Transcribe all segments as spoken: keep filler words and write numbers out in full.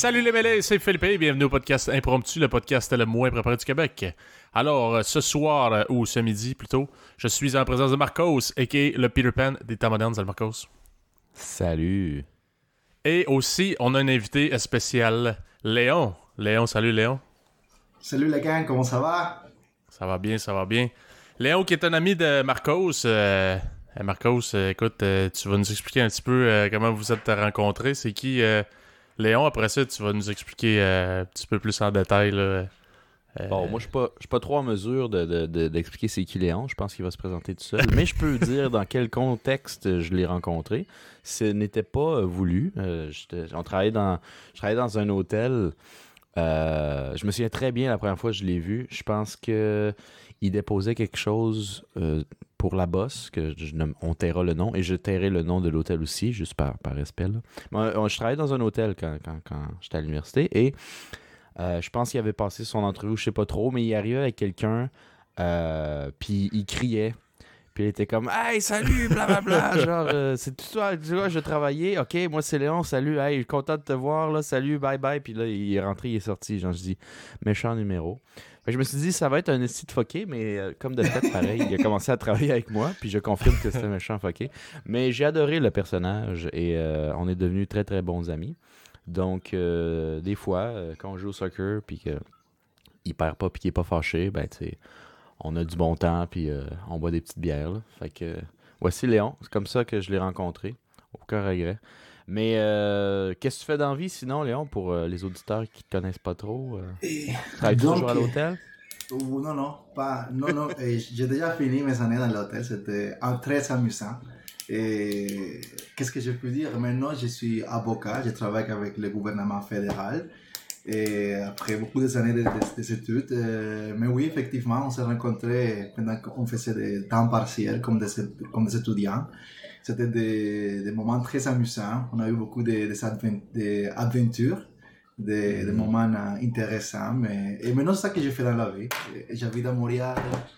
Salut les mêlés, c'est Philippe et bienvenue au podcast Impromptu, le podcast le moins préparé du Québec. Alors, ce soir, ou ce midi plutôt, je suis en présence de Marcos, a k a le Peter Pan des temps modernes. Salut Marcos. Salut. Et aussi, on a un invité spécial, Léon. Léon, salut Léon. Salut la gang, comment ça va? Ça va bien, ça va bien. Léon qui est un ami de Marcos. Euh, Marcos, euh, écoute, euh, tu vas nous expliquer un petit peu euh, comment vous êtes rencontrés. C'est qui euh, Léon? Après ça, tu vas nous expliquer euh, un petit peu plus en détail. Là. Euh... Bon, moi, je suis pas, je suis pas trop en mesure de, de, de, d'expliquer c'est qui Léon. Je pense qu'il va se présenter tout seul. Mais je peux dire dans quel contexte je l'ai rencontré. Ce n'était pas euh, voulu. Euh, on travaillait dans, je travaillais dans un hôtel. Euh, je me souviens très bien la première fois que je l'ai vu. Je pense que il déposait quelque chose euh, pour la bosse, que je, on taira le nom, et je tairai le nom de l'hôtel aussi, juste par, par respect. Là. Moi, je travaillais dans un hôtel quand, quand, quand j'étais à l'université, et euh, je pense qu'il avait passé son entrevue, je sais pas trop, mais il arrivait avec quelqu'un, euh, puis il criait. Puis il était comme « Hey, salut, blablabla! » Genre, euh, c'est tout ça, tu vois, je travaillais. « Ok, moi c'est Léon, salut, hey, content de te voir, là, salut, bye bye. » Puis là, il est rentré, il est sorti. Genre, je dis « Méchant numéro. » Fait que je me suis dit, ça va être un esti de fucké, mais euh, comme de fait, pareil, il a commencé à travailler avec moi, puis je confirme que c'était un méchant fucké. Mais j'ai adoré le personnage et euh, on est devenus très très bons amis. Donc, euh, des fois, euh, quand on joue au soccer, puis qu'il perd pas, puis qu'il est pas fâché, ben, tu sais. On a du bon temps, puis euh, on boit des petites bières. Là. Fait que, euh, voici Léon. C'est comme ça que je l'ai rencontré. Aucun regret. Mais euh, qu'est-ce que tu fais dans la vie, sinon, Léon, pour euh, les auditeurs qui ne te connaissent pas trop? Euh, Et Travailles-tu toujours à l'hôtel? Euh, non, non, pas. Non, non. J'ai déjà fini mes années dans l'hôtel. C'était un, très amusant. Et qu'est-ce que je peux dire? Maintenant, je suis avocat. Je travaille avec le gouvernement fédéral. Et après beaucoup d'années de, de, de études, euh, mais oui, effectivement, on s'est rencontrés pendant qu'on faisait des temps partiels comme des, comme des étudiants. C'était des, des moments très amusants. On a eu beaucoup de, de, d'aventures, des, des moments intéressants. Mais, et maintenant, c'est ça que je fais dans la vie. J'habite à Montréal.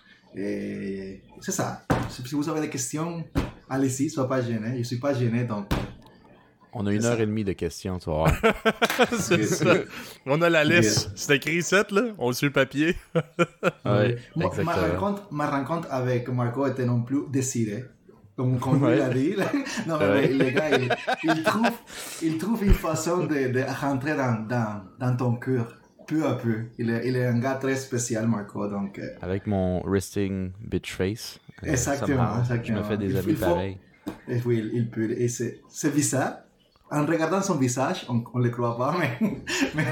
Et c'est ça. Si vous avez des questions, allez-y, soyez pas gênés. Je ne suis pas gêné, donc... On a une heure et demie de questions, tu vas voir. C'est ça. On a la liste. C'est écrit sept, là. On suit le papier. Ouais, ma, ma, rencontre, ma rencontre avec Marco était non plus désirée. Comme, comme ouais. il a dit. Non, mais ouais. le gars, il, il, trouve, il trouve une façon de, de rentrer dans, dans, dans ton cœur, peu à peu. Il est, il est un gars très spécial, Marco. Donc, euh... Avec mon resting bitch face. Exactement, euh, exactement. Je me fais des amis pareils. Et oui, il, il peut. Et c'est, c'est bizarre. En regardant son visage, on ne le croit pas, mais, mais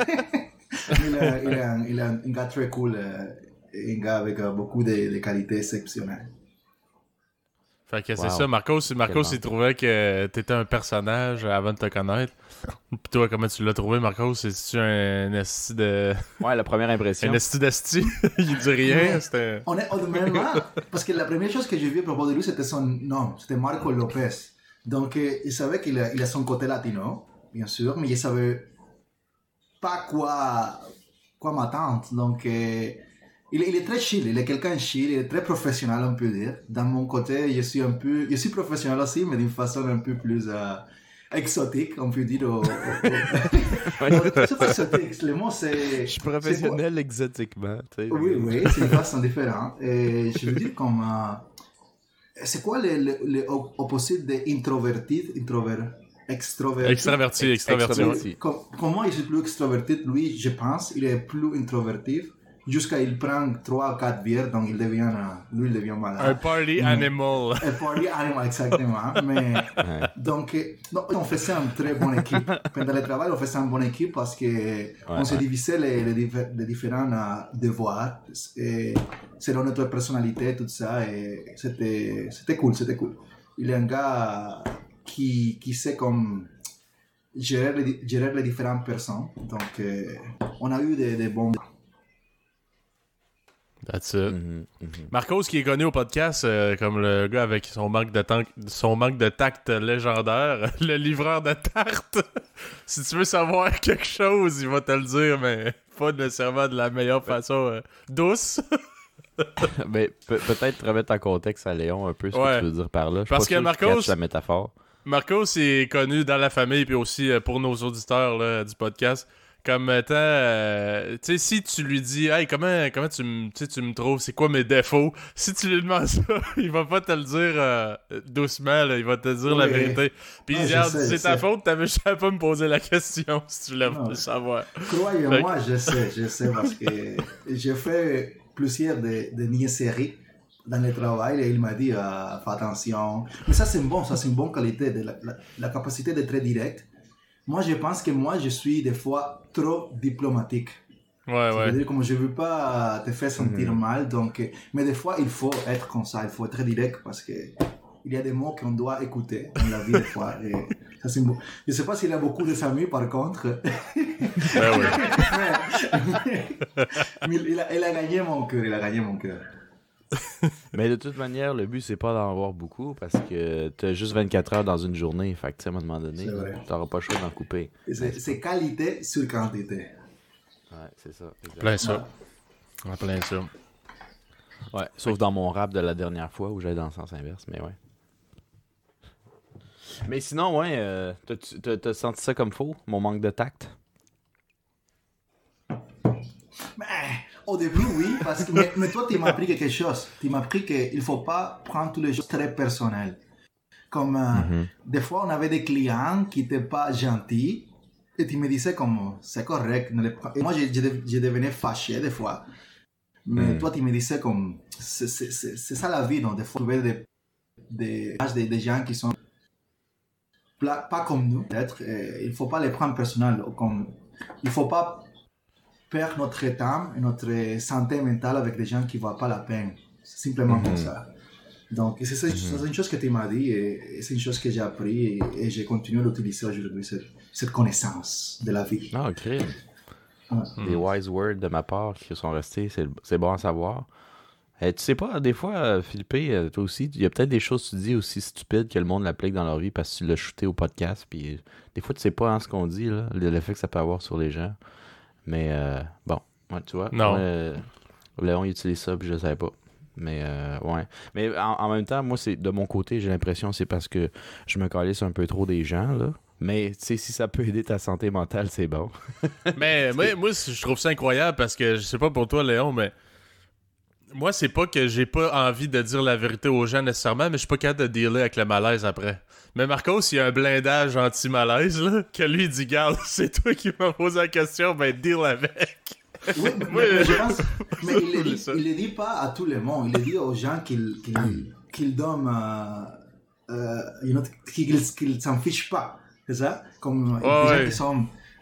il, est, il, est un, il est un gars très cool, un gars avec beaucoup de, de qualités exceptionnelles. Fait que wow. c'est ça, Marcos, Marcos il trouvait que t'étais un personnage avant de te connaître. Puis toi, comment tu l'as trouvé, Marcos? C'est-tu un esti de... Ouais, la première impression. Un esti d'esti? Il dit rien, c'était... On est honnêtement, parce que la première chose que j'ai vue à propos de lui, c'était son nom, c'était Marco Lopez. Donc, euh, il savait qu'il a, il a son côté latino, bien sûr, mais il savait pas quoi, quoi m'attendre. Donc, euh, il, il est très chill, il est quelqu'un chill, il est très professionnel, on peut dire. Dans mon côté, je suis un peu, je suis professionnel aussi, mais d'une façon un peu plus euh, exotique, on peut dire. Au, au, au... c'est pas exotique, le mot c'est... Je suis professionnel c'est... exotiquement. Tu sais. Oui, oui, c'est une façon différente. Et je veux dire comme... Euh, c'est quoi le, le, le opposé d'introverti, introvert, extroverti? Extraverti, extraverti. extraverti. Com, comment il est plus extraverti, lui, je pense, il est plus introverti, jusqu'à il prend trois ou quatre bières, donc il devient, lui, il devient malade. Un party mais, animal. Un party animal, exactement. Mais, donc, non, on faisait une très bonne équipe. Pendant le travail, on faisait une bonne équipe parce que ouais, on ouais. se divisait les, les, les différents uh, devoirs. Et, selon notre personnalité, tout ça, et c'était, c'était cool, c'était cool. Il est un gars qui, qui sait comme gérer les, gérer les différentes personnes. Donc, euh, on a eu des, des bons... That's it. Mm-hmm, mm-hmm. Marcos, qui est connu au podcast euh, comme le gars avec son manque de, tan- son manque de tact légendaire, le livreur de tartes. Si tu veux savoir quelque chose, il va te le dire, mais pas nécessairement de la meilleure façon euh, douce. Mais pe- peut-être remettre en contexte à Léon un peu ce ouais. que tu veux dire par là. Je Parce suis que pas sûr Marcos, que la métaphore. Marcos est connu dans la famille puis aussi euh, pour nos auditeurs là, du podcast comme étant, euh, tu sais, si tu lui dis, hey, comment, comment tu me tu me trouves, c'est quoi mes défauts, si tu lui demandes ça, il va pas te le dire euh, doucement, là, il va te dire oui. la vérité. Puis il dit, c'est ta faute, t'avais jamais pas me poser la question si tu voulais le savoir. Croyez-moi, je sais, je sais, parce que j'ai fait plusieurs de, de niaiseries dans le travail et il m'a dit, euh, fais attention. Mais ça, c'est bon, ça, c'est une bonne qualité, de la, la, la capacité d'être très direct. Moi, je pense que moi, je suis des fois trop diplomatique. Ouais, ouais. C'est-à-dire, comme je ne veux pas te faire sentir mmh. mal, donc... Mais des fois, il faut être comme ça, il faut être très direct parce que il y a des mots qu'on doit écouter dans la vie des fois. Et ça, c'est beau. Je ne sais pas s'il y a beaucoup de familles, par contre. Ouais, ouais. mais, mais il, a, il a gagné mon cœur, il a gagné mon cœur. Mais de toute manière, le but, c'est pas d'en avoir beaucoup parce que tu as juste vingt-quatre heures dans une journée. Fait que, tu sais, à un moment donné, tu n'auras pas le choix d'en couper. C'est, c'est qualité sur quantité. Ouais, c'est ça. Exactement. Plein ça. Ouais, plein ça. Ouais, sauf dans mon rap de la dernière fois où j'allais dans le sens inverse, mais ouais. Mais sinon, ouais, euh, t'as, t'as, t'as senti ça comme faux, mon manque de tact? Mais, au début, oui, parce que, mais, mais toi, tu m'as appris quelque chose. Tu m'as appris qu'il ne faut pas prendre toutes les choses très personnelles. Comme, euh, mm-hmm. des fois, on avait des clients qui n'étaient pas gentils et tu me disais comme, c'est correct. Ne les... Et moi, je, je, je devenais fâché des fois. Mais mm. toi, tu me disais comme, c'est, c'est, c'est, c'est ça la vie, donc des fois, tu vois des, des, des, des gens qui sont pas comme nous, peut-être. Et il ne faut pas les prendre personnels. Comme, il ne faut pas perdre notre temps et notre santé mentale avec des gens qui ne valent pas la peine. C'est simplement mm-hmm. comme ça. Donc, c'est, c'est, mm-hmm. c'est une chose que tu m'as dit et, et c'est une chose que j'ai appris et, et j'ai continué à l'utiliser aujourd'hui, cette, cette connaissance de la vie. Ah, ok. Ouais. Des wise words de ma part qui sont restés, c'est, c'est bon à savoir. Eh, tu sais pas, des fois, Philippe, toi aussi, il y a peut-être des choses que tu dis aussi stupides que le monde l'applique dans leur vie parce que tu l'as shooté au podcast. Puis des fois, tu sais pas hein, ce qu'on dit, là, l'effet que ça peut avoir sur les gens. Mais euh, bon, ouais, tu vois. Non. Moi, euh, Léon, il utilise ça, puis je le savais pas. Mais euh, ouais. Mais en, en même temps, moi, c'est de mon côté, j'ai l'impression que c'est parce que je me calisse un peu trop des gens, là. Mais tu sais, si ça peut aider ta santé mentale, c'est bon. Mais moi, moi, je trouve ça incroyable parce que je sais pas pour toi, Léon, mais moi, c'est pas que j'ai pas envie de dire la vérité aux gens nécessairement, mais je suis pas capable de dealer avec le malaise après. Mais Marcos, il y a un blindage anti-malaise, là, que lui, il dit, garde, c'est toi qui m'as posé la question, ben deal avec. Oui, mais, Moi, mais, je pense, mais il ne le, le dit pas à tout le monde, il le dit aux gens qu'il, qu'il, qu'il donne, euh, euh, you know, qu'il, qu'il s'en fiche pas, c'est ça? Comme oh, des ouais. gens qui sont,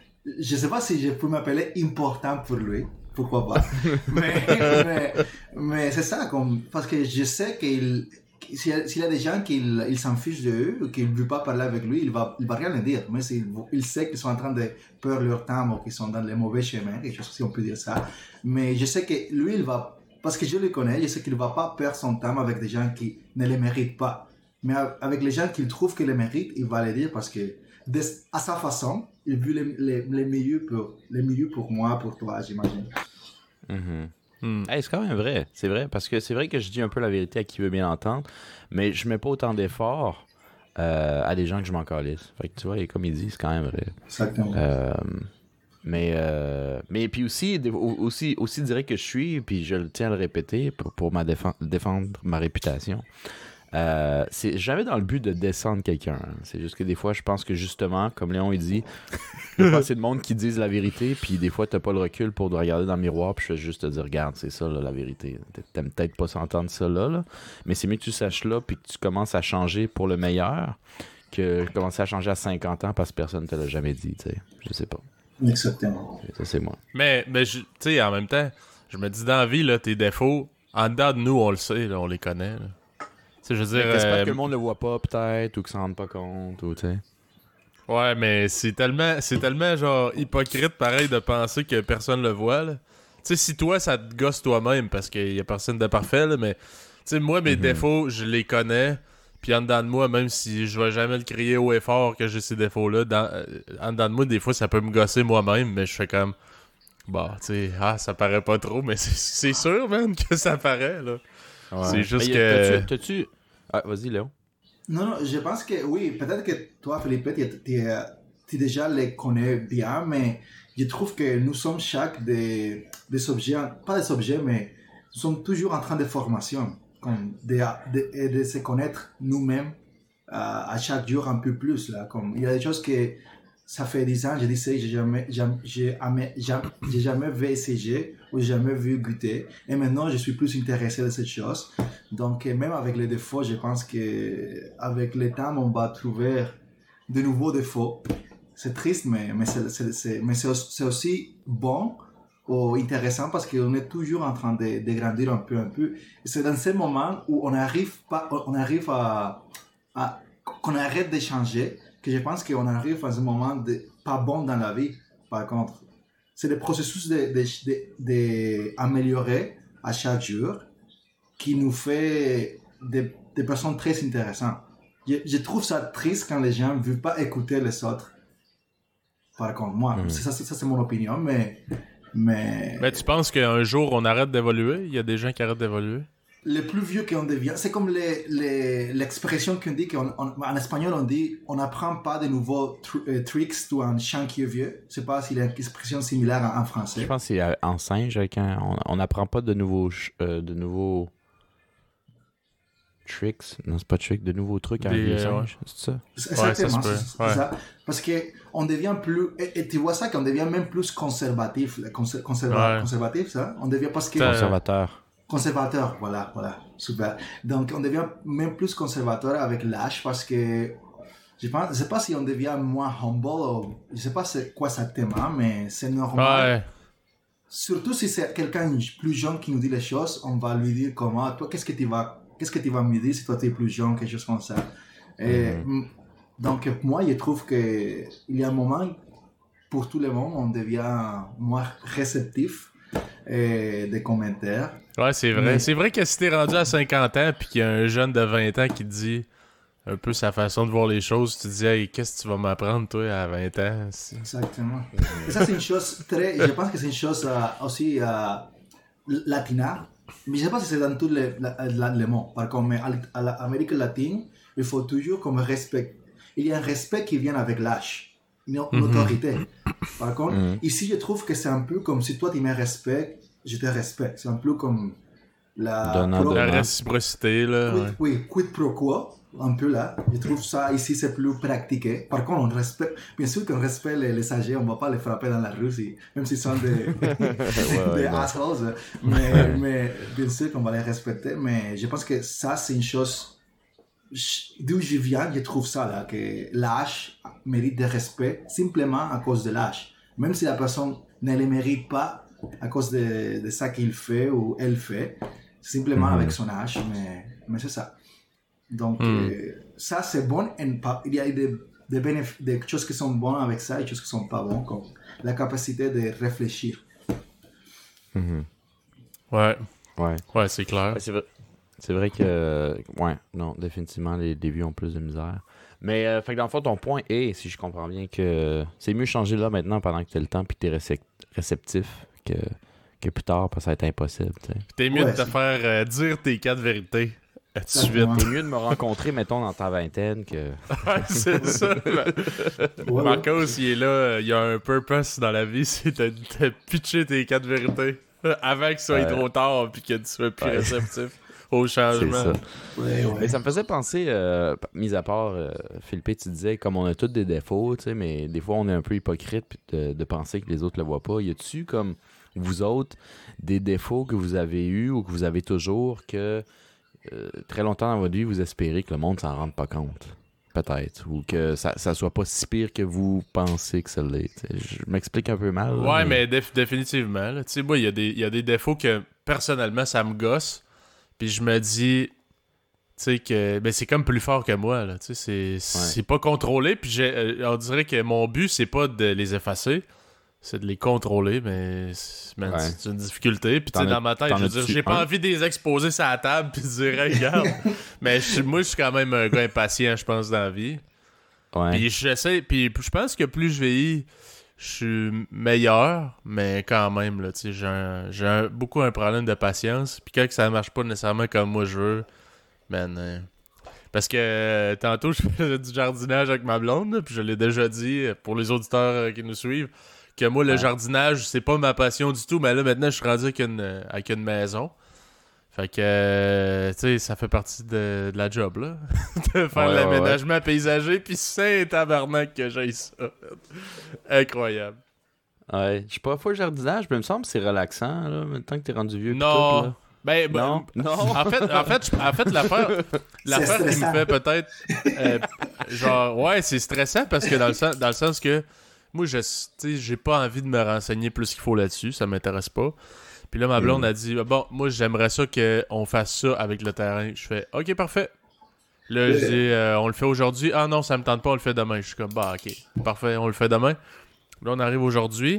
je sais pas si je peux m'appeler important pour lui. Pourquoi pas. mais, mais, mais c'est ça, comme, parce que je sais qu'il, s'il y a, s'il y a des gens qui il s'en fichent de eux, ou qui ne veulent pas parler avec lui, il va, il va rien le dire. Mais il, il sait qu'ils sont en train de perdre leur temps ou qu'ils sont dans les mauvais chemins, quelque chose si on peut dire ça. Mais je sais que lui, il va, parce que je le connais, je sais qu'il ne va pas perdre son temps avec des gens qui ne le méritent pas. Mais avec les gens qu'il trouve qu'ils le méritent, il va le dire parce que, de, à sa façon, il veut les, les, les, mieux pour, les mieux pour moi, pour toi, j'imagine. Mm-hmm. Mm. Hey, c'est quand même vrai, c'est vrai, parce que c'est vrai que je dis un peu la vérité à qui veut bien l'entendre, mais je mets pas autant d'efforts euh, à des gens que je m'en calisse. Fait que tu vois, et comme il dit, c'est quand même vrai. Exactement. Euh, mais euh, mais puis aussi, aussi, aussi direct que je suis, puis je le tiens à le répéter pour, pour ma défend, défendre ma réputation. Euh, c'est jamais dans le but de descendre quelqu'un. Hein. C'est juste que des fois, je pense que justement, comme Léon il dit, il y a pas assez de monde qui disent la vérité, puis des fois, t'as pas le recul pour te regarder dans le miroir, puis je vais juste te dire, regarde, c'est ça là, la vérité. T'aimes peut-être pas s'entendre ça là, là, mais c'est mieux que tu saches là, puis que tu commences à changer pour le meilleur, que commencer à changer à cinquante ans parce que personne te l'a jamais dit, tu sais. Je sais pas. Exactement. Ça, c'est moi. Mais, mais tu sais, en même temps, je me dis dans la vie, là, tes défauts, en dedans de nous, on le sait, là, on les connaît, là. Je veux dire, j'espère euh, que le monde le voit pas, peut-être, ou qu'il s'en rende pas compte, ou tu sais. Ouais, mais c'est tellement, c'est tellement genre hypocrite, pareil, de penser que personne le voit, là. Tu sais, si toi, ça te gosse toi-même, parce qu'il y a personne de parfait, là, mais tu sais, moi, mes mm-hmm. défauts, je les connais, puis en dedans de moi, même si je vais jamais le crier haut et fort que j'ai ces défauts-là, dans, euh, en dedans de moi, des fois, ça peut me gosser moi-même, mais je fais comme, bah, tu sais, ah, ça paraît pas trop, mais c'est, c'est sûr, man, que ça paraît, là. Ouais. C'est juste mais que... T'as-tu... t'as-tu... Ah, vas-y, Léon. Non, non, je pense que oui, peut-être que toi, Philippe, tu, tu, tu déjà les connais bien, mais je trouve que nous sommes chaque des, des objets, pas des objets, mais nous sommes toujours en train de formation, comme de, de, de se connaître nous-mêmes à, à chaque jour un peu plus. Là, comme, il y a des choses que ça fait dix ans, je disais, j'ai jamais, jamais, j'ai jamais, j'ai jamais vu essayer ou jamais vu goûter. Et maintenant, je suis plus intéressé de cette chose. Donc, même avec les défauts, je pense que avec le temps, on va trouver de nouveaux défauts. C'est triste, mais, mais, c'est, c'est, c'est, mais c'est, c'est aussi bon ou intéressant parce qu'on est toujours en train de, de grandir un peu, un peu. Et c'est dans ces moments où on arrive pas, on arrive à, à qu'on arrête de changer, que je pense qu'on arrive à un moment de, pas bon dans la vie, par contre. C'est le processus de, de, de, de améliorer à chaque jour qui nous fait des, des personnes très intéressantes. Je, je trouve ça triste quand les gens ne veulent pas écouter les autres. Par contre, moi, mmh. ça, ça, ça c'est mon opinion, mais, mais... Mais tu penses qu'un jour, on arrête d'évoluer? Il y a des gens qui arrêtent d'évoluer? Le plus vieux qu'on devient, c'est comme les, les, l'expression qu'on dit, qu'on, on, en espagnol on dit, on n'apprend pas de nouveaux tr- euh, tricks ou un chien qui est vieux. Je sais pas s'il y a une expression similaire en, en français. Je pense que c'est en singe, avec un, on n'apprend pas de nouveaux, euh, de nouveaux tricks. Non, c'est pas tricks, de nouveaux trucs à un vieux singe. Ouais. C'est ça? Exactement, ouais, ça se peut. c'est, ouais. c'est ça. Parce qu'on devient plus, et, et tu vois ça qu'on devient même plus conservatif, conser, conserva, ouais. conservatif, ça? On devient parce que... Conservateur. Conservateur, voilà, voilà, super. Donc, on devient même plus conservateur avec l'âge parce que je pense, je sais pas si on devient moins humble ou je sais pas c'est quoi exactement, mais c'est normal. Ouais. Surtout si c'est quelqu'un plus jeune qui nous dit les choses, on va lui dire comment, toi, qu'est-ce que tu vas, qu'est-ce que tu vas me dire si toi tu es plus jeune, quelque chose comme ça. Et mm-hmm. donc, moi, je trouve que il y a un moment pour tout le monde, on devient moins réceptif et des commentaires. Ouais, c'est vrai. Mais... C'est vrai que si t'es rendu à cinquante ans puis qu'il y a un jeune de vingt ans qui te dit un peu sa façon de voir les choses, tu te dis hey, qu'est-ce que tu vas m'apprendre toi à vingt ans? C'est... Exactement. Et ça c'est une chose très, je pense que c'est une chose uh, aussi uh, latina, mais je sais pas si c'est dans tous les, les mots. Par contre, mais à l'Amérique latine, il faut toujours comme respect. Il y a un respect qui vient avec l'âge, une, une mm-hmm. autorité. Par contre, mm-hmm. ici je trouve que c'est un peu comme si toi tu me respectes, je te respecte. C'est un peu comme la, pro... la réciprocité. Là, quid, ouais. Oui, quid pro quo, un peu là. Je trouve ça ici, c'est plus pratiqué. Par contre, on respecte, bien sûr qu'on respecte les, les âgés, on ne va pas les frapper dans la rue, si, même s'ils sont des, ouais, des assholes. Mais, mais bien sûr qu'on va les respecter. Mais je pense que ça, c'est une chose, d'où je viens, je trouve ça là, que l'âge mérite de respect simplement à cause de l'âge. Même si la personne ne le mérite pas, à cause de, de ça qu'il fait ou elle fait, simplement mm-hmm. avec son âge, mais, mais c'est ça. Donc, mm. euh, ça c'est bon, et il y a des, des, bénéf- des choses qui sont bonnes avec ça et des choses qui ne sont pas bonnes, comme la capacité de réfléchir. Mm-hmm. Ouais. Ouais. Ouais, c'est clair. Ouais, c'est, vrai, c'est vrai que, ouais, non, définitivement, les débuts ont plus de misère. Mais, euh, fait que dans le fond, ton point est, si je comprends bien, que c'est mieux changer là maintenant pendant que tu as le temps et que tu es récep- réceptif. Que, que plus tard, parce que ça va être impossible. T'sais. T'es mieux ouais, de te c'est... faire euh, dire tes quatre vérités tout de suite. T'es mieux de me rencontrer, mettons, dans ta vingtaine que... Ouais, c'est ça. Ouais. Marcos, il est là, il a un purpose dans la vie, c'est de, de pitcher tes quatre vérités avant qu'il soit ouais. trop tard puis que tu sois plus ouais. réceptif au changement. C'est ça. Ouais, ouais. Mais ça me faisait penser, euh, mis à part, euh, Philippe, tu disais, comme on a tous des défauts, tu sais, mais des fois, on est un peu hypocrite de, de penser que les autres le voient pas. Y a-tu, comme vous autres, des défauts que vous avez eus ou que vous avez toujours que euh, très longtemps dans votre vie, vous espérez que le monde s'en rende pas compte? Peut-être. Ou que ça, ça soit pas si pire que vous pensez que ça l'est. T'sais. Je m'explique un peu mal. Ouais, là, mais, mais déf- définitivement. Tu sais, moi, il y, y a des défauts que, personnellement, ça me gosse. Puis je me dis, tu sais, que ben, c'est comme plus fort que moi. Là, c'est, ouais. c'est pas contrôlé. Puis j'ai, euh, on dirait que mon but, c'est pas de les effacer. C'est de les contrôler, mais man, ouais. c'est une difficulté. Puis tu sais, dans ma tête, je veux dire, j'ai pas un? envie de les exposer sur la table puis de dire, hey, regarde. Mais je, moi, je suis quand même un gars impatient, je pense, dans la vie. Ouais. Puis j'essaie, puis je pense que plus je vieillis, je suis meilleur, mais quand même, là, tu sais, j'ai, un, j'ai un, beaucoup un problème de patience. Puis quand ça marche pas nécessairement comme moi je veux, man. Euh... Parce que euh, tantôt, je faisais du jardinage avec ma blonde, là, puis je l'ai déjà dit euh, pour les auditeurs euh, qui nous suivent, que moi, le Ouais. jardinage, c'est pas ma passion du tout, mais là, maintenant, je suis rendu avec une, euh, avec une maison. Fait que, euh, tu sais, ça fait partie de, de la job, là. de faire Ouais, l'aménagement ouais, paysager, puis c'est tabarnak que j'ai ça. Incroyable. Ouais, je sais pas, fois le jardinage, mais il me semble que c'est relaxant, là, maintenant que t'es rendu vieux. pis Non. Tout, là. Ben, ben, Non, non. En fait, en fait, je- en fait l'affaire, l'affaire qui me stressant. fait peut-être, euh, genre, ouais, c'est stressant parce que dans le sens, dans le sens que moi, je, tu sais, j'ai pas envie de me renseigner plus qu'il faut là-dessus, ça m'intéresse pas. Puis là, ma blonde a dit, bon, moi, j'aimerais ça qu'on fasse ça avec le terrain. Je fais, ok, parfait. Là, je dis, euh, on le fait aujourd'hui. Ah non, ça me tente pas, on le fait demain. Je suis comme, bah, ok, parfait, on le fait demain. Là, on arrive aujourd'hui,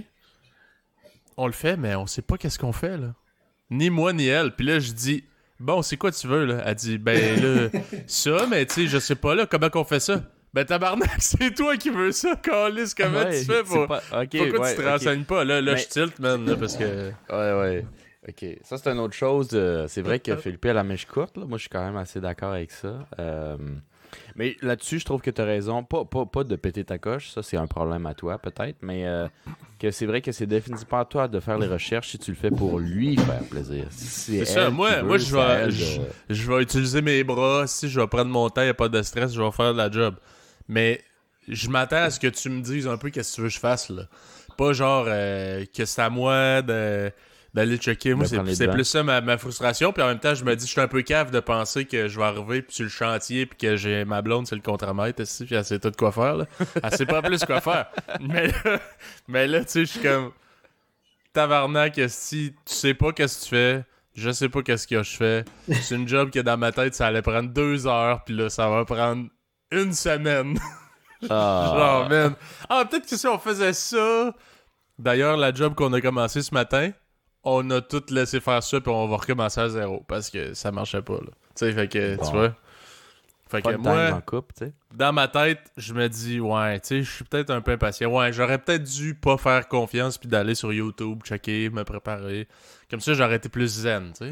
on le fait, mais on sait pas qu'est-ce qu'on fait, là. Ni moi, ni elle. Puis là, je dis, bon, c'est quoi tu veux, là? Elle dit, ben là, ça, mais tu sais, je sais pas, là, comment qu'on fait ça? Ben tabarnak, c'est toi qui veux ça, Carlis, comment Ouais, tu fais pour... c'est pas... ok, Pourquoi ouais, tu te ok. renseignes pas? Là, là Mais- je tilte, man, là, parce que... Ouais, ouais. Ok, ça c'est une autre chose. euh, c'est vrai que Philippe a la mèche courte. Là. Moi, je suis quand même assez d'accord avec ça. Euh, mais là-dessus, je trouve que tu as raison. Pas, pas, pas de péter ta coche, ça c'est un problème à toi peut-être, mais euh, que c'est vrai que c'est définitivement à toi de faire les recherches si tu le fais pour lui faire plaisir. Si C'est ça, elle moi, qui veut, moi je c'est à vais elle je, de- je vais utiliser mes bras, si je vais prendre mon temps, y a pas de stress, je vais faire de la job. Mais je m'attends à ce que tu me dises un peu qu'est-ce que tu veux que je fasse, là. Pas genre euh, que c'est à moi de... d'aller checker. Moi, De prendre c'est, les c'est devants. plus ça ma, ma frustration. Puis en même temps, je me dis, je suis un peu cave de penser que je vais arriver puis sur le chantier puis que j'ai ma blonde, c'est le contre-maître ici, puis elle sait tout quoi faire. Là. Elle sait pas plus quoi faire. Mais là, mais là tu sais, je suis comme tabarnak, si tu sais pas qu'est-ce que tu fais, je sais pas qu'est-ce que je fais. C'est une job que dans ma tête, ça allait prendre deux heures, puis là, ça va prendre une semaine. Ah. Genre, man. Ah, peut-être que si on faisait ça... D'ailleurs, la job qu'on a commencé ce matin, on a tout laissé faire ça puis on va recommencer à zéro parce que ça marchait pas, là. Tu sais, fait que, Bon. tu vois. Fait Pas que de time en moi, couple, tu sais. dans ma tête, je me dis, ouais, tu sais, je suis peut-être un peu impatient. Ouais, j'aurais peut-être dû pas faire confiance puis d'aller sur YouTube, checker, me préparer. Comme ça, j'aurais été plus zen, tu sais.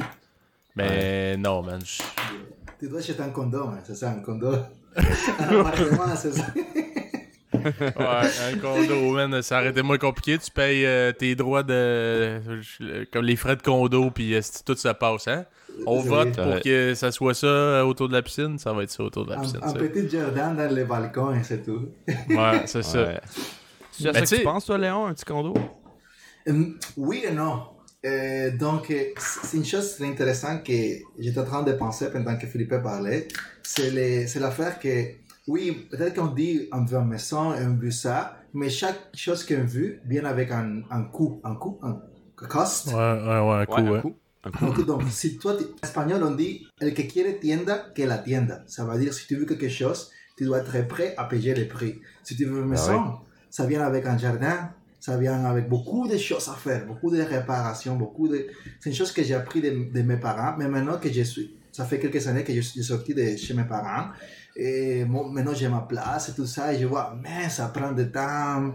Mais non, man. je- Tu dois acheter un condo, hein, c'est ça, un condo. Un appartement, c'est ça. Ouais, un condo, man, ça aurait été moins compliqué. Tu payes euh, tes droits de... euh, comme les frais de condo, puis euh, si tout ça passe, hein? On Oui. vote pour Ouais. que ça soit ça euh, autour de la piscine, ça va être ça autour de la Un, piscine. un ça. petit jardin dans le balcon et c'est tout. Ouais, c'est ça. Ouais. C'est à Ben, ça que tu sais- tu penses, toi, Léon, un petit condo? Hum, Oui et non. Euh, donc, euh, c'est une chose très intéressante que j'étais en train de penser pendant que Philippe parlait. C'est les- c'est l'affaire que, oui, peut-être qu'on dit on veut une maison, on veut ça, mais chaque chose qu'on veut vient avec un, un coût, un coût, un cost. Ouais, ouais, ouais, un coup, Ouais, ouais. un coup. Un coup. Donc, donc, si toi, tu- en espagnol, on dit el que quiere tienda, que la tienda. Ça veut dire si tu veux quelque chose, tu dois être prêt à payer le prix. Si tu veux une maison, oui. ça vient avec un jardin, ça vient avec beaucoup de choses à faire, beaucoup de réparations, beaucoup de. C'est une chose que j'ai appris de, de mes parents, mais maintenant que je suis. Ça fait quelques années que je suis sorti de chez mes parents, et bon, maintenant j'ai ma place et tout ça, et je vois, mais ça prend du temps.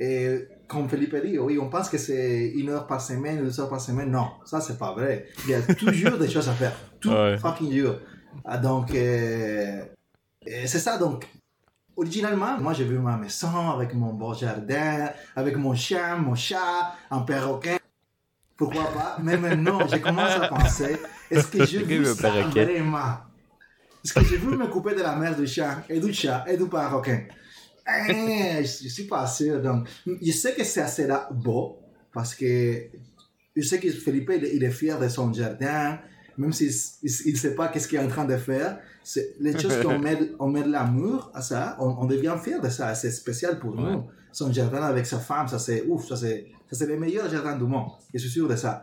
Et comme Philippe dit, oui, on pense que c'est une heure par semaine, deux heures par semaine. Non, ça, c'est pas vrai. Il y a toujours des choses à faire. Tout Ouais. fucking jour. Ah, donc, euh, et c'est ça. Donc, originalement, moi, j'ai vu ma maison avec mon beau jardin, avec mon chien, mon chat, un perroquet. Pourquoi pas? Mais maintenant, je commence à penser, est-ce que je Le veux ça perroquet. vraiment? Est-ce que je veux me couper de la mère du chat et du chat et du perroquet? Eh, je, je suis pas sûr. Donc, je sais que c'est assez là beau parce que je sais que Felipe il, il est fier de son jardin, même s'il il, ne sait pas qu'est-ce qu'il est en train de faire. C'est, les choses qu'on met, on met de l'amour à ça, on, on devient fier de ça. C'est spécial pour Ouais. nous. Son jardin avec sa femme, ça c'est ouf, ça c'est, ça c'est le meilleur jardin du monde. Je suis sûr de ça.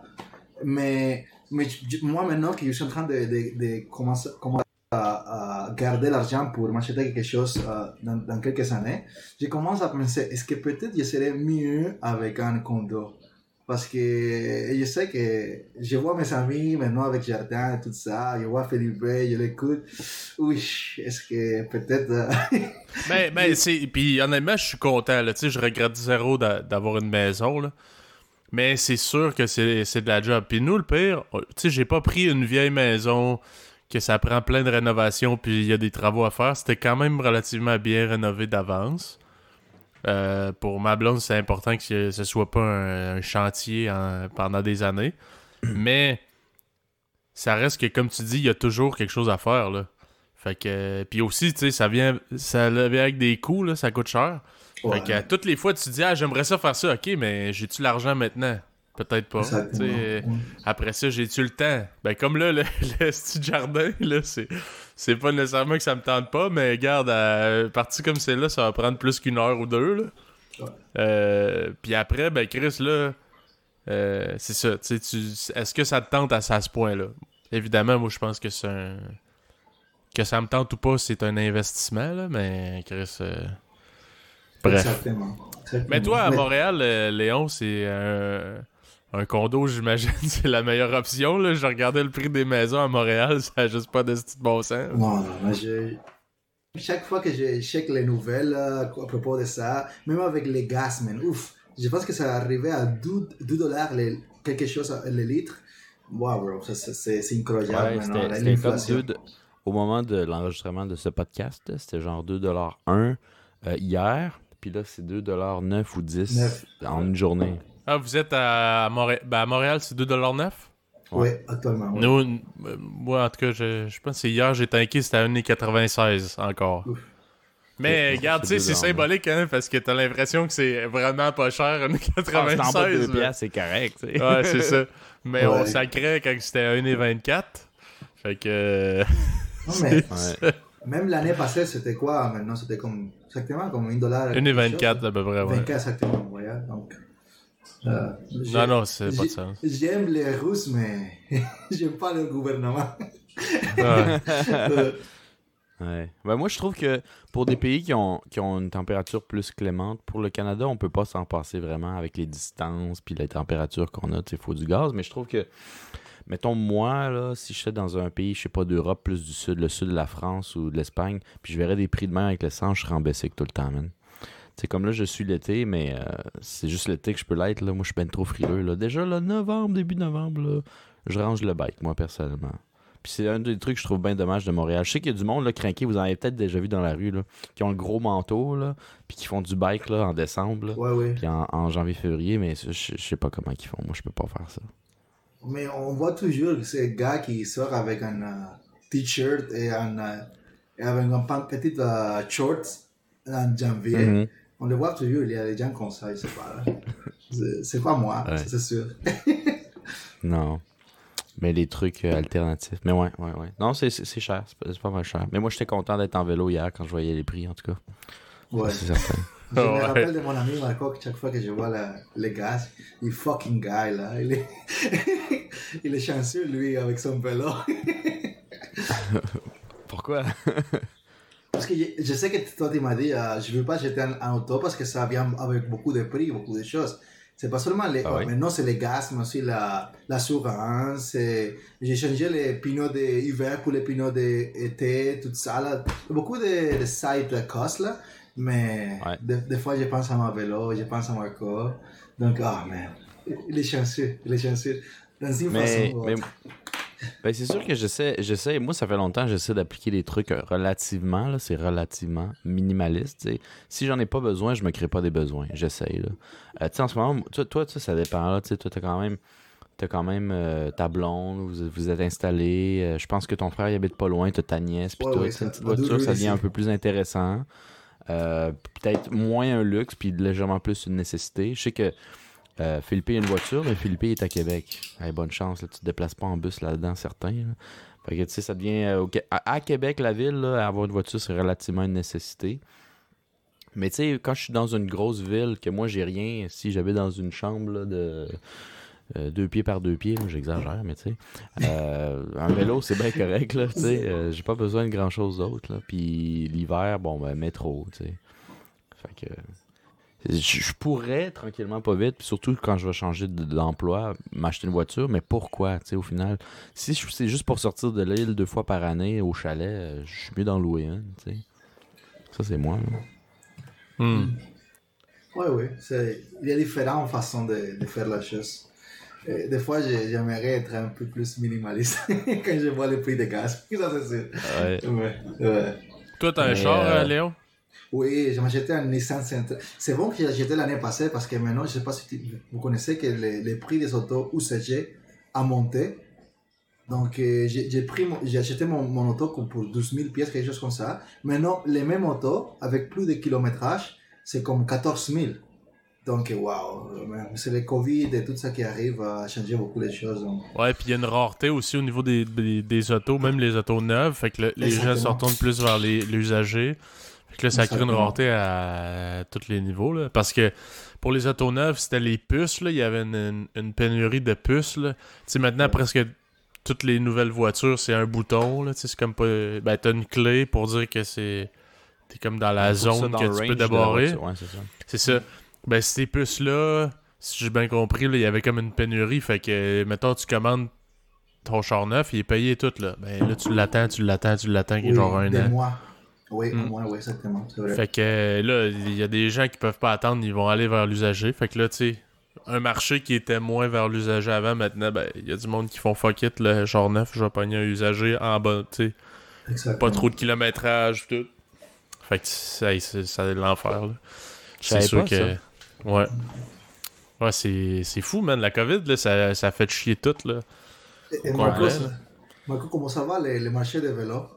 Mais, mais je- moi maintenant que je suis en train de, de, de commencer, commencer à, à garder l'argent pour m'acheter quelque chose euh, dans, dans quelques années, je commence à penser, est-ce que peut-être je serais mieux avec un condo? Parce que je sais que je vois mes amis maintenant avec jardin et tout ça, je vois Felipe, je l'écoute. Oui, est-ce que peut-être... euh, Ben, ben, c'est... Puis honnêtement, je suis content, là. Tu sais, je regrette zéro d'a- d'avoir une maison, là. Mais c'est sûr que c'est, c'est de la job. Puis nous, le pire, tu sais, j'ai pas pris une vieille maison que ça prend plein de rénovations puis il y a des travaux à faire, c'était quand même relativement bien rénové d'avance. Euh, pour ma blonde, c'est important que ce soit pas un, un chantier en, pendant des années. Mais ça reste que, comme tu dis, il y a toujours quelque chose à faire, là. Fait que... Puis aussi, tu sais, ça vient, ça vient avec des coûts, là, ça coûte cher. Ouais. Fait que à toutes les fois, tu te dis, ah, j'aimerais ça faire ça, ok, mais j'ai-tu l'argent maintenant? Peut-être pas. Exactement. T'sais, Mm. après ça, j'ai-tu le temps? Ben, comme là, le, le petit jardin, là, c'est, c'est pas nécessairement que ça me tente pas, mais regarde, à partie comme celle-là, ça va prendre plus qu'une heure ou deux, là. Ouais. Euh, puis après, ben, Chris, là, euh, c'est ça. Tu, est-ce que ça te tente à, à ce point-là? Évidemment, moi, je pense que c'est un. Que ça me tente ou pas, c'est un investissement, là, mais Chris. Euh... Bref. Exactement. Exactement. Mais toi, à Mais- Montréal, euh, Léon, c'est un, un condo, j'imagine, c'est la meilleure option. Là. Je regardais le prix des maisons à Montréal, ça n'a juste pas de style bon sens. Non, non, mais je... chaque fois que je check les nouvelles euh, à propos de ça, même avec les gaz, man, ouf, je pense que ça arrivait à deux dollars les, quelque chose à- le litre. Wow, bro, ça, ça, c'est, c'est incroyable Ouais, maintenant, c'était, la- c'était comme l'inflation. deux de- au moment de l'enregistrement de ce podcast, là, c'était genre deux dollars un euh, hier, puis là c'est deux dollars neuf ou dix Neuf. en une journée. Ah, vous êtes à, à Montréal, ben, à Montréal, c'est deux dollars neuf? Oui, actuellement. Ouais. Nous, n- euh, moi, en tout cas, je, je pense que c'est hier, j'ai tanké, c'était à un virgule quatre-vingt-seize encore. Ouf. Mais Ouais, regarde, tu c'est sais, c'est deux dollars, symbolique, hein, parce que t'as l'impression que c'est vraiment pas cher, un virgule Ah, c'est en bas de quatre-vingt-seize. deux là. piastres, c'est correct, tu sais. Ouais, c'est ça. Mais Ouais. on sacrait quand c'était à un virgule vingt-quatre. Fait que... Non, mais Ouais. même l'année passée, c'était quoi maintenant? C'était comme, exactement comme un dollar. un virgule vingt-quatre à peu près, ouais. vingt-quatre, exactement, vous voyez. Donc, euh, j'ai- Non, non, c'est pas de j'ai- sens. J'aime les Russes, mais j'aime pas le gouvernement. Ouais. Euh, Ouais. Ben moi, je trouve que pour des pays qui ont, qui ont une température plus clémente, pour le Canada, on peut pas s'en passer vraiment avec les distances puis les températures qu'on a. Il faut du gaz, mais je trouve que, mettons, moi, là, si je suis dans un pays, je sais pas, d'Europe, plus du sud, le sud de la France ou de l'Espagne, puis je verrais des prix de mer avec l'essence, je serais en Bessic tout le temps, man. C'est comme là, je suis l'été, mais euh, c'est juste l'été que je peux l'être. Là. Moi, je suis ben trop frileux. Là. Déjà, là, novembre, début novembre, là, je range le bike, moi, personnellement. Puis c'est un des trucs que je trouve bien dommage de Montréal. Je sais qu'il y a du monde là, crinqué, vous en avez peut-être déjà vu dans la rue, là, qui ont le gros manteau, là, puis qui font du bike là, en décembre, là, ouais, ouais. puis en, en janvier-février, mais je, je sais pas comment ils font. Moi, je peux pas faire ça. Mais on voit toujours ces gars qui sortent avec un euh, t-shirt et, un, euh, et avec un pan- petit euh, shorts en janvier. Mhm. On le voit toujours, il y a des gens comme ça, je sais pas. Là. C'est, c'est pas moi, Ouais. ça, c'est sûr. Non. Mais les trucs euh, alternatifs. Mais ouais, ouais, ouais. Non, c'est, c'est, c'est cher. C'est pas, c'est pas mal cher. Mais moi, j'étais content d'être en vélo hier quand je voyais les prix, en tout cas. Ouais. C'est certain. Je me Ouais. rappelle de mon ami Marco que chaque fois que je vois la- les gaz, il fucking guy là, il est, il est chanceux lui avec son vélo. Pourquoi? Parce que je, je sais que toi tu m'as dit, euh, je veux pas jeter un, un auto parce que ça vient avec beaucoup de prix, beaucoup de choses. C'est pas seulement les, Ah oui? maintenant c'est les gaz, mais aussi la, l'assurance. et J'ai changé les pneus d'hiver pour les pneus d'été, tout ça là. Beaucoup de, de side costs là. Mais Ouais. des, des fois, je pense à mon vélo, je pense à Marco. Donc, ah, man, il est chanceux, il est chanceux. Dans une Mais, façon ou mais autre. ben c'est sûr que j'essaie, j'essaie, moi ça fait longtemps que j'essaie d'appliquer des trucs relativement, là, c'est relativement minimaliste. T'sais. Si j'en ai pas besoin, je me crée pas des besoins. J'essaie. Là. Euh, tu sais, en ce moment, toi, toi tu sais, ça dépend. Là, tu sais, toi, t'as quand même, t'as quand même euh, ta blonde, vous, vous êtes installés. euh, je pense que ton frère il habite pas loin, t'as ta nièce, puis Ouais, tout. ouais, C'est une ça- petite à deux voiture, ça rues devient ici. un peu plus intéressant. Euh, peut-être moins un luxe, puis légèrement plus une nécessité. Je sais que euh, Philippe a une voiture, mais Philippe est à Québec. Hey, bonne chance, là, tu te déplaces pas en bus là-dedans, certains. Là. Fait que, tu sais, ça devient... euh, au Qué- à, à Québec, la ville, là, avoir une voiture, c'est relativement une nécessité. Mais tu sais, quand je suis dans une grosse ville, que moi, j'ai rien, si j'habite dans une chambre là, de... euh, deux pieds par deux pieds, là, j'exagère, mais tu sais. Euh, un vélo, c'est bien correct, là, tu sais. euh, j'ai pas besoin de grand-chose d'autre, là. Puis l'hiver, bon, ben, métro, tu sais. Fait que... Je je pourrais, tranquillement, pas vite, puis surtout quand je vais changer de- d'emploi, m'acheter une voiture, mais pourquoi, tu sais, au final? Si je- c'est juste pour sortir de l'île deux fois par année au chalet, euh, je suis mieux d'en louer une, tu sais. Ça, c'est moi, là. Hmm. Oui, oui. C'est, il y a différentes façons de, de faire la chose. Et des fois, j'ai- j'aimerais être un peu plus minimaliste quand je vois le prix des gaz. Ça, c'est sûr. Ouais. Ouais, ouais. Toi, t'as un Mais, char, euh, euh, Léon? Oui, je m'achetais un Nissan Sentra. C'est bon que j'ai acheté l'année passée parce que maintenant, je ne sais pas si tu- vous connaissez que le, le prix des autos usagées a monté. Donc, euh, j'ai j'ai pris mon- j'ai acheté mon, mon auto comme pour douze mille pièces, quelque chose comme ça. Maintenant, les mêmes autos, avec plus de kilométrage, c'est comme quatorze mille. Donc, waouh, c'est le Covid et tout ça qui arrive à changer beaucoup les choses. Donc. Ouais, puis il y a une rareté aussi au niveau des, des, des autos, même les autos neuves. Fait que le- les gens Exactement. se retournent plus vers les, les usagers. Fait que là, ça crée une Exactement. rareté à, à tous les niveaux. Là. Parce que pour les autos neuves, c'était les puces. Là. Il y avait une, une, une pénurie de puces. Tu sais, maintenant, Ouais. presque toutes les nouvelles voitures, c'est un bouton. Là. Tu sais, c'est comme pas. Ben, t'as une clé pour dire que c'est. T'es comme dans la Faut ça zone dans que le tu range peux de la débarrer. voiture. Ouais, c'est ça. C'est ça. Ben, ces puces-là, si j'ai bien compris, là, il y avait comme une pénurie. Fait que, mettons, tu commandes ton char neuf, il est payé tout, là. Ben, là, tu l'attends, tu l'attends, tu l'attends, Oui, genre un des an. mois. Oui, Hmm. un mois, oui, exactement. C'est vrai. Fait que, euh, là, il y a des gens qui peuvent pas attendre, ils vont aller vers l'usager. Fait que là, tu sais, un marché qui était moins vers l'usager avant, maintenant, ben, il y a du monde qui font fuck it, le char neuf, je vais pogner un usager en bas, tu sais, Exactement. pas trop de kilométrage, tout. Fait que, c'est, c'est, c'est l'enfer, là. Je C'est savais sûr pas que. ça. Ouais. Ouais, c'est, c'est fou, man. La COVID, là, ça, ça fait chier tout, là. Et, et Au Marcos, complet, là. Marcos, comment ça va les, les marchés de vélos?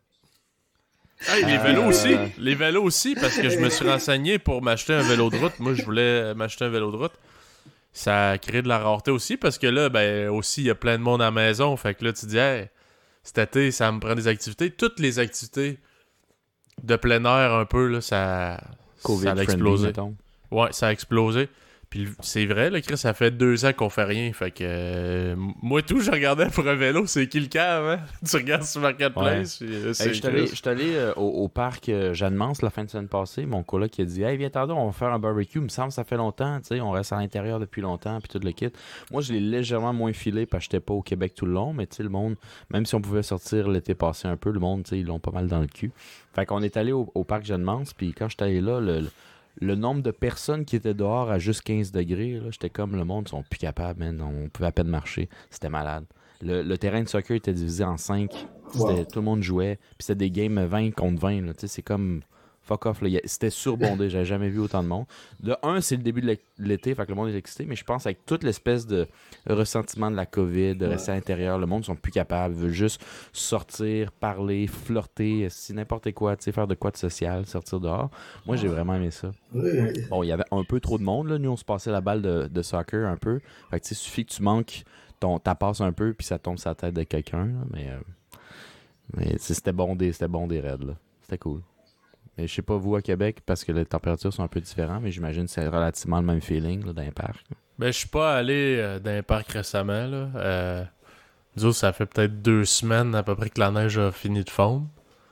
Hey, les Euh, vélos aussi. euh, Les vélos aussi, parce que je me suis renseigné pour m'acheter un vélo de route. Moi, je voulais m'acheter un vélo de route. Ça crée de la rareté aussi, parce que là, ben, aussi, il y a plein de monde à la maison. Fait que là, tu dis, hey, cet été, ça me prend des activités. Toutes les activités de plein air, un peu, là, ça, COVID ça a friendly, explosé. mettons. Ouais, ça a explosé. Puis c'est vrai, là, Chris, ça fait deux ans qu'on fait rien. Fait que euh, moi, tout, je regardais pour un vélo, c'est qui le cave, hein? Tu regardes sur Marketplace. Puis, euh, c'est Hey, je suis allé, Chris. je suis allé, euh, au, au parc euh, Jeanne-Mance la fin de semaine passée. Mon coloc qui a dit « Hey, viens t'en on va faire un barbecue. Il me semble que ça fait longtemps. Tu sais, on reste à l'intérieur depuis longtemps. » Puis tout le kit. Moi, je l'ai légèrement moins filé parce que j'étais pas au Québec tout le long. Mais tu sais, le monde, même si on pouvait sortir l'été passé un peu, le monde, tu sais, ils l'ont pas mal dans le cul. Fait qu'on est allé au, au parc Jeanne-Mance. Puis quand j'étais allé là, le, le, le nombre de personnes qui étaient dehors à juste quinze degrés, là, j'étais comme le monde, ils sont plus capables, man. On pouvait à peine marcher. C'était malade. Le, le terrain de soccer était divisé en cinq. C'était, Wow. tout le monde jouait. Puis c'était des games vingt contre vingt. Là. Tu sais, c'est comme fuck off. Là. Il y a- C'était surbondé. J'avais jamais vu autant de monde. De un, c'est le début de l'é- l'été. Fait que le monde est excité. Mais je pense avec toute l'espèce de ressentiment de la COVID, de Ouais. rester à l'intérieur, le monde sont plus capables. Veut juste sortir, parler, flirter, si n'importe quoi. Tu sais, faire de quoi de social, sortir dehors. Moi, j'ai vraiment aimé ça. Oui, Bon, il y avait un peu trop de monde. Là. Nous, on se passait la balle de, de soccer un peu. Fait que tu sais, suffit que tu manques ton, ta passe un peu puis ça tombe sur la tête de quelqu'un. Là. Mais, euh, mais tu sais, c'était bon des, c'était bon des raids. Là. C'était cool. Mais je sais pas vous à Québec parce que les températures sont un peu différentes, mais j'imagine que c'est relativement le même feeling là, dans les parcs. Ben, je suis pas allé euh, dans un parc récemment, là. Euh, nous autres, ça fait peut-être deux semaines à peu près que la neige a fini de fondre.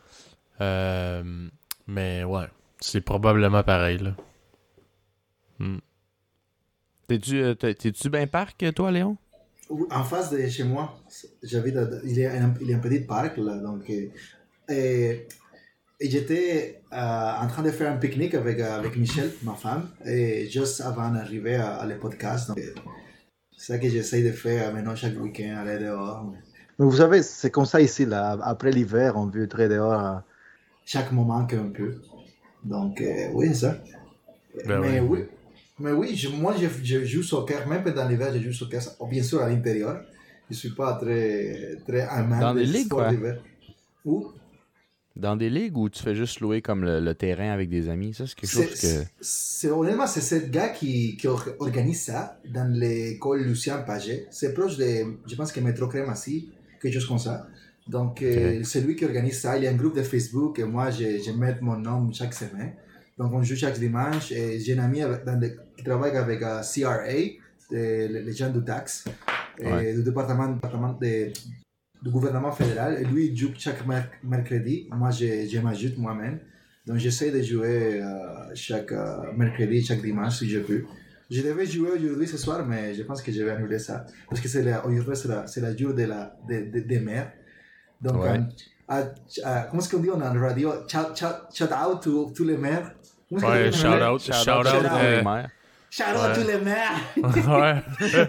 Euh, mais ouais, c'est probablement pareil, là. Hmm. T'es-tu, euh, t'es- t'es-tu bien parc, toi, Léon? en face de chez moi, j'habite, à- il y a un, il y a un petit parc là, donc euh, et, et j'étais euh, en train de faire un pique-nique avec, euh, avec Michel, ma femme, et juste avant d'arriver à, à le podcast. Donc, euh, c'est ça que j'essaie de faire maintenant chaque week-end, aller dehors. Mais vous savez, c'est comme ça ici, là. Après l'hiver, on veut très dehors. euh. Chaque moment qu'un peu. Donc, euh, oui, c'est ça. Ben mais oui. oui. Mais oui, je- moi, je, je joue au soccer, même pendant l'hiver, je joue au soccer, bien sûr à l'intérieur. Je ne suis pas très, très amant Dans des des ligues, sports quoi. d'hiver. Où? Dans des ligues où tu fais juste louer comme le, le terrain avec des amis, ça, c'est quelque chose C'est, que... c'est, honnêtement, c'est ce gars qui, qui or- organise ça dans l'école Lucien Paget. C'est proche de, je pense que Métro Crémazie, quelque chose comme ça. Donc, euh, Ok. c'est lui qui organise ça. Il y a un groupe de Facebook et moi, je, je mets mon nom chaque semaine. Donc, on joue chaque dimanche. Et j'ai un ami avec- dans le- qui travaille avec euh, C R A, de- les, les gens du taxe, et Ouais. du département, département de, du gouvernement fédéral. Et lui, il joue chaque mer- mercredi. Moi, je, je m'ajoute moi-même. Donc, j'essaie de jouer euh, chaque euh, mercredi, chaque dimanche si je peux. Je devais jouer aujourd'hui ce soir, mais je pense que je vais annuler ça. Parce que c'est la, aujourd'hui, c'est la, c'est la jour de la, de, de, des mères. Donc, Ouais. euh, à- à- comment est-ce qu'on dit en radio? Shout, shout, shout out to tous les mères. Comment est-ce qu'on Ouais, dit en shout anglais? out, Shout shout out, out, shout out. euh, les mères. Shout out à tous les mères! Ouais.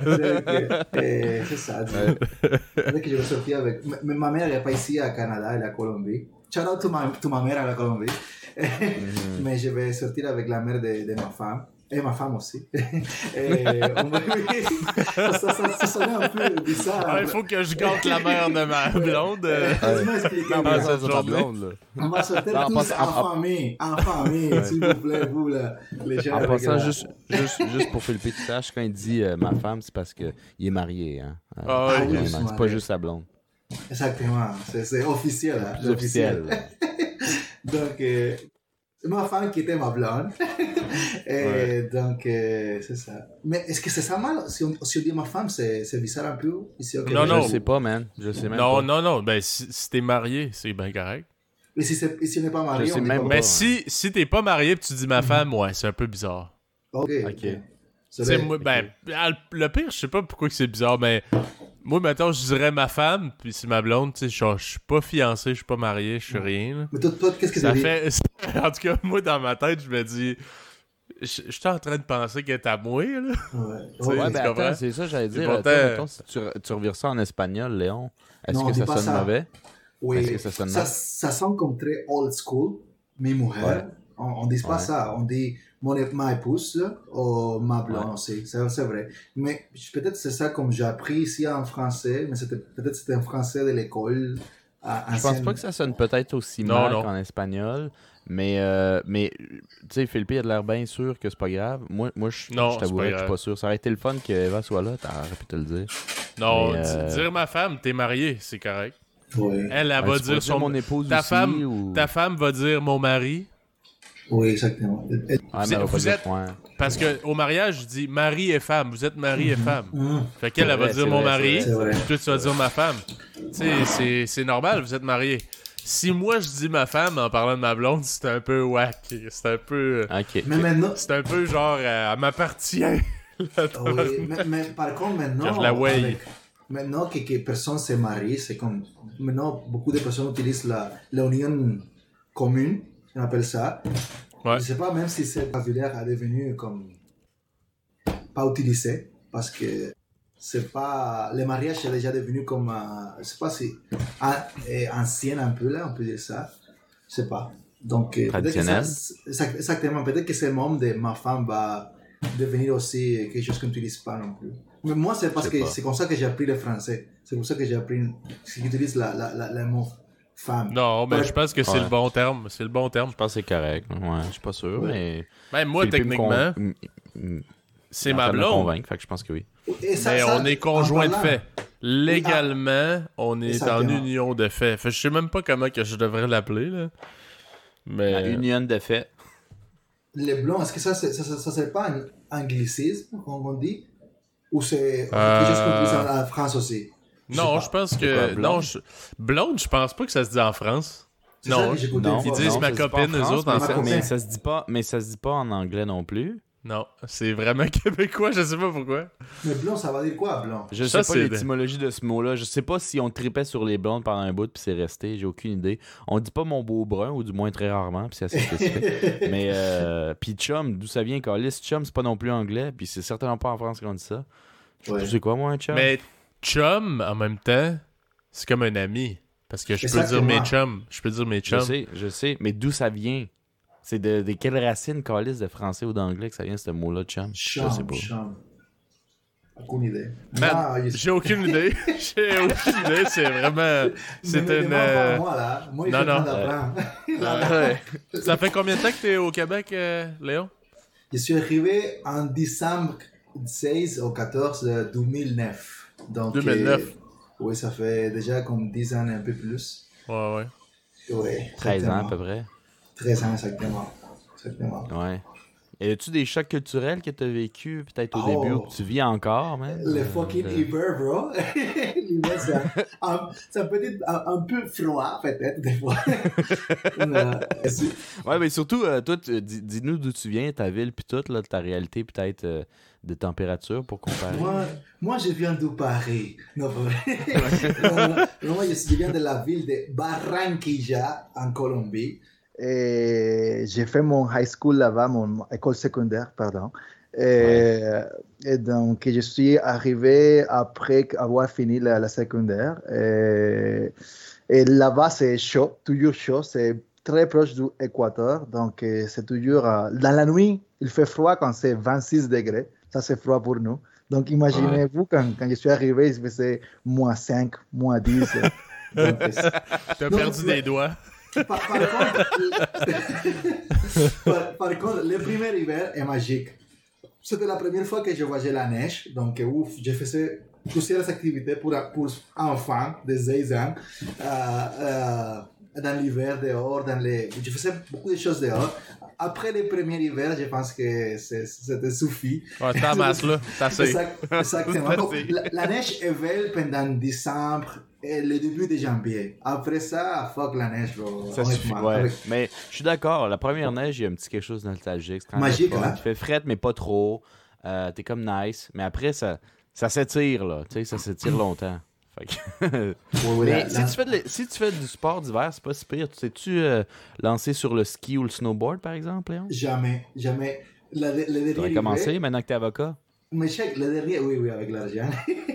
Donc, euh, c'est ça. Dès que je vais sortir avec. Mais ma mère n'est pas ici à Canada, elle est à Colombie. Shout out to ma, to ma mère à la Colombie. Mm-hmm. Mais je vais sortir avec la mère de, de ma femme. Et ma femme aussi. Et on va... ça, ça, ça sonnait un peu bizarre. Ah, il faut que je gâte la mère de ma blonde. Euh... Non, pas ça, c'est ta blonde, là. On va sortir non, tous passe, en, en famille. En famille, ouais. S'il vous plaît, vous, là, les gens. En passant, la... juste, juste, juste pour Philippe, tu saches, quand il dit euh, ma femme, c'est parce qu'il est marié. Hein. Euh, ah, ouais, oui, c'est marié. Pas juste sa blonde. Exactement. C'est, c'est officiel. Hein? C'est officiel. Donc, euh, ma femme qui était ma blonde. Et ouais. Donc, euh, c'est ça. Mais est-ce que c'est ça mal? Si on, si on dit ma femme, c'est, c'est bizarre un peu ici au Québec? Non, non. Je sais pas, man. Je sais même non, pas. Non, non, non. Ben, si, si t'es marié, c'est bien correct. Mais si, c'est, si on n'est pas marié, je sais on même pas Mais pas, si, si t'es pas marié et tu dis ma femme, ouais, c'est un peu bizarre. Ok. Ok. C'est moi, ben, le pire, je sais pas pourquoi que c'est bizarre, mais moi, maintenant, je dirais ma femme, puis c'est ma blonde, tu sais, je, je suis pas fiancé, je suis pas marié, je suis rien. Là. Mais toi, toi qu'est-ce que ça ça fait En tout cas, moi, dans ma tête, je me dis... Je suis en train de penser qu'elle est à moi, là. Ouais, ouais, ouais ben attends, c'est ça, j'allais dire. Pourtant... Toi, mettons, si tu, tu revires ça en espagnol, Léon, est-ce non, que ça sonne ça. mauvais? Oui, est-ce que ça sonne ça, ça sonne comme très old school, mi mujer. Ouais. On ne dit pas ouais. ça, on dit mon, ma épouse ou ma blonde ouais. aussi, c'est, c'est vrai. Mais peut-être c'est ça comme j'ai appris ici en français, mais c'était, peut-être c'était en français de l'école. À, je pense pas que ça sonne peut-être aussi non, mal non. qu'en espagnol. Mais, euh, mais tu sais, Philippe a l'air bien sûr que c'est pas grave. Moi, moi je, non, je t'avouerais que je suis pas sûr. Ça aurait été le fun qu'Eva soit là, t'aurais pu te le dire. Non, mais, euh... dire ma femme, t'es marié, c'est correct. Oui. Elle, elle, elle va ouais, dire son... mon épouse ta aussi, femme, ou... ta femme va dire mon mari. Oui, exactement. Ah, vous, êtes, vous êtes... Parce qu'au mariage, je dis mari et femme. Vous êtes mari mm-hmm. et femme. Mm-hmm. Fait qu'elle, elle va dire mon vrai, mari. Puis tu vas dire ma femme. Tu sais, c'est, c'est normal, vous êtes mariés. Si moi je dis ma femme en parlant de ma blonde, c'est un peu whack. C'est un peu. Ok. Mais maintenant. C'est un peu genre, euh, elle m'appartient. Oui, mais, mais par contre, maintenant. Je la avec, maintenant que, que personne se marie, c'est comme. Maintenant, beaucoup de personnes utilisent la, la union commune, on appelle ça. Ouais. Je ne sais pas même si ce vocabulaire a devenu comme. Pas utilisé, parce que. C'est pas le mariage est déjà devenu comme euh, je sais pas si euh, ancien un peu là on peut dire ça je sais pas donc euh, traditionnel ça, exactement peut-être que ce moment de ma femme va devenir aussi quelque chose qu'on n'utilise pas non plus mais moi c'est parce que pas. C'est comme ça que j'ai appris le français c'est pour ça que j'ai appris qu'ils utilisent la, la, la, le mot femme non mais ouais. Je pense que c'est ouais. le bon terme c'est le bon terme je pense que c'est correct ouais je suis pas sûr ouais. mais même moi techniquement con... c'est ma blonde fait que je pense que oui. Ça, mais ça, on est conjoint de fait. Légalement, on est en union de fait. Fait je sais même pas comment que je devrais l'appeler là. Mais la union de fait. Les blancs, est-ce que ça c'est, ça, ça, ça c'est pas un anglicisme comme on dit ou c'est euh... quelque chose qu'on utilise en France aussi? Je non, je pense que quoi, non, je... blonde, je pense pas que ça se dit en France. C'est non, non ils disent non, ma copine, eux autres en France. Mais ça se dit pas, mais ça se dit pas en anglais non plus. Non, c'est vraiment québécois, je sais pas pourquoi. Mais blanc, ça va dire quoi, blanc? Je ça, sais pas l'étymologie de ce mot-là. Je sais pas si on tripait sur les blondes pendant un bout puis c'est resté. J'ai aucune idée. On dit pas mon beau brun, ou du moins très rarement, puis c'est assez spécifique. Mais, euh, puis chum, d'où ça vient, Calis? Chum, c'est pas non plus anglais, puis c'est certainement pas en France qu'on dit ça. Ouais. Je sais quoi, moi, un chum? Mais chum, en même temps, c'est comme un ami. Parce que je peux dire mes chums. Je peux dire mes chums. Je sais, je sais. Mais d'où ça vient? C'est de, de quelle racine, Calis, de français ou d'anglais que ça vient, ce mot-là, chum? Chum, je sais pas. Chum. Aucune idée. Man, ah, j'ai aucune idée. J'ai aucune idée. C'est vraiment... C'est mais, une... Mais pas moi, là. Moi, non, non. Euh... Ça fait combien de temps que t'es au Québec, euh, Léon? Je suis arrivé en décembre seize au quatorze deux mille neuf. Donc, deux mille neuf. Euh, oui, ça fait déjà comme dix ans et un peu plus. Ouais, ouais. Ouais, treize ans à peu près. treize ans, exactement. exactement. Ouais. Et as-tu des chocs culturels que tu as vécu peut-être au oh, début ou que tu vis encore, man? Le fucking euh, hiver, bro. L'hiver, c'est un, un, peut-être un, un peu froid, peut-être, des fois. Ouais, mais surtout, euh, toi, tu, dis, dis-nous d'où tu viens, ta ville, puis tout, là, ta réalité, peut-être, euh, de température pour comparer. Moi, moi je viens de Paris. Non, non, non, moi, je viens de la ville de Barranquilla, en Colombie. Et j'ai fait mon high school là-bas, mon école secondaire, pardon, Et, ouais. et donc, je suis arrivé après avoir fini la, la secondaire. Et, et là-bas, c'est chaud, toujours chaud. C'est très proche du Équateur. Donc, c'est toujours... Dans la nuit, il fait froid quand c'est vingt-six degrés. Ça, c'est froid pour nous. Donc, imaginez-vous, ouais. quand, quand je suis arrivé, il faisait moins cinq, moins dix. Donc, t'as perdu des doigts. Par, par, contre, par, par contre, le premier hiver est magique. C'était la première fois que je voyageais la neige. Donc, ouf, je faisais plusieurs activités pour, pour enfants de seize ans. Euh, euh, dans l'hiver, dehors, dans les... je faisais beaucoup de choses dehors. Après le premier hiver, je pense que c'était suffi. Ouais, t'as masse là, t'as assez. Exact, exactement. Donc, la, la neige est belle pendant décembre et le début de janvier. Après ça, fuck la neige, bro. Ça suffit, ouais. Avec... Mais je suis d'accord, la première neige, il y a un petit quelque chose de nostalgique. Magique, hein? Tu fais frette, mais pas trop. Euh, t'es comme nice. Mais après, ça, ça s'étire, là. Tu sais, ça s'étire longtemps. Que... oui, mais là, si, là... Tu fais de, si tu fais du sport d'hiver, c'est pas si pire. Tu sais-tu euh, lancer sur le ski ou le snowboard, par exemple, Léon? Jamais, jamais. Le, le, le tu vas commencer hiver... maintenant que t'es avocat? Mais check, le dernier, oui, oui, avec l'argent.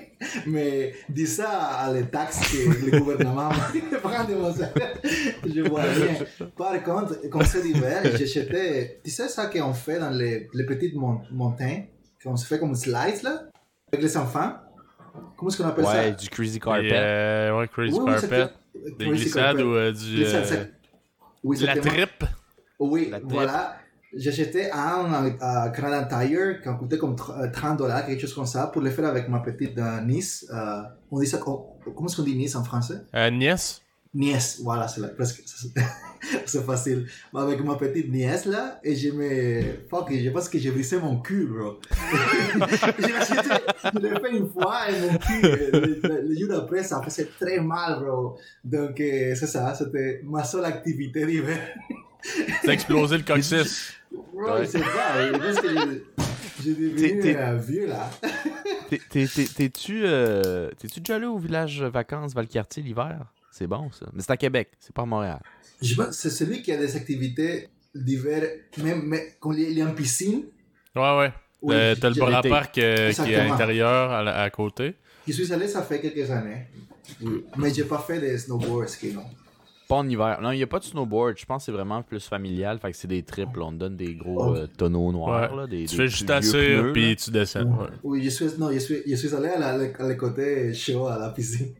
Mais dis ça à les taxes que le gouvernement prend de mon salaire. Je vois rien. Par contre, comme c'est l'hiver, j'achetais... Tu sais ça qu'on fait dans les, les petites mont- montagnes? Qu'on se fait comme slides, là? Avec les enfants? Comment est-ce qu'on appelle ouais, ça? Ouais, du crazy carpet. Et, euh, ouais, crazy oui, carpet. Oui, des glissades ou euh, du... Glissade, euh, oui, la tripe. Oui, la voilà. J'achetais un à Canadian Tire qui coûtait comme trente dollars, quelque chose comme ça, pour le faire avec ma petite euh, nièce. Euh, on dit ça, comment est-ce qu'on dit nièce en français? Euh, nièce. Nièce, voilà, c'est là, presque. C'est facile. Avec ma petite nièce là, et je me. Fuck, je pense que j'ai brisé mon cul, bro. je l'ai fait une fois et mon cul, le, le, le jour d'après, ça faisait très mal, bro. Donc, euh, c'est ça, c'était ma seule activité d'hiver. T'as explosé le coccyx. Bro, ouais. Je sais pas, je pense que j'ai devenu t'es, t'es, vieux là. t'es, t'es, t'es, t'es-tu, euh, t'es-tu déjà allé au village vacances Valcartier l'hiver? C'est bon ça. Mais c'est à Québec, c'est pas à Montréal. Je pense que c'est celui qui a des activités d'hiver, même, même quand il est en piscine. Ouais, ouais. Oui, euh, t'as le bras parc euh, qui est à l'intérieur, à, à côté. Je suis allé, ça fait quelques années. Oui. Mais j'ai pas fait de snowboard, ski, non. Pas en hiver. Non, il n'y a pas de snowboard. Je pense que c'est vraiment plus familial. Fait que c'est des trips. Là. On te donne des gros oh. euh, tonneaux noirs. Ouais. Là, des, tu des fais juste t'assurer, puis tu descends. Ouais. Oui, je suis, non, je suis, je suis allé à, la, à le côté chaud, à la piscine.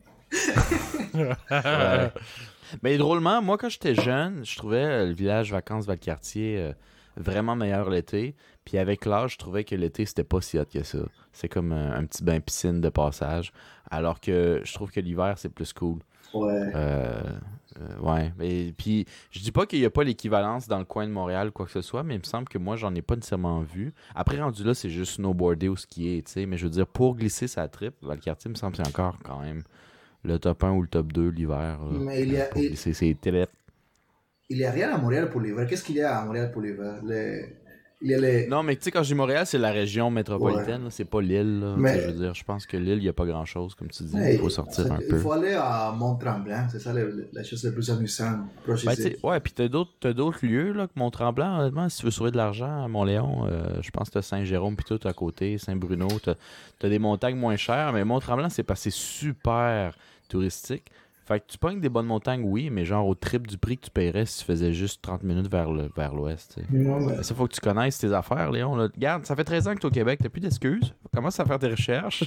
Ouais. Mais drôlement, moi, quand j'étais jeune, je trouvais le village vacances Valcartier euh, vraiment meilleur l'été. Puis avec l'âge, je trouvais que l'été, c'était pas si hot que ça. C'est comme un, un petit bain piscine de passage. Alors que je trouve que l'hiver, c'est plus cool. Ouais. Euh, euh, ouais. Et puis, je dis pas qu'il n'y a pas l'équivalence dans le coin de Montréal ou quoi que ce soit, mais il me semble que moi, j'en ai pas nécessairement vu. Après, rendu là, c'est juste snowboarder ou skier, tu sais. Mais je veux dire, pour glisser sa trip, Valcartier, il me semble que c'est encore quand même le top un ou le top deux l'hiver. Là, mais il y a... Il... C'est, c'est télé... Il n'y a rien à Montréal pour l'hiver. Qu'est-ce qu'il y a à Montréal pour l'hiver? Les... Il y a les... Non, mais tu sais, quand je dis Montréal, c'est la région métropolitaine, ouais. Là, c'est pas l'île. Là, mais... Je veux dire, je pense que l'île, il n'y a pas grand-chose, comme tu dis. Il faut sortir un il peu. Il faut aller à Mont-Tremblant, c'est ça la, la chose la plus amusante. Ben, ouais, puis t'as d'autres, t'as d'autres lieux là, que Mont-Tremblant, honnêtement, si tu veux sauver de l'argent à Mont-Léon, euh, je pense que t'as Saint-Jérôme, puis tout à côté, Saint-Bruno, t'as, t'as des montagnes moins chères, mais Mont-Tremblant, c'est parce que c'est super touristique. Fait que tu pognes des bonnes montagnes, oui, mais genre au triple du prix que tu paierais si tu faisais juste trente minutes vers, le, vers l'ouest. Non, mais... Ça, faut que tu connaisses tes affaires, Léon. Là. Regarde, ça fait treize ans que tu es au Québec, t'as plus d'excuses. Commence à faire tes recherches.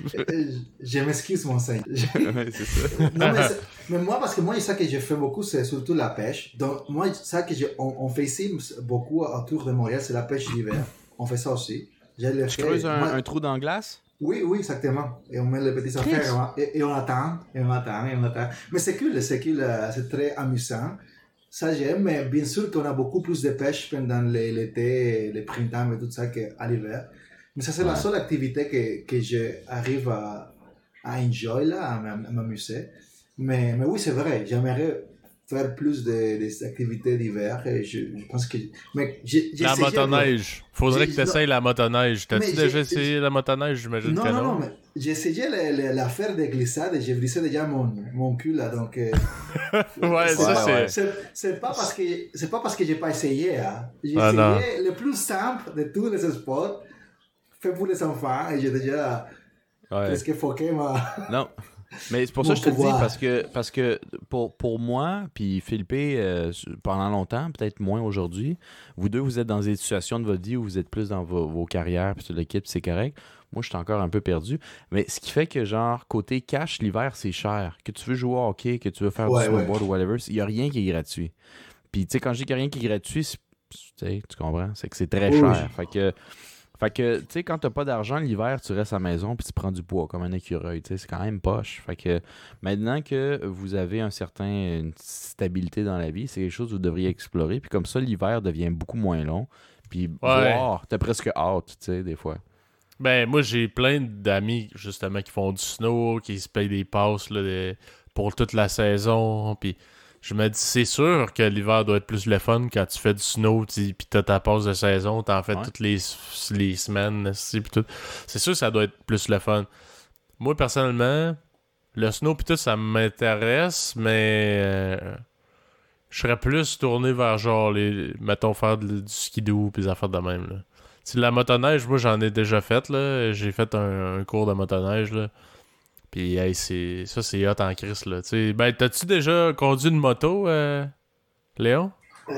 Je m'excuse, mon sein. Ouais, c'est ça. Non, mais, c'est... mais moi, parce que moi, ça que je fais beaucoup, c'est surtout la pêche. Donc, moi, ça que je... on, on fait ici beaucoup autour de Montréal, c'est la pêche d'hiver. On fait ça aussi. Tu fait... creuses un, moi... un trou dans la glace? Oui, oui, exactement. Et on met les petites affaires et, et on attend, et on attend, et on attend. Mais c'est cool, c'est cool, c'est très amusant. Ça, j'aime, mais bien sûr qu'on a beaucoup plus de pêche pendant l'été, le printemps et tout ça qu'à l'hiver. Mais ça, c'est ouais. la seule activité que, que j'arrive à, à enjoy, là, à m'amuser. Mais, mais oui, c'est vrai, j'aimerais faire plus d'activités de, d'hiver et je, je pense que... Mais j'ai, j'ai la motoneige. Faudrait j'ai, que tu essayes la motoneige. T'as-tu déjà essayé la motoneige, j'imagine? Non, non, non, mais j'ai essayé l'affaire de glissade et j'ai brisé déjà mon, mon cul, là, donc... Euh, ouais, c'est, ça, c'est... c'est... C'est pas parce que, c'est pas parce que j'ai pas essayé, hein. J'ai ah, essayé non. le plus simple de tous les sports fait pour les enfants et j'ai déjà Ouais. presque foqué ma... Non. Mais c'est pour ça que je te le dis, pouvoir. parce que, parce que pour, pour moi, puis Philippe, euh, pendant longtemps, peut-être moins aujourd'hui, vous deux, vous êtes dans des situations de votre vie où vous êtes plus dans vos, vos carrières, puis tout le kit, puis c'est correct. Moi, je suis encore un peu perdu. Mais ce qui fait que, genre, côté cash, l'hiver, c'est cher. Que tu veux jouer au hockey, que tu veux faire Ouais, du snowboard ouais. ou whatever, il n'y a rien qui est gratuit. Puis, tu sais, quand je dis qu'il n'y a rien qui est gratuit, c'est- tu sais, tu comprends? C'est que c'est très Oui, cher. oui. Fait que... Fait que, tu sais, quand t'as pas d'argent l'hiver, tu restes à la maison puis tu prends du poids comme un écureuil, tu sais, c'est quand même poche. Fait que maintenant que vous avez un certain, une stabilité dans la vie, c'est quelque chose que vous devriez explorer. Puis comme ça, l'hiver devient beaucoup moins long. Puis Ouais. voir, t'as presque hâte, tu sais, des fois. Ben, moi, j'ai plein d'amis, justement, qui font du snow, qui se payent des passes là, de- pour toute la saison. Puis je me dis, c'est sûr que l'hiver doit être plus le fun quand tu fais du snow, puis t'as ta passe de saison, t'en fais Ouais. toutes les, les semaines, pis tout. C'est sûr que ça doit être plus le fun. Moi, personnellement, le snow, pis tout, ça m'intéresse, mais euh, je serais plus tourné vers, genre, les mettons, faire de- du skidoo, pis des affaires de même, là. C'est la motoneige, moi, j'en ai déjà fait, là. J'ai fait un, un cours de motoneige, là. Puis, hey, c'est, ça, c'est hot en crise, là. T'sais, ben, t'as-tu déjà conduit une moto, euh, Léon?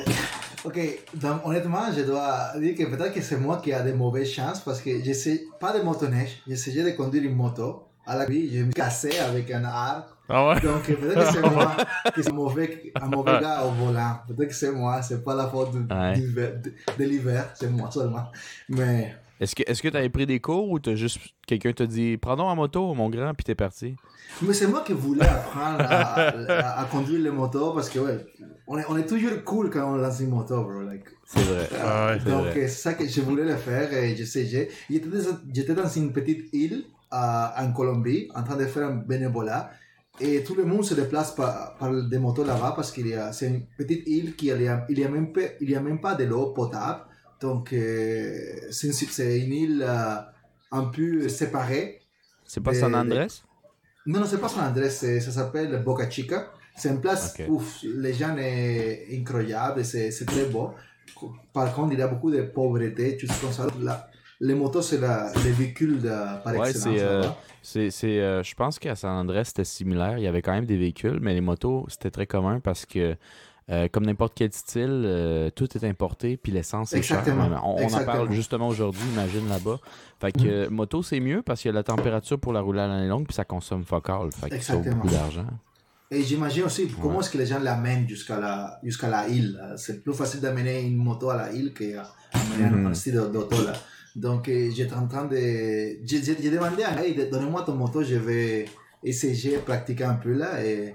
Ok, donc honnêtement, je dois dire que peut-être que c'est moi qui ai des mauvaises chances parce que je sais pas de motoneige, j'essayais de conduire une moto. À la vie, je me cassais avec un arc. Ah ouais? Donc peut-être que c'est moi qui suis un mauvais, un mauvais gars au volant. Peut-être que c'est moi, c'est pas la faute du- Ouais. du- de, de l'hiver, c'est moi seulement. Mais Est-ce que est-ce que t'avais pris des cours ou t'as juste quelqu'un t'a dit prends donc en moto, mon grand, puis t'es parti? Mais c'est moi qui voulais apprendre à, à, à conduire les motos parce que, ouais, on est, on est toujours cool quand on lance une moto, bro. Like, C'est vrai. Ah ouais, c'est donc, vrai. c'est ça que je voulais le faire et je sais, j'ai- j'étais dans, j'étais dans une petite île euh, en Colombie en train de faire un bénévolat et tout le monde se déplace par, par des motos là-bas parce qu'il y a, c'est une petite île qui il y a, il y a même pas, il y a même pas de l'eau potable. Donc, euh, c'est, une, c'est une île euh, un peu séparée. C'est pas des- San Andrés? Non, non, c'est pas San Andrés, c'est- ça s'appelle Boca Chica. C'est une place, Ok. ouf, les gens est incroyable, c'est c'est très beau. Par contre, il y a beaucoup de pauvreté, tout comme ça. La- les motos, c'est la- les véhicules de, par Ouais, excellence. c'est, euh, là-bas. c'est, c'est, euh, je pense qu'à San Andrés, c'était similaire. Il y avait quand même des véhicules, mais les motos, c'était très commun parce que, euh, comme n'importe quel style, euh, tout est importé, puis l'essence est chère. Exactement, On, on en exactement. parle justement aujourd'hui, imagine là-bas. Fait que euh, moto, c'est mieux parce qu'il y a la température pour la rouler à l'année longue, puis ça consomme focal. Fait que ça vaut Exactement. beaucoup d'argent. Et j'imagine aussi comment Ouais. est-ce que les gens l'amènent jusqu'à la, jusqu'à la île. C'est plus facile d'amener une moto à la île qu'amener Mhm. un style d'auto là. Donc, euh, j'étais en train de... J'ai j'ai- j'ai demandé à Hey, donnez-moi ton moto, je vais essayer, pratiquer un peu là. Et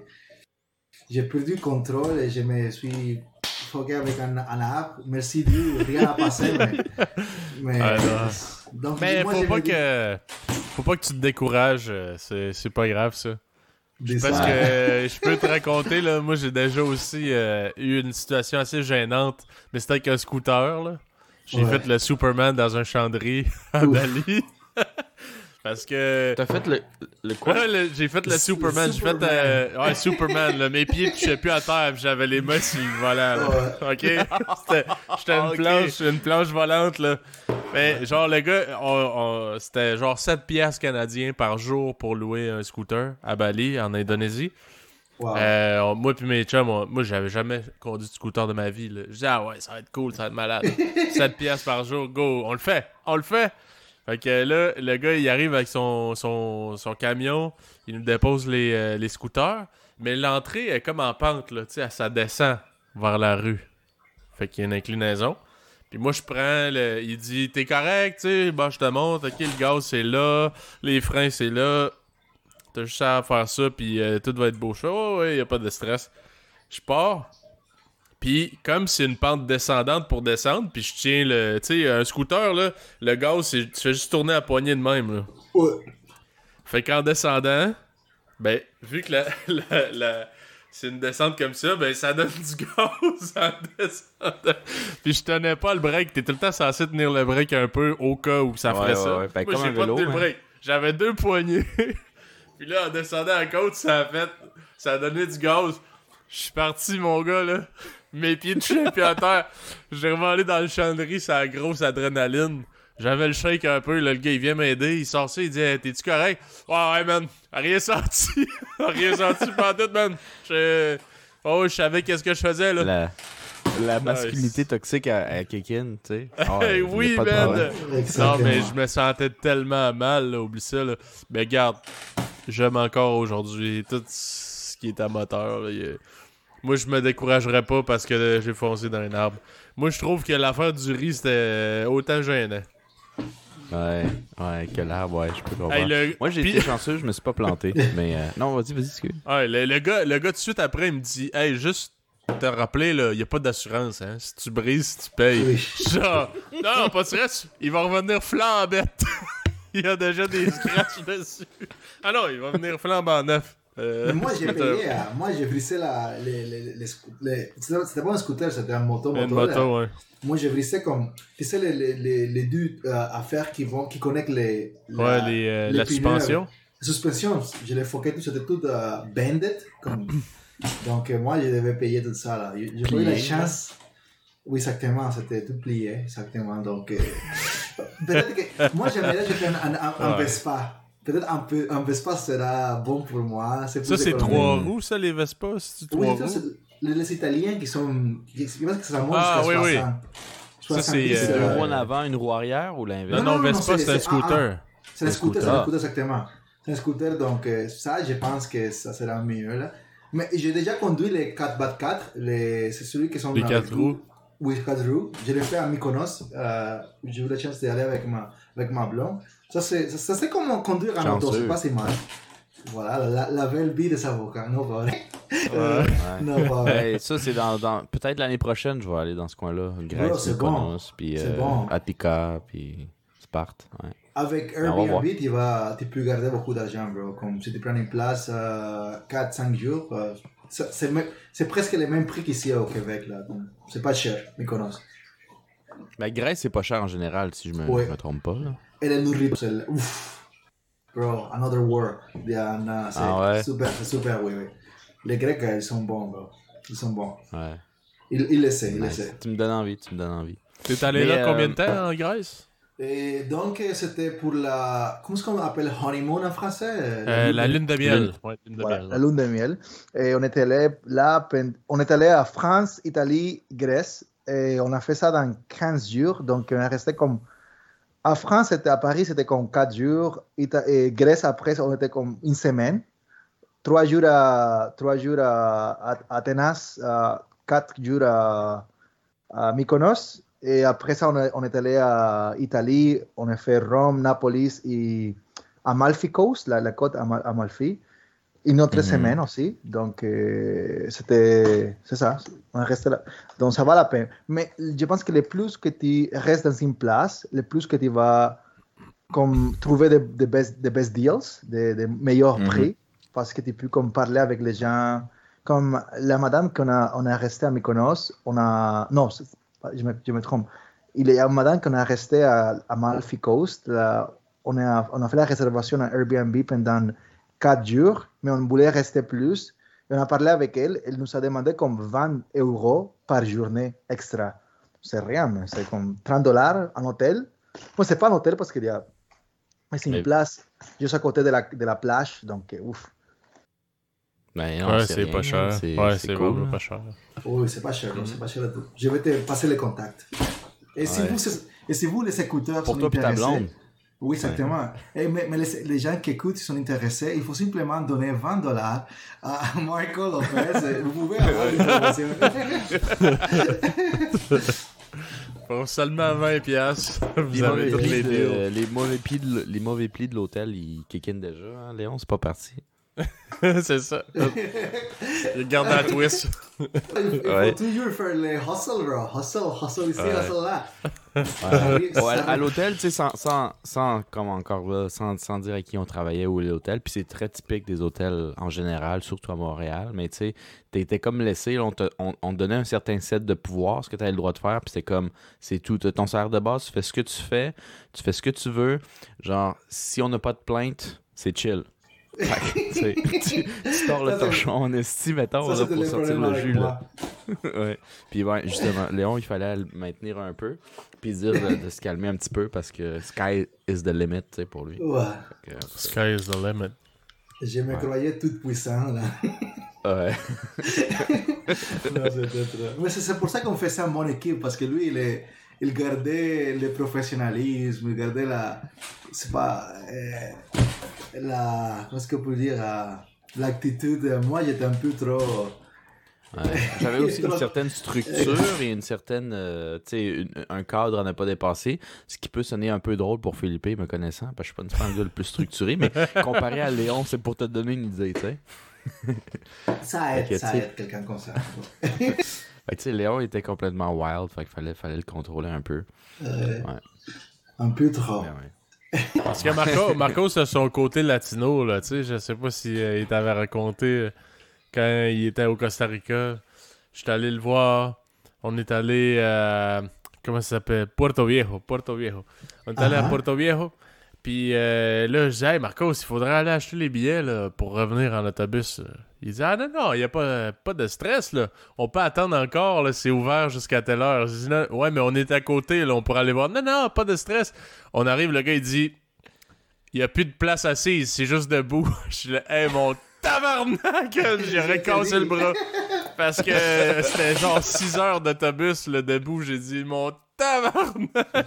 j'ai perdu le contrôle et je me suis foqué avec un, un app. Merci Dieu, rien n'a passé. Mais, mais, Ah, non. donc, Mais moi, faut je pas me dis- que. Faut pas que tu te décourages, euh, c'est, c'est pas grave ça. des Parce ça. que euh, je peux te raconter, là, moi j'ai déjà aussi euh, eu une situation assez gênante, mais c'était avec un scooter, là. J'ai Ouais. fait le Superman dans un chandrier à Ouf. Bali. Parce que. T'as fait le, le quoi? Ouais, le- j'ai fait le Le Superman. J'ai fait. Superman. euh, ouais, Superman, là. Mes pieds touchaient plus à terre, puis j'avais les mains sur le volant, là. Ok? C'était, j'étais une, Ok. planche, une planche volante, là. Mais, genre, le gars, on- on- c'était genre sept piastres canadiens par jour pour louer un scooter à Bali, en Indonésie. Wow. Euh, on- moi puis mes chums, on- moi j'avais jamais conduit de scooter de ma vie. Là. Je dis ah ouais, ça va être cool, ça va être malade. sept piastres par jour, go, on le fait, on le fait. Fait que là, le gars il arrive avec son, son, son camion, il nous dépose les, euh, les scooters, mais l'entrée est comme en pente, là, tu sais, ça descend vers la rue. Fait qu'il y a une inclinaison. Puis moi je prends, le, il dit t'es correct, tu sais, bon je te montre, ok le gaz c'est là, les freins c'est là. T'as juste à faire ça, puis euh, tout va être beau. Je fais, oh, ouais, y a pas de stress. Je pars, puis comme c'est une pente descendante pour descendre, puis je tiens le. Tu sais, un scooter, là, le gaz, c'est, tu fais juste tourner à la poignée de même, là. Ouais. Fait qu'en descendant, ben, vu que la, la, la- c'est une descente comme ça, ben, ça donne du gaz en descendant. Puis je tenais pas le break. T'es tout le temps censé tenir le break un peu au cas où ça Ouais, ferait ouais, ça. ouais. Ben, Moi, comme j'ai un pas vélo, tenu le hein. break. J'avais deux poignées. Puis là, en descendant à la côte, ça a fait... Ça a donné du gaz. Je suis parti, mon gars, là. Mes pieds touchaient plus à terre. J'ai revolé dans le chandelier, c'est la grosse adrénaline. J'avais le shake un peu, là, le gars, il vient m'aider, il sort ça, il dit hey, « T'es-tu correct? » Ouais, ouais, man, rien senti. rien senti, pas tout, man. Je... Oh, je savais qu'est-ce que je faisais, là. La, la masculinité toxique à, à Kékin, tu sais. Oh, hey, oui, man! Non, mais je me sentais tellement mal, là, oublie ça, là. Mais regarde, j'aime encore aujourd'hui tout ce qui est à moteur, là. Il... Moi, je me découragerais pas parce que là, j'ai foncé dans un arbre. Moi, je trouve que l'affaire du riz, c'était autant gênant. Ouais, ouais, que l'arbre, ouais, je peux comprendre. Hey, le... Moi, j'ai Puis... été chanceux, je me suis pas planté, mais... Euh... Non, vas-y, vas-y, excuse. Ouais, le, le, gars, le gars, tout de suite après, il me dit « Hey, juste te rappeler, là, y a pas d'assurance, hein. Si tu brises, tu payes. Oui. » Genre, non, pas de stress, il va revenir flambette. Il y a déjà des scratchs dessus. Ah non, il va venir flambant neuf. Euh, moi, j'ai payé, euh, moi, j'ai brisé la, les, les, les, les, c'était pas un scooter, c'était un moto. Une moto, moto, ouais. Moi, j'ai brisé comme, tu sais, les, les, les, les deux euh, affaires qui vont, qui connectent les, la, ouais, les, euh, les la suspension. La suspension, je les foquais tout, c'était tout euh, banded, comme, donc euh, moi, je devais payer tout ça, là. J'ai pas eu la chance. Oui, exactement, c'était tout plié, exactement, donc, euh, peut-être que, moi, j'aimerais que un, un, un, un ouais. Vespa. Peut-être un, peu, un Vespa sera bon pour moi. C'est ça, c'est trois roues, ça, les Vespa? C'est trois oui, roues? Ça, les, les Italiens qui sont... Qui, je pense que ça monte ah, jusqu'à oui, soixante. Oui. Ça, c'est... C'est euh... une roue en avant, une roue arrière ou l'inverse? Non, non, non, Vespa, c'est un scooter. Ah, c'est un scooter, c'est un scooter, exactement. C'est un scooter, donc euh, ça, je pense que ça sera mieux, là. Mais j'ai déjà conduit les quatre par quatre, les... c'est celui qui sont... Les quatre roues? Oui, quatre roues. Je l'ai fait à Mykonos. Euh, j'ai eu la chance d'aller avec ma, avec ma blonde. Ça, c'est, ça, ça, c'est comme conduire en moto, c'est pas si mal. Voilà, la, la belle vie de Savoca. Non, pas vrai. Ouais. Non, pas vrai. Hey, ça, c'est dans, dans... Peut-être l'année prochaine, je vais aller dans ce coin-là. Grèce, oh, c'est Mykonos, bon. puis c'est euh, bon. Attica, puis Sparte. Ouais. Avec Airbnb, tu, vas, tu peux garder beaucoup d'argent, bro. Comme si tu prends une place euh, quatre à cinq jours, euh, c'est, c'est, c'est presque le même prix qu'ici au Québec. Là. Donc, c'est pas cher, Mykonos. Mais Grèce, c'est pas cher en général, si je me, ouais. me trompe pas. Là. Et la nourriture, c'est... Ouf. Bro, another world. Yeah, nah, c'est ah ouais? super, c'est super, oui, oui. Les Grecs, ils sont bons, bro. Ils sont bons. Ouais. Ils, ils le savent, ils nice. le savent. Tu me donnes envie, tu me donnes envie. T'es allé Mais là euh... combien de temps en Grèce? Et donc, c'était pour la... Comment est-ce qu'on appelle honeymoon en français? La, euh, la lune de miel. Lune. Ouais, lune de voilà, miel. La lune de miel. Et on était allé là, on est allé à France, Italie, Grèce. Et on a fait ça dans quinze jours. Donc, on est resté comme... À France, c'était à Paris, c'était comme quatre jours. Et Grèce, après, on était comme une semaine. Trois jours à, trois jours à, à Athénas, à quatre jours à, à Mykonos. Et après ça, on est, on est allé à Italie. On a fait Rome, Napoli et Amalfi Coast, la, la côte Amal, Amalfi. Une autre mm-hmm. semaine aussi. Donc, euh, c'était... C'est ça. On est resté là. Donc, ça va la peine. Mais je pense que le plus que tu restes dans une place, le plus que tu vas comme, trouver des de best, de best deals, des de meilleurs mm-hmm. prix, parce que tu peux comme, parler avec les gens. Comme la madame qu'on a, on a resté à Mykonos, on a... Non, je me, je me trompe. Il y a une madame qu'on a resté à Amalfi Coast. Là, on, a, on a fait la réservation à Airbnb pendant quatre jours, mais on voulait rester plus. Et on a parlé avec elle. Elle nous a demandé comme vingt euros par journée extra. C'est rien, mais c'est comme trente dollars en hôtel. Bon, c'est pas un hôtel parce qu'il y a... Mais c'est une mais... place juste à côté de la, de la plage, donc ouf. Ben non, ouais, c'est, c'est rien, pas cher. C'est, ouais, c'est, c'est cool, vraiment pas cher. Oui, c'est pas cher, mm-hmm. c'est pas cher du tout. Je vais te passer les contacts. Et, ouais. si, vous, et si vous, les écouteurs, pour sont toi intéressés... Pour ta blonde. Oui, exactement. Ouais. Et, mais mais les, les gens qui écoutent, qui sont intéressés, il faut simplement donner vingt dollars à Marco Lopez. Vous pouvez avoir une promotion. Pour seulement vingt piastres, vous les avez tous les deals. Les mauvais plis de, les mauvais plis de l'hôtel, ils kikinent déjà. Hein, Léon, c'est pas parti. C'est ça. Il garde la twist. Il faut ouais. toujours faire les hustle, bro. Hustle, hustle ici, ouais. hustle là. Ouais. Ouais, à, à l'hôtel, tu sais, sans, sans, sans, comme encore là, sans, sans dire à qui on travaillait ou l'hôtel, puis c'est très typique des hôtels en général, surtout à Montréal, mais tu sais, t'étais comme laissé, on te, on, on te donnait un certain set de pouvoir, ce que t'avais le droit de faire, puis c'est comme, c'est tout, t'as ton salaire de base, tu fais ce que tu fais, tu fais ce que tu veux, genre, si on n'a pas de plainte, c'est chill. Fait, tu, tu sors le torchon en esti, mettons, ça, là, pour sortir le jus. Là. Ouais. Puis ouais, justement, Léon, il fallait le maintenir un peu, puis dire de, de se calmer un petit peu parce que sky is the limit, tu sais, pour lui. Ouais. Que, Sky is the limit. Je me Ouais. croyais tout puissant, là. ouais. Non, c'était trop- Mais c'est c'est pour ça qu'on fait ça en bonne équipe, parce que lui, il, est, il gardait le professionnalisme, il gardait la... C'est pas... euh, la... Comment est-ce qu'on peut dire? euh, L'attitude. Moi, j'étais un peu trop... Ouais. J'avais aussi une certaine structure et une certaine, euh, tu sais, une- un cadre à ne pas dépasser, ce qui peut sonner un peu drôle pour Philippe, me connaissant, parce que je suis pas nécessairement le gars le plus structuré, mais comparé à Léon, c'est pour te donner une idée, tu sais. Ça aide, Ok, ça tu sais. aide quelqu'un comme ça. Fait que, tu sais, Léon était complètement wild, fait qu'il fallait, fallait le contrôler un peu. Euh, Ouais. Un peu trop. Mais ouais. Parce que Marco, Marco c'est son côté latino, là, tu sais, je sais pas si euh, il t'avait raconté euh, quand il était au Costa Rica. J'étais allé le voir. On est allé à... Comment ça s'appelle? Puerto Viejo. Puerto Viejo. On est allé à Uh-huh. Puerto Viejo. Puis euh, là, je disais, hey Marcos, il faudrait aller acheter les billets là, pour revenir en autobus. Il dit, ah non, non, il n'y a pas, pas de stress, là. On peut attendre encore, là, c'est ouvert jusqu'à telle heure. Je dis, non, ouais, mais on est à côté, là, on pourrait aller voir. Non, non, pas de stress. On arrive, le gars, il dit, il n'y a plus de place assise, c'est juste debout. Je suis là, hey, mon tabarnak, j'aurais cassé le bras. Parce que c'était genre six heures d'autobus, le debout. J'ai dit, mon tabarnak.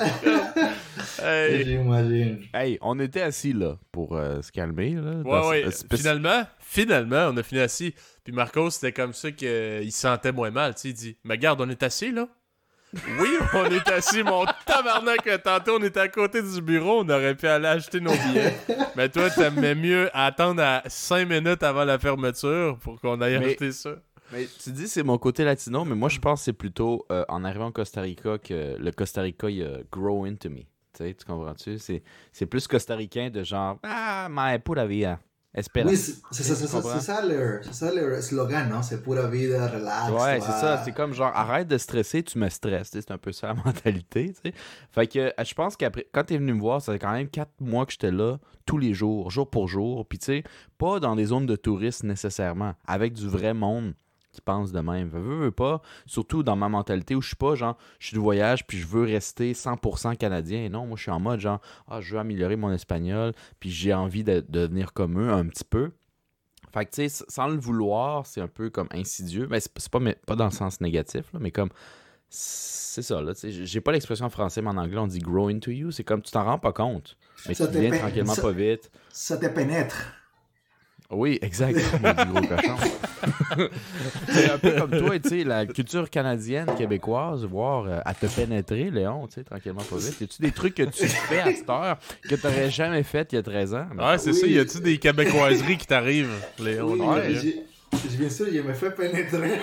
Hey. J'imagine. Hey, on était assis là pour euh, se calmer. Là, Ouais, dans ouais. ce- spéc- Finalement, finalement, on a fini assis. Puis Marcos, c'était comme ça qu'il se sentait moins mal. Tu sais, il dit, mais regarde, on est assis là. Oui, on est assis, mon tabarnak. Tantôt, on était à côté du bureau, on aurait pu aller acheter nos billets. Mais toi, t'aimais mieux attendre à cinq minutes avant la fermeture pour qu'on aille Mais- acheter ça. Mais tu dis c'est mon côté latino, mais moi je pense que c'est plutôt euh, en arrivant au Costa Rica que le Costa Rica il a grow into me. Tu sais, tu comprends-tu? C'est, c'est plus costaricain de genre ah, ma pura vida. Espera. Oui, c'est c'est ça, c'est ça, comprends? c'est ça le, c'est ça le slogan, non? C'est pura vida, relax. Ouais, toi. c'est ça. C'est comme genre, arrête de stresser, tu me stresses. Tu sais, c'est un peu ça la mentalité. Tu sais. Fait que euh, je pense qu'après, quand t'es venu me voir, ça fait quand même quatre mois que j'étais là, tous les jours, jour pour jour. Puis tu sais, pas dans des zones de touristes nécessairement, avec du vrai monde qui pense de même. Veux, veux, veux pas, surtout dans ma mentalité où je suis pas genre, je suis de voyage puis je veux rester cent pour cent canadien. Non, moi je suis en mode genre, ah, je veux améliorer mon espagnol puis j'ai envie de, de devenir comme eux un petit peu. Fait que, tu sais, sans le vouloir, c'est un peu comme insidieux. Mais c'est c'est pas, mais pas dans le sens négatif, là, mais comme. C'est ça, là. Tu sais, j'ai pas l'expression en français, mais en anglais, on dit grow into you. C'est comme tu t'en rends pas compte. Mais Ça tu te viens pe- tranquillement ça- pas vite. Ça te pénètre. Oui, exact. Mon petit gros cochon. C'est un peu comme toi, tu sais, la culture canadienne, québécoise, voir euh, à te pénétrer, Léon, tu sais, tranquillement pas vite. Y a-tu des trucs que tu fais à cette heure que t'aurais jamais fait il y a treize ans? Ouais, c'est Oui. ça. Y a-tu des québécoiseries qui t'arrivent, Léon? Oui, Ouais. j'ai- j'ai- bien sûr, je me fais pénétrer.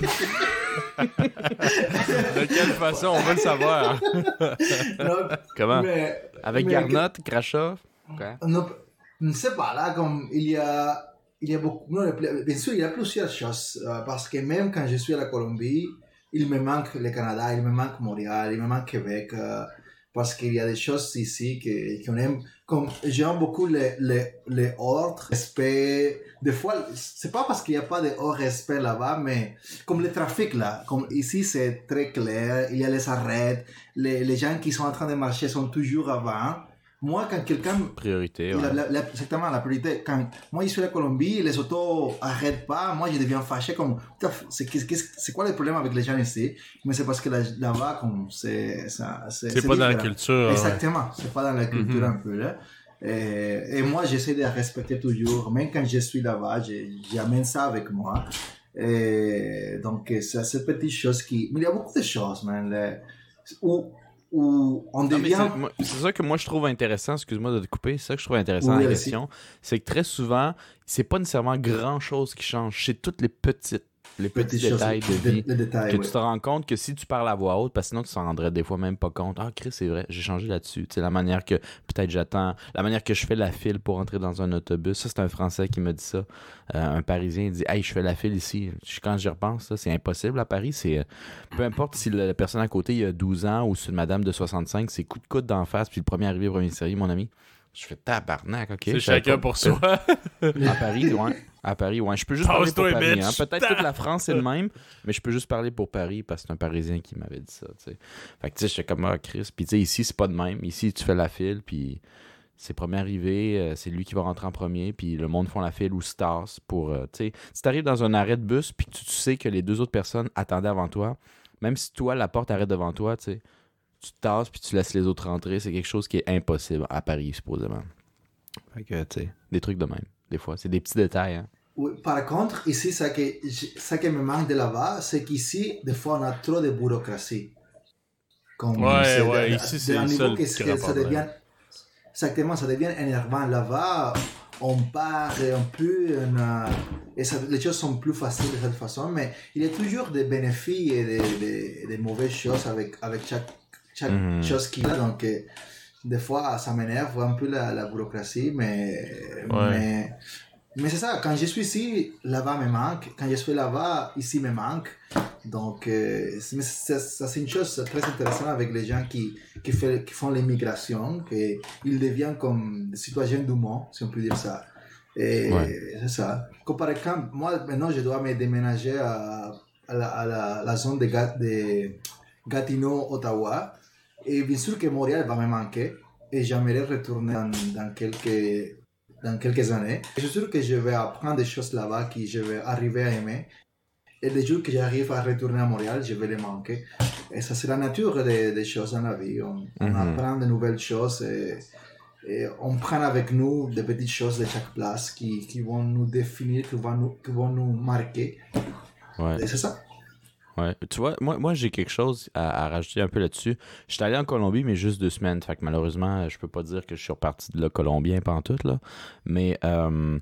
De quelle façon? On veut le savoir. Non, Comment? mais- Avec mais- Garnotte, Crachat? Quoi? Non, ne sais pas, là, comme il y a, il y a beaucoup, non, bien sûr, il y a plusieurs choses, euh, parce que même quand je suis à la Colombie, il me manque le Canada, il me manque Montréal, il me manque Québec, euh, parce qu'il y a des choses ici que, qu'on aime, comme j'aime beaucoup les, les, les ordres, respect, des fois, c'est pas parce qu'il n'y a pas de hors respect là-bas, mais comme le trafic là, comme ici c'est très clair, il y a les arrêts, les, les gens qui sont en train de marcher sont toujours avant. Moi, quand quelqu'un Priorité, ouais. la, la, la, exactement, la priorité. Quand moi, je suis à la Colombie, les autos arrêtent pas. Moi, je deviens fâché comme, putain, c'est, qu'est-ce- qu'est-ce- c'est quoi le problème avec les gens ici? Mais c'est parce que là- là-bas, comme, c'est, ça, c'est, C'est pas dans la différent. culture. ouais. Exactement. C'est pas dans la culture Mhm. un peu, là. Et, et moi, j'essaie de respecter toujours. Même quand je suis là-bas, je- j'amène ça avec moi. Et donc, c'est ces petites choses qui, mais il y a beaucoup de choses, man, là, où, où on Non, mais devient. c'est, moi- c'est ça que moi je trouve intéressant, excuse-moi de te couper, c'est ça que je trouve intéressant Oui, dans la vas-y. question, c'est que très souvent, c'est pas nécessairement grand chose qui change, c'est toutes les petites, les petits petites choses, détails de les- vie les détails, que ouais. tu te rends compte que si tu parles à voix haute, parce que sinon tu t'en rendrais des fois même pas compte. Ah, Chris, c'est vrai, j'ai changé là-dessus. Tu sais, la manière que peut-être j'attends, la manière que je fais la file pour entrer dans un autobus. Ça, c'est un Français qui m'a dit ça. Euh, un Parisien, il dit hey, je fais la file ici. Je- Quand j'y repense, ça, c'est impossible à Paris. C'est euh, peu importe si la, la personne à côté il a douze ans ou c'est une madame de soixante-cinq, c'est coup de coude d'en face, puis le premier arrivé, premier série, mon ami. Je fais tabarnak, ok. C'est je savais chacun pas. pour soi. À Paris, ouais. À Paris, ouais. Je peux juste parler pour Passe-toi, Paris. bitch. Hein. Peut-être toute la France, c'est le même, mais je peux juste parler pour Paris parce que c'est un Parisien qui m'avait dit ça, tu sais. Fait que, tu sais, j'étais comme, ah, Chris. Puis, tu sais, ici, c'est pas de même. Ici, tu fais la file, puis c'est premier arrivé, euh, c'est lui qui va rentrer en premier, puis le monde font la file ou se tasse pour, euh, tu sais. Si t'arrives dans un arrêt de bus, puis que tu, tu sais que les deux autres personnes attendaient avant toi, même si toi, la porte arrête devant toi, tu sais, tu te tasses, puis tu laisses les autres rentrer, c'est quelque chose qui est impossible à Paris, supposément. Fait que, tu sais, des trucs de même, des fois. C'est des petits détails, hein. Oui, par contre, ici, ça qui, ça qui me manque de là-bas, c'est qu'ici, des fois, on a trop de bureaucratie. Comme Ouais, c'est ouais, de- ici, de c'est un le niveau seul que, petit que grand ça problème. devient, exactement, ça devient énervant. Là-bas, on part un peu, on a- et ça, les choses sont plus faciles de cette façon, mais il y a toujours des bénéfices et des, des, des mauvaises choses avec, avec chaque, chaque Mhm. chose qu'il y a. Donc, euh, des fois, ça m'énerve un peu la, la bureaucratie, mais, Ouais. mais, mais c'est ça, quand je suis ici, là-bas me manque. Quand je suis là-bas, ici me manque. Donc, euh, c'est, c'est- ça, c'est une chose très intéressante avec les gens qui, qui, fait, qui font l'immigration, qu'ils deviennent comme des citoyens du monde, si on peut dire ça. Et Ouais. c'est ça. Comme par exemple, moi, maintenant, je dois me déménager à, à, la, à la, la zone de, Ga- de Gatineau, Ottawa. Et bien sûr que Montréal va me manquer. Et j'aimerais retourner dans, dans quelques dans quelques années. Je suis sûr que je vais apprendre des choses là-bas que je vais arriver à aimer. Et les jours que j'arrive à retourner à Montréal, je vais les manquer. Et ça, c'est la nature des, des choses dans la vie. On, on Mhm. apprend de nouvelles choses et, et on prend avec nous des petites choses de chaque place qui, qui vont nous définir, qui vont nous, qui vont nous marquer. Ouais. Et c'est ça. Ouais. Tu vois, moi, moi j'ai quelque chose à, à rajouter un peu là-dessus. Je suis allé en Colombie, mais juste deux semaines. Fait que malheureusement, je peux pas dire que je suis reparti de là colombien pantoute, là. Mais euh,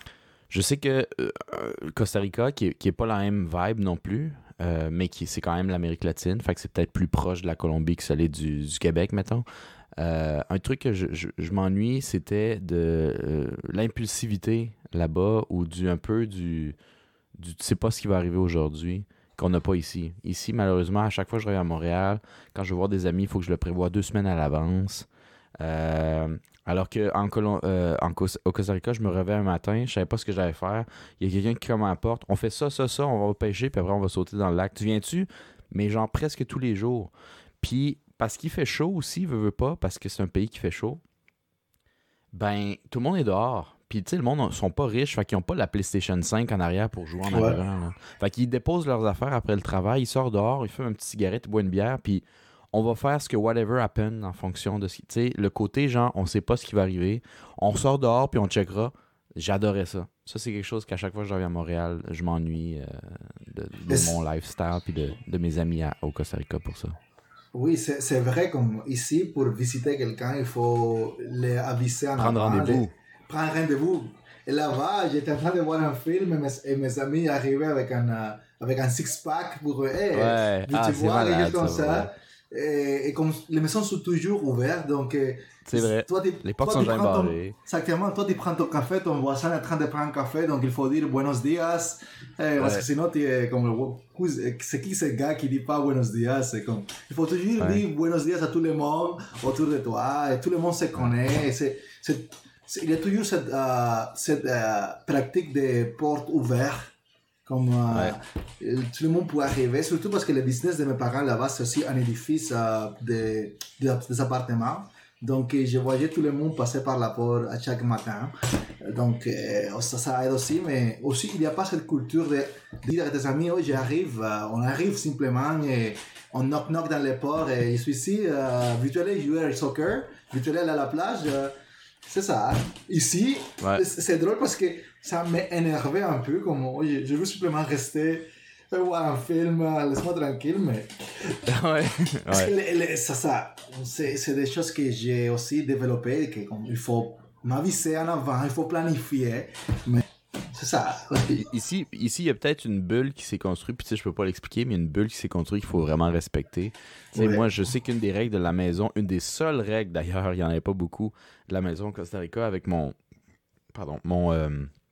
je sais que euh, Costa Rica, qui est, qui est pas la même vibe non plus, euh, mais qui c'est quand même l'Amérique latine. Fait que c'est peut-être plus proche de la Colombie que celui du, du Québec, mettons. Euh, un truc que je, je, je m'ennuie, c'était de euh, l'impulsivité là-bas ou du un peu du, du tu sais pas ce qui va arriver aujourd'hui qu'on n'a pas ici. Ici, malheureusement, à chaque fois que je reviens à Montréal, quand je veux voir des amis, il faut que je le prévoie deux semaines à l'avance. Euh, alors qu'en Colom- euh, en Cos- au Costa Rica, je me réveille un matin, je savais pas ce que j'allais faire. Il y a quelqu'un qui cogne à la porte. On fait ça, ça, ça, on va pêcher, puis après on va sauter dans le lac. Tu viens-tu? Mais genre presque tous les jours. Puis parce qu'il fait chaud aussi, veut, veut pas, parce que c'est un pays qui fait chaud, ben tout le monde est dehors. Puis tu sais, le monde ne sont pas riches, fait qu'ils n'ont pas la PlayStation cinq en arrière pour jouer en Ouais. arrière. Là. Fait qu'ils déposent leurs affaires après le travail, ils sortent dehors, ils fument une petite cigarette, ils boivent une bière, puis on va faire ce que whatever happen en fonction de ce qui... Tu sais, le côté genre, on sait pas ce qui va arriver, on sort dehors, puis on checkera. J'adorais ça. Ça, c'est quelque chose qu'à chaque fois que je reviens à Montréal, je m'ennuie euh, de, de Est-ce- mon lifestyle, puis de, de mes amis à- au Costa Rica pour ça. Oui, c'est, c'est vrai, comme ici, pour visiter quelqu'un, il faut les aviser en Prendre avant, rendez-vous. les- prendre rendez-vous. Et là-bas, j'étais en train de voir un film et mes, et mes amis arrivaient avec un, euh, avec un six-pack pour hey, Ouais. tu Ah, c'est vois, quelque malade, chose comme ça, ça. Et, et comme les maisons sont toujours ouvertes, donc euh, C'est vrai. toi, tu- Les portes toi, sont tu jamais prends ton- barrées. Exactement, toi tu prends ton café, ton voisin est en train de prendre un café, donc il faut dire buenos dias, eh, parce Ouais. que sinon tu es comme who's- c'est qui ce gars qui dit pas buenos dias, c'est comme il faut toujours Ouais. dire buenos dias à tout le monde autour de toi, et tout le monde se connaît, et c'est, c'est, c'est- il y a toujours cette, euh, cette euh, pratique des portes ouvertes. Comme euh, euh, tout le monde peut arriver, surtout parce que le business de mes parents là-bas, c'est aussi un édifice euh, de, de- des appartements. Donc, euh, je voyais tout le monde passer par la porte à chaque matin. Euh, Donc, euh, ça, ça aide aussi, mais aussi, il n'y a pas cette culture de dire à tes amis, oh, j'arrive, euh, on arrive simplement et on knock-knock dans les portes et je suis ici, euh, veux tu aller jouer au soccer, veux tu aller à la plage, euh, c'est ça. Ici, Ouais. c'est c'est drôle parce que ça m'énervait un peu, comme oh, je, je veux simplement rester, euh, voir un film, euh, laisse-moi tranquille, mais ouais. parce que Ouais. le- le- ça, ça, c'est, c'est des choses que j'ai aussi développées, que comme, il faut m'aviser en avant, il faut planifier, mais c'est ça. Ici, ici, il y a peut-être une bulle qui s'est construite, puis tu sais, je peux pas l'expliquer, mais une bulle qui s'est construite qu'il faut vraiment respecter. Tu sais, Ouais. moi, je sais qu'une des règles de la maison, une des seules règles d'ailleurs, il y en avait pas beaucoup, de la maison au Costa Rica avec mon, pardon, mon, euh,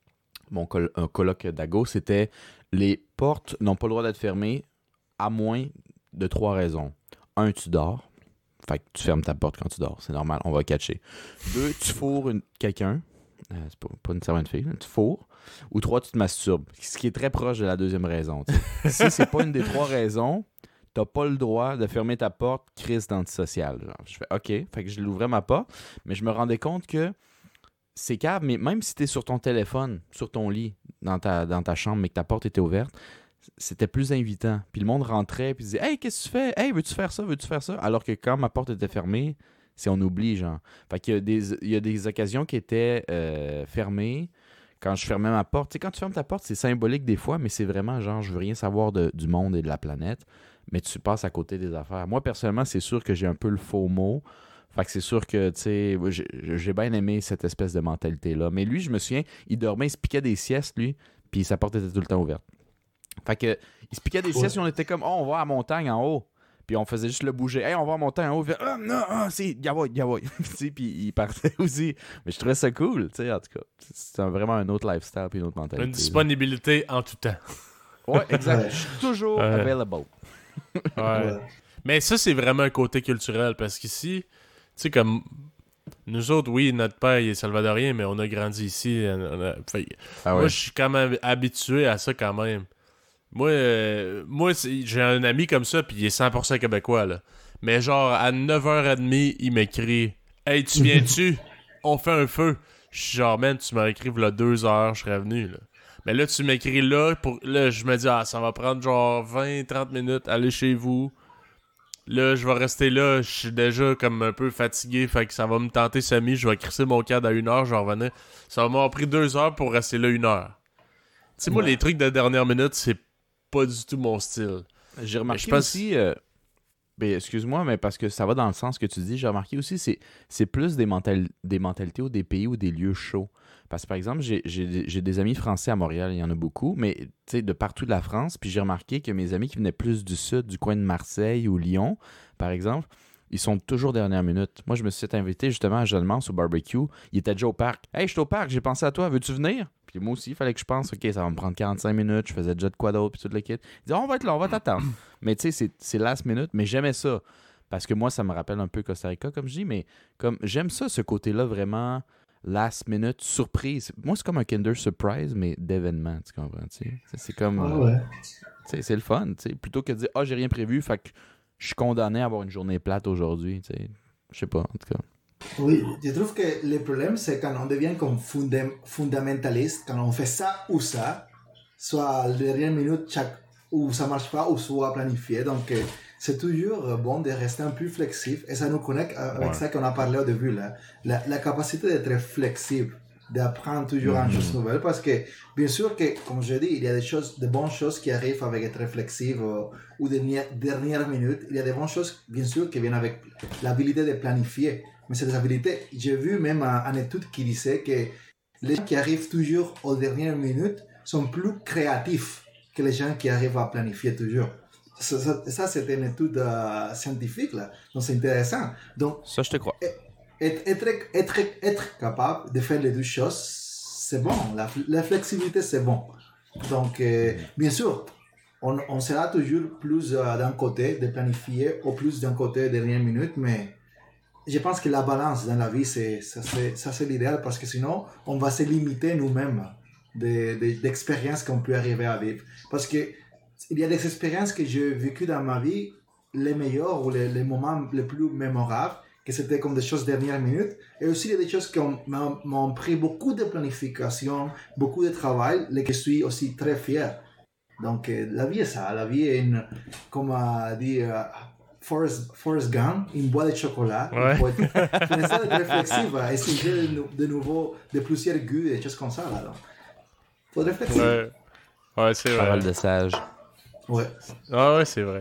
mon col- un coloc d'Ago, c'était les portes n'ont pas le droit d'être fermées à moins de trois raisons. Un, tu dors. Fait que tu fermes ta porte quand tu dors, c'est normal, on va catcher. Deux, tu fourres une- quelqu'un. euh, c'est pas, pas nécessairement une fille, là, tu fourres, ou trois, tu te masturbes, ce qui est très proche de la deuxième raison. T'sais. Si c'est pas une des trois raisons, t'as pas le droit de fermer ta porte, crise d'antisocial. Genre. Je fais OK, fait que je l'ouvrais ma porte, mais je me rendais compte que c'est cave, mais même si t'es sur ton téléphone, sur ton lit, dans ta, dans ta chambre, mais que ta porte était ouverte, c'était plus invitant. Puis le monde rentrait puis disait « Hey, qu'est-ce que tu fais? Hey, veux-tu faire ça? Veux-tu faire ça? » Alors que quand ma porte était fermée, c'est on oublie, genre. Fait qu'il y a des, il y a des occasions qui étaient euh, fermées quand je fermais ma porte. Tu sais, quand tu fermes ta porte, c'est symbolique des fois, mais c'est vraiment genre, je veux rien savoir de, du monde et de la planète, mais tu passes à côté des affaires. Moi, personnellement, c'est sûr que j'ai un peu le faux mot. Fait que c'est sûr que, tu sais, j'ai, j'ai bien aimé cette espèce de mentalité-là. Mais lui, je me souviens, il dormait, il se piquait des siestes, lui, puis sa porte était tout le temps ouverte. Fait que, il se piquait des siestes, et on était comme, oh, on va à la montagne en haut. Puis on faisait juste le bouger. Hey, on va à la montagne en haut. Puis, ah, non, ah, c'est, yavoy, yavoy. Puis il partait aussi. Mais je trouvais ça cool, tu sais, en tout cas. C'est un, vraiment un autre lifestyle puis une autre mentalité. Une disponibilité là. En tout temps. Ouais, exact. Je suis toujours ouais. available. Ouais. ouais. Mais ça, c'est vraiment un côté culturel. Parce qu'ici, tu sais, comme nous autres, oui, notre père, il est salvadorien, mais on a grandi ici. On a... Fait, ah ouais. Moi, je suis quand même habitué à ça quand même. Moi, euh, moi j'ai un ami comme ça, puis il est cent pour cent québécois, là. Mais genre, à neuf heures trente, il m'écrit « Hey, tu viens-tu? On fait un feu. » Je suis genre « Man, tu m'as écrit là deux heures, je serais venu, là. » Mais là, tu m'écris là, pour là, je me dis « Ah, ça va prendre genre vingt trente minutes, aller chez vous. » Là, je vais rester là, je suis déjà comme un peu fatigué, fait que ça va me tenter semi, je vais crisser mon cadre à une heure, je vais revenir. Ça va m'avoir pris deux heures pour rester là une heure. Tu sais, moi, ouais. les trucs de dernière minute, c'est pas du tout mon style. J'ai remarqué pense... aussi, euh, ben, excuse-moi, mais parce que ça va dans le sens que tu dis, j'ai remarqué aussi, c'est, c'est plus des, mental... des mentalités ou des pays ou des lieux chauds. Parce que par exemple, j'ai, j'ai, j'ai des amis français à Montréal, il y en a beaucoup, mais tu sais, de partout de la France, puis j'ai remarqué que mes amis qui venaient plus du sud, du coin de Marseille ou Lyon, par exemple, ils sont toujours dernière minute. Moi, je me suis invité justement à Jeanne-Mance au barbecue. Il était déjà au parc. « Hey, je suis au parc, j'ai pensé à toi, veux-tu venir? » Puis moi aussi, il fallait que je pense, OK, ça va me prendre quarante-cinq minutes, je faisais déjà de quoi d'autre, puis tout le kit. Il dit, on va être là, on va t'attendre. Mais tu sais, c'est, c'est last minute, mais j'aimais ça. Parce que moi, ça me rappelle un peu Costa Rica, comme je dis, mais comme j'aime ça, ce côté-là, vraiment last minute, surprise. Moi, c'est comme un Kinder Surprise, mais d'événement, tu comprends, tu sais. C'est, c'est comme... Ah ouais. Tu sais, c'est le fun, tu sais. Plutôt que de dire, ah, oh, j'ai rien prévu, fait que je suis condamné à avoir une journée plate aujourd'hui, tu sais. Je sais pas, en tout cas. Oui, je trouve que le problème, c'est quand on devient comme funda- fondamentaliste, quand on fait ça ou ça, soit à la dernière minute, chaque, ou ça marche pas, ou soit planifié. Donc, c'est toujours bon de rester un peu flexible. Et ça nous connecte avec ouais. ça qu'on a parlé au début, là. La, la capacité d'être flexible, d'apprendre toujours mmh. une chose nouvelle. Parce que, bien sûr que, comme je dis, il y a des choses, de bonnes choses qui arrivent avec être flexible ou, ou de dernière minute. Il y a des bonnes choses, bien sûr, qui viennent avec l'habilité de planifier. Mais cette habilité, j'ai vu même une étude qui disait que les gens qui arrivent toujours aux dernières minutes sont plus créatifs que les gens qui arrivent à planifier toujours. Ça, ça, ça c'était une étude euh, scientifique, là. Donc, c'est intéressant. Donc, ça, je te crois. Être, être, être, être capable de faire les deux choses, c'est bon. La, la flexibilité, c'est bon. Donc, euh, bien sûr, on, on sera toujours plus euh, d'un côté de planifier ou plus d'un côté de dernière minute, mais je pense que la balance dans la vie, c'est, ça, c'est, ça, c'est l'idéal parce que sinon, on va se limiter nous-mêmes de, de, d'expériences qu'on peut arriver à vivre. Parce que il y a des expériences que j'ai vécues dans ma vie, les meilleures ou les, les moments les plus mémorables, que c'était comme des choses dernière minute. Et aussi, il y a des choses qui ont, m'ont, m'ont pris beaucoup de planification, beaucoup de travail, et que je suis aussi très fier. Donc, la vie est ça. La vie est une, comme a dit uh, Forrest, Forrest Gump, une boîte de chocolat. Ouais. Il faut être, faut être réflexive, essayer de, de nouveau, de plusieurs goûts et des choses comme ça. Il faut être réflexive. Ouais, ouais c'est vrai. Parole de sage. Ouais. Ah ouais, c'est vrai.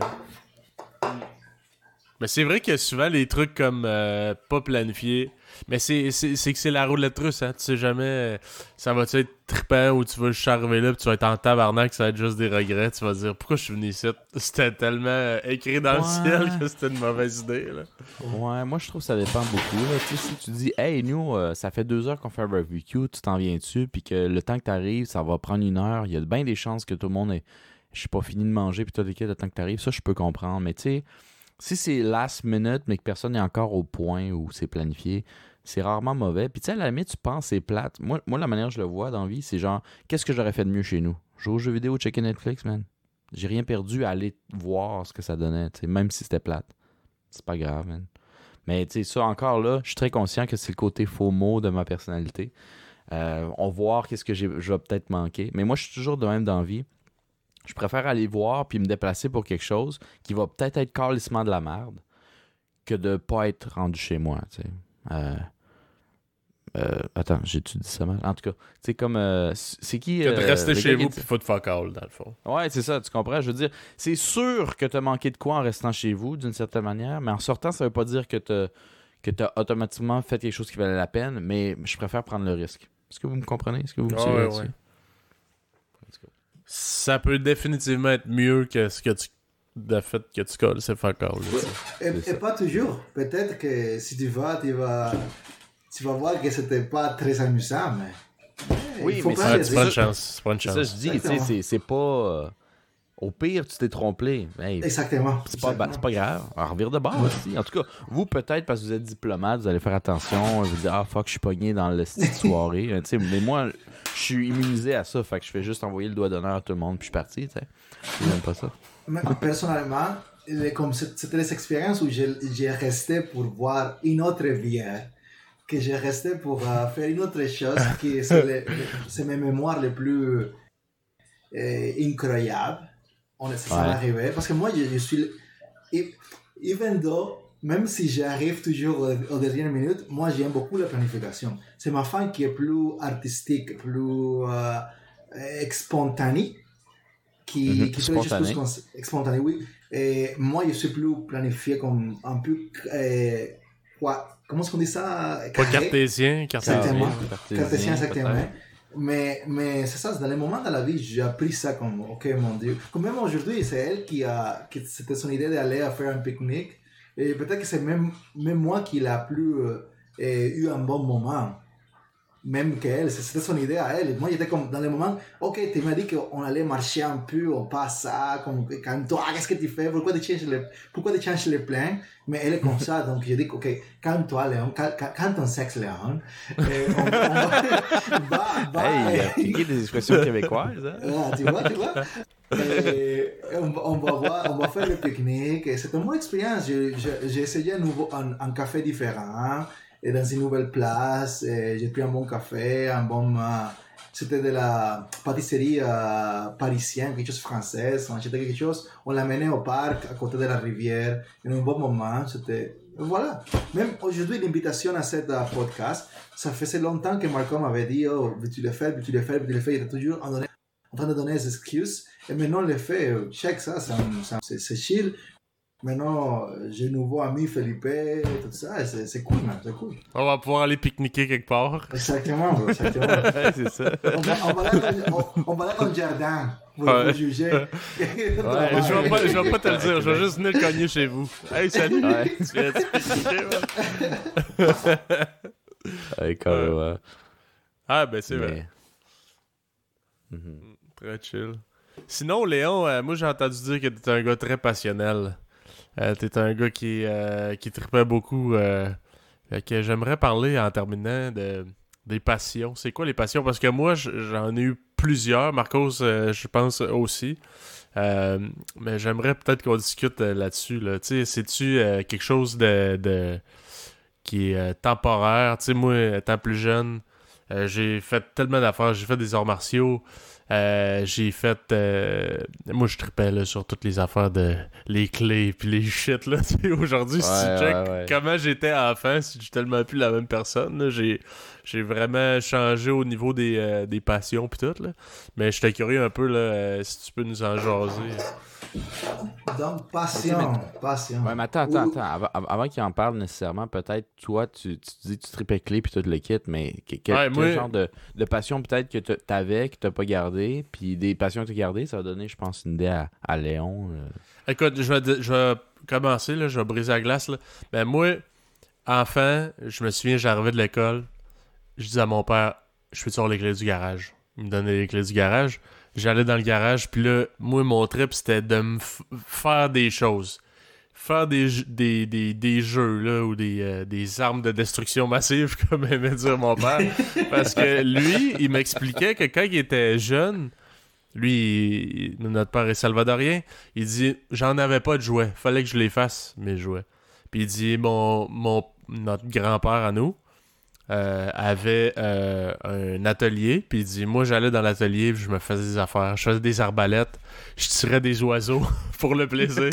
Mais c'est vrai que souvent, les trucs comme euh, pas planifiés, mais c'est, c'est, c'est que c'est la roulette russe, hein. Tu sais jamais, euh, ça va-tu être trippant ou tu vas juste arriver là puis tu vas être en tabarnak, ça va être juste des regrets. Tu vas dire, pourquoi je suis venu ici? C'était tellement euh, écrit dans ouais. le ciel que c'était une mauvaise idée, là. Ouais, moi, je trouve que ça dépend beaucoup, là. Tu sais, si tu dis, hey, nous, euh, ça fait deux heures qu'on fait un barbecue, tu t'en viens dessus, puis que le temps que t'arrives, ça va prendre une heure, il y a bien des chances que tout le monde ait, je suis pas fini de manger, puis toi, le temps que t'arrives, ça, je peux comprendre. Mais tu sais, si c'est last minute, mais que personne n'est encore au point où c'est planifié, c'est rarement mauvais. Puis tu sais, à la limite, tu penses c'est plate. Moi, moi, la manière que je le vois dans la vie, c'est genre, qu'est-ce que j'aurais fait de mieux chez nous? Jouer aux jeux vidéo, checker Netflix, man. J'ai rien perdu à aller voir ce que ça donnait, tu sais, même si c'était plate. C'est pas grave, man. Mais tu sais, ça, encore là, je suis très conscient que c'est le côté FOMO de ma personnalité. Euh, on va voir qu'est-ce que j'ai, je vais peut-être manquer. Mais moi, je suis toujours de même dans la vie. Je préfère aller voir puis me déplacer pour quelque chose qui va peut-être être calissement de la merde que de pas être rendu chez moi, tu sais. Euh, euh, attends, j'ai-tu dit ça mal? En tout cas, tu sais, comme... Euh, c'est qui... Que de euh, rester le chez gars qui vous dit- puis foot fuck all, dans le fond. Ouais, c'est ça, tu comprends? Je veux dire, c'est sûr que t'as manqué de quoi en restant chez vous, d'une certaine manière, mais en sortant, ça veut pas dire que t'as, que t'as automatiquement fait quelque chose qui valait la peine, mais je préfère prendre le risque. Est-ce que vous me comprenez? Est-ce que vous me Ouais, suivez ouais, là-dessus? ouais. Ça peut définitivement être mieux que ce que tu... le fait que tu colles, c'est fuck all. là, tu sais. Et, et pas toujours. Peut-être que si tu vas, tu vas, tu vas voir que c'était pas très amusant, mais. Oui, il faut mais pas ça, Ouais, laisser- tu prends une chance. Tu prends une C'est ça, chance. je dis, tu sais, Exactement. c'est, c'est pas... euh, Au pire, tu t'es trompé. Hey, Exactement. c'est pas, ba- c'est pas grave. Alors, revire de bord aussi. En tout cas, vous, peut-être, parce que vous êtes diplomate, vous allez faire attention. Vous dire, ah, fuck, je suis pogné dans le style de soirée. Tu sais, mais moi, je suis immunisé à ça. Fait que je fais juste envoyer le doigt d'honneur à tout le monde, puis je suis parti. Tu sais. J'aime pas ça. Mais personnellement, les- comme c'est- c'était les expériences où j'ai j'ai resté pour voir une autre bière, que j'ai resté pour euh, faire une autre chose, qui c'est le- le- c'est mes mémoires les plus euh, incroyables. On, ça Ouais. m'est arrivé. Parce que moi, je, je suis. et- Even though, même si j'arrive toujours aux, aux dernières minutes, moi, j'aime beaucoup la planification. C'est ma femme qui est plus artistique, plus euh, euh, spontanée, qui, Mhm. qui fait les choses Spontané. plus cons- spontanées, oui. Et moi, je suis plus planifié, comme un peu. Euh, quoi, comment est-ce qu'on dit ça? Pas Carré. cartésien, cartésien. Exactement. Cartésien, Cartésien, exactement. peut-être. Mais, mais c'est ça, dans les moments de la vie, j'ai appris ça comme, ok, mon Dieu. Comme même aujourd'hui, c'est elle qui a, qui, c'était son idée d'aller à faire un pique-nique. Et peut-être que c'est même, même moi qui l'a plus euh, euh, eu un bon moment. Même qu'elle, c'était son idée à elle. Et moi, j'étais comme dans les moments, ok, tu m'as dit qu'on allait marcher un peu, on passe ça, comme, quand toi, qu'est-ce que tu fais? Pourquoi tu changes les, pourquoi tu changes les plans? Mais elle est comme ça, donc je dis, ok, calme-toi, Léon, cal- cal- calme ton sexe, Léon. Et on, on va, va, va. Hey, il a appliqué des expressions québécoises. Hein? Ah, tu vois, tu vois. Et on, va- on, va voir, on va faire le pique-nique. Et c'était mon expérience. Je- je- J'ai essayé un, nouveau, un, un café différent et dans une nouvelle place. Et j'ai pris un bon café, un bon. euh, c'était de la pâtisserie euh, parisienne, quelque chose de français. On achetait quelque chose, on l'amenait au parc à côté de la rivière. Et un bon moment, c'était. Voilà. Même aujourd'hui, l'invitation à cette euh, podcast, ça faisait longtemps que Malcolm avait dit, oh, veux-tu le faire, veux-tu le faire, veux-tu le faire. Il était toujours en, donné- en train de donner des excuses. Et maintenant, on le fait. euh, Check ça, ça, ça- c'est c'est chill. Maintenant, euh, j'ai un nouveau ami Felipe, tout ça. et C'est c'est cool, man, c'est cool. On va pouvoir aller pique-niquer quelque part. Exactement, bro, exactement. Ouais, c'est ça. On va, on va aller dans- on- on va aller dans le jardin pour Ouais. vous juger. Ouais, je vais pas, je vais pas te le dire, je vais juste venir cogner chez vous. Hey, salut! Ouais. Tu viens pique-niquer, man? Ouais, carrément. Ah, ben c'est vrai. Mais- Mhm. Très chill. Sinon, Léon, euh, moi j'ai entendu dire que t'es un gars très passionnel. Euh, t'es un gars qui, euh, qui tripait beaucoup. Euh, fait que j'aimerais parler en terminant de, des passions. C'est quoi les passions? Parce que moi, j- j'en ai eu plusieurs. Marcos, euh, je pense aussi. Euh, mais j'aimerais peut-être qu'on discute euh, là-dessus. Là. Tu sais, c'est-tu euh, quelque chose de, de qui est euh, temporaire? Tu sais, moi, étant plus jeune, euh, j'ai fait tellement d'affaires. J'ai fait des arts martiaux. Euh, j'ai fait euh, moi je tripais là, sur toutes les affaires de les clés puis les shit là. Tu sais, aujourd'hui si Ouais, tu check ouais, ouais. comment j'étais enfant, si je suis tellement plus la même personne là, j'ai j'ai vraiment changé au niveau des, euh, des passions puis tout là. Mais j'étais curieux un peu là, euh, si tu peux nous en jaser. Donc, passion, passion. Ouais, mais attends, attends, Ou- attends. Avant, av- avant qu'il en parle nécessairement, peut-être, toi, tu, tu dis que tu tripais clé puis tout le kit, mais que- que- Ouais, quel moi- genre de, de passion peut-être que tu avais, que tu n'as pas gardé, puis des passions que tu as gardées, ça va donner, je pense, une idée à, à Léon. euh. Écoute, je vais, je vais commencer, là, je vais briser la glace. Là. Ben moi, enfant, je me souviens, j'arrivais de l'école, je disais à mon père, je peux-tu avoir les clés du garage? Il me donnait les clés du garage. J'allais dans le garage, puis là, moi, mon trip, c'était de me f- faire des choses. faire des, des, des, des jeux là, ou des, euh, des armes de destruction massive, comme aimait dire mon père. Parce que lui, il m'expliquait que quand il était jeune, lui, il, notre père est salvadorien, il dit « J'en avais pas de jouets, fallait que je les fasse, mes jouets. » Puis il dit mon, mon notre grand-père à nous, Euh, avait euh, un atelier, puis il dit moi j'allais dans l'atelier, puis je me faisais des affaires, je faisais des arbalètes, je tirais des oiseaux pour le plaisir.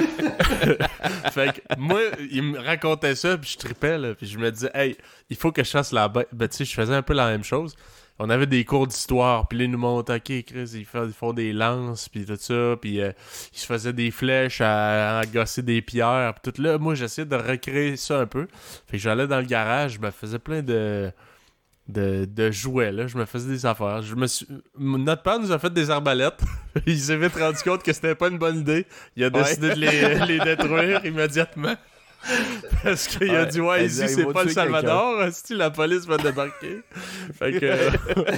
Fait que moi il me racontait ça, puis je tripais là, puis je me disais hey, il faut que je fasse la bête. Ben tu sais, je faisais un peu la même chose. On avait des cours d'histoire, puis là, ils nous montraient, OK, Chris, ils font, ils font des lances, puis tout ça, puis euh, ils se faisaient des flèches à, à gosser des pierres, puis tout là. Moi, j'essayais de recréer ça un peu. Fait que j'allais dans le garage, je me faisais plein de, de, de jouets, là. Je me faisais des affaires. Je me suis... Notre père nous a fait des arbalètes. Il s'est vite rendu compte que c'était pas une bonne idée. Il a décidé ouais. de les, les détruire immédiatement. Parce qu'il ouais, a dit ouais ici c'est pas le Salvador, si la police va débarquer. Fait que euh,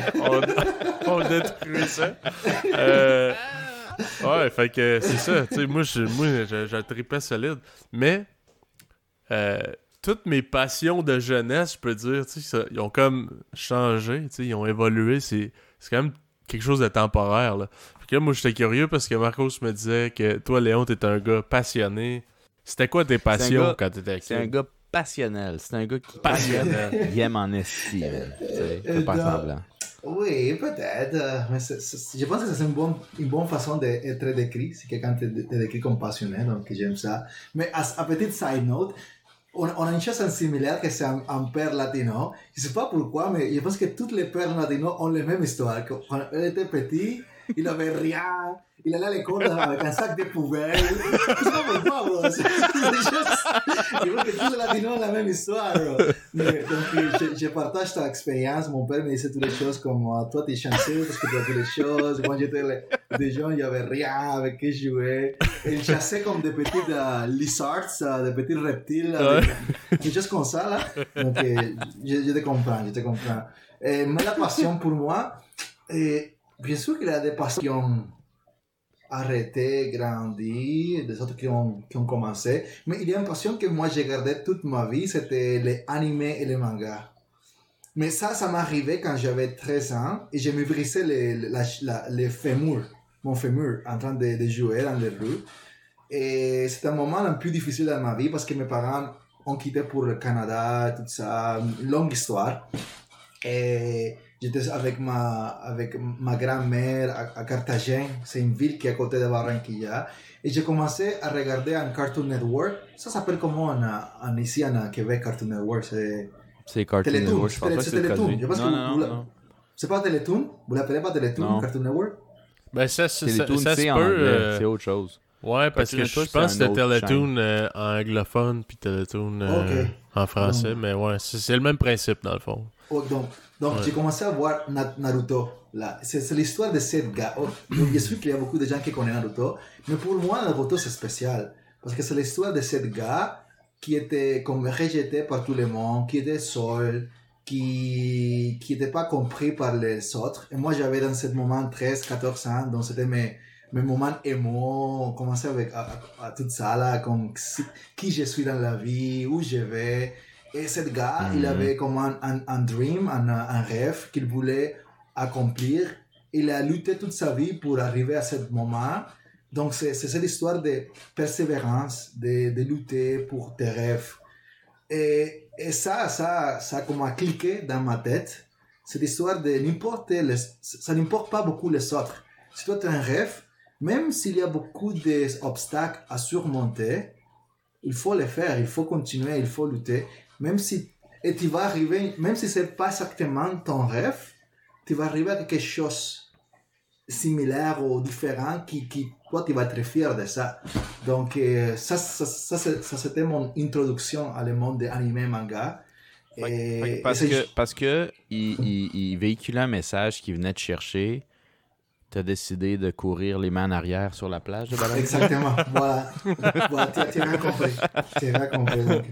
on, on détruit ça. Euh, ouais, fait que c'est ça. Tu sais, moi je moi je, je tripais solide, mais euh, toutes mes passions de jeunesse, je peux dire, tu sais, ils ont comme changé, tu sais, ils ont évolué. C'est c'est quand même quelque chose de temporaire là. Fait que là, moi j'étais curieux parce que Marcos me disait que toi Léon t'es un gars passionné. C'était quoi tes passions gars, quand t'étais avec C'est un gars passionnel. C'est un gars qui passionnel. Il aime en esti. C'est pas semblant. Oui, peut-être. Mais c'est, c'est, je pense que c'est une bonne, une bonne façon d'être décrit. C'est quelqu'un te, te décrit comme passionné, donc j'aime ça. Mais à, à petite side note, on, on a une chose similaire que c'est un, un père latino. Je sais pas pourquoi, mais je pense que tous les pères latinos ont la même histoire. Quand il était petit, il avait rien. Il allait à l'école avec un sac de poubelle. Je sais pas pourquoi, bro. C'est, c'est juste... Je vois que tous les latinos ont la même histoire, bro. Mais, donc, je, je partage ta expérience. Mon père me disait toutes les choses comme toi, t'es chanceux parce que tu as toutes les choses. Moi, j'étais des gens, il n'y avait rien avec qui jouer. Et il chassait comme des petits uh, lizards, uh, des petits reptiles, uh, des, des choses comme ça, là. Donc, euh, je, je te comprends, je te comprends. Et, mais la passion pour moi, et, bien sûr qu'il y a des passions arrêté, grandi, des autres qui ont, qui ont commencé. Mais il y a une passion que moi j'ai gardée toute ma vie, c'était les animés et les mangas. Mais ça, ça m'arrivait quand j'avais treize ans et je me brisais les, la, la, les fémurs, mon fémur, en train de, de jouer dans les rues. Et c'était un moment un peu difficile dans ma vie parce que mes parents ont quitté pour le Canada, tout ça, une longue histoire. Et j'étais avec ma, avec ma grand-mère à, à Cartagena, c'est une ville qui est à côté de Barranquilla. Et j'ai commencé à regarder un Cartoon Network. Ça s'appelle comment en, en, ici en Québec, Cartoon Network? C'est, c'est Cartoon Télétoon. Network, je pense pas c'est que c'est Télétoon. Je pense non, que non, vous, non, vous, non. C'est pas Télétoon? Vous l'appelez pas Télétoon, non. Cartoon Network? Ben ça, ça, Télétoon, ça, ça c'est se en peut... anglais, euh... c'est autre chose. Ouais, parce que je pense que c'était Télétoon euh, anglophone puis Télétoon euh, okay. en français, donc, mais ouais, c'est, c'est le même principe dans le fond. Oh, donc, donc ouais. J'ai commencé à voir Naruto. Là. C'est, c'est l'histoire de cette gars. Oh, je suis qu'il y a beaucoup de gens qui connaissent Naruto, mais pour moi, Naruto c'est spécial. Parce que c'est l'histoire de cette gars qui était comme rejeté par tout le monde, qui était seul, qui qui n'était pas compris par les autres. Et moi, j'avais dans ce moment treize quatorze ans, donc c'était mes... mes moments émo, commencer avec à, à, à tout ça là, comme qui je suis dans la vie, où je vais. Et ce gars, mm-hmm. il avait comme un, un, un dream, un, un rêve qu'il voulait accomplir. Il a lutté toute sa vie pour arriver à ce moment. Donc c'est, c'est cette histoire de persévérance, de, de lutter pour tes rêves. Et, et ça, ça, ça a comme a cliqué dans ma tête. Cette histoire de n'importe, les, ça n'importe pas beaucoup les autres. Si toi tu as un rêve, même s'il y a beaucoup d'obstacles à surmonter, il faut le faire, il faut continuer, il faut lutter. Même si, et tu vas arriver, même si ce n'est pas exactement ton rêve, tu vas arriver à quelque chose de similaire ou différent qui, qui, toi, tu vas être fier de ça. Donc, euh, ça, ça, ça, ça, ça, c'était mon introduction à le monde de anime et manga. Et, parce, et que, parce que il, il, il véhiculait un message qui venait te chercher. T'as décidé de courir les mains en arrière sur la plage de Barranquilla. Exactement, voilà. Voilà, tu as bien compris. Tu as bien compris.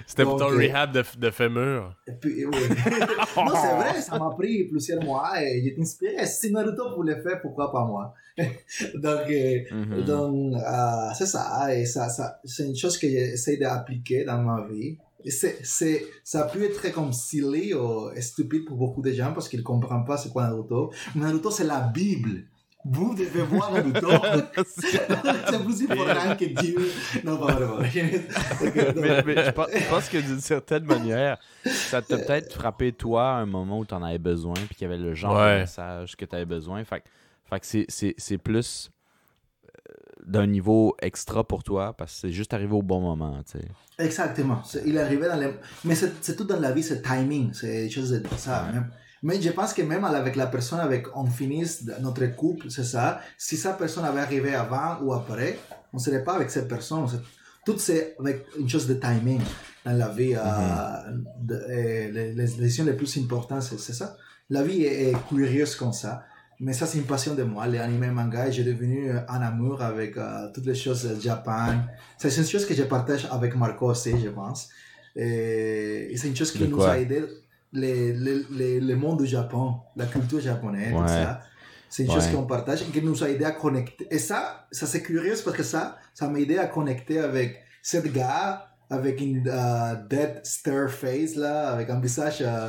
C'était pour Donc, ton euh, rehab de, de fémur. Et puis, oui. Non, c'est vrai, ça m'a pris plusieurs mois et j'étais inspiré. Si Naruto pouvait le faire, pourquoi pas moi? Donc, euh, Mhm. donc euh, c'est ça. Et ça, ça c'est une chose que j'essaie d'appliquer dans ma vie. Et c'est, c'est, ça peut être très comme silly ou stupide pour beaucoup de gens parce qu'ils ne comprennent pas c'est quoi Naruto. Naruto, c'est la Bible. Vous devez voir Naruto. C'est plus important que Dieu. Non, pas vraiment. mais, mais je pense, je pense que d'une certaine manière, ça t'a peut-être frappé toi à un moment où tu en avais besoin, puis qu'il y avait le genre Ouais. de message que tu avais besoin. Fait, que- fait que c'est, c'est, c'est plus euh, d'un niveau extra pour toi, parce que c'est juste arrivé au bon moment, tu sais. Exactement. C'est- Il est arrivé dans les... Mais c'est c'est tout dans la vie, c'est timing. C'est des choses de ça. Ouais. Même. Mais je pense que même avec la personne avec on finisse notre couple, c'est ça. Si cette personne avait arrivé avant ou après, on ne serait pas avec cette personne. C'est- Tout c'est avec une chose de timing dans la vie. euh, de- et les, les décisions les plus importantes, c'est c'est ça. La vie est, est curieuse comme ça. Mais ça, c'est une passion de moi, les animés manga. Et j'ai devenu euh, en amour avec euh, toutes les choses du Japon. C'est une chose que je partage avec Marco aussi, je pense. Et, et c'est une chose qui De nous quoi? a aidé, les, les, les, le monde du Japon, la culture japonaise, tout Ouais. ça. C'est une Ouais. chose qu'on partage et qui nous a aidé à connecter. Et ça, ça c'est curieux parce que ça, ça m'a aidé à connecter avec cet gars avec une uh, dead stare face là, avec un visage uh,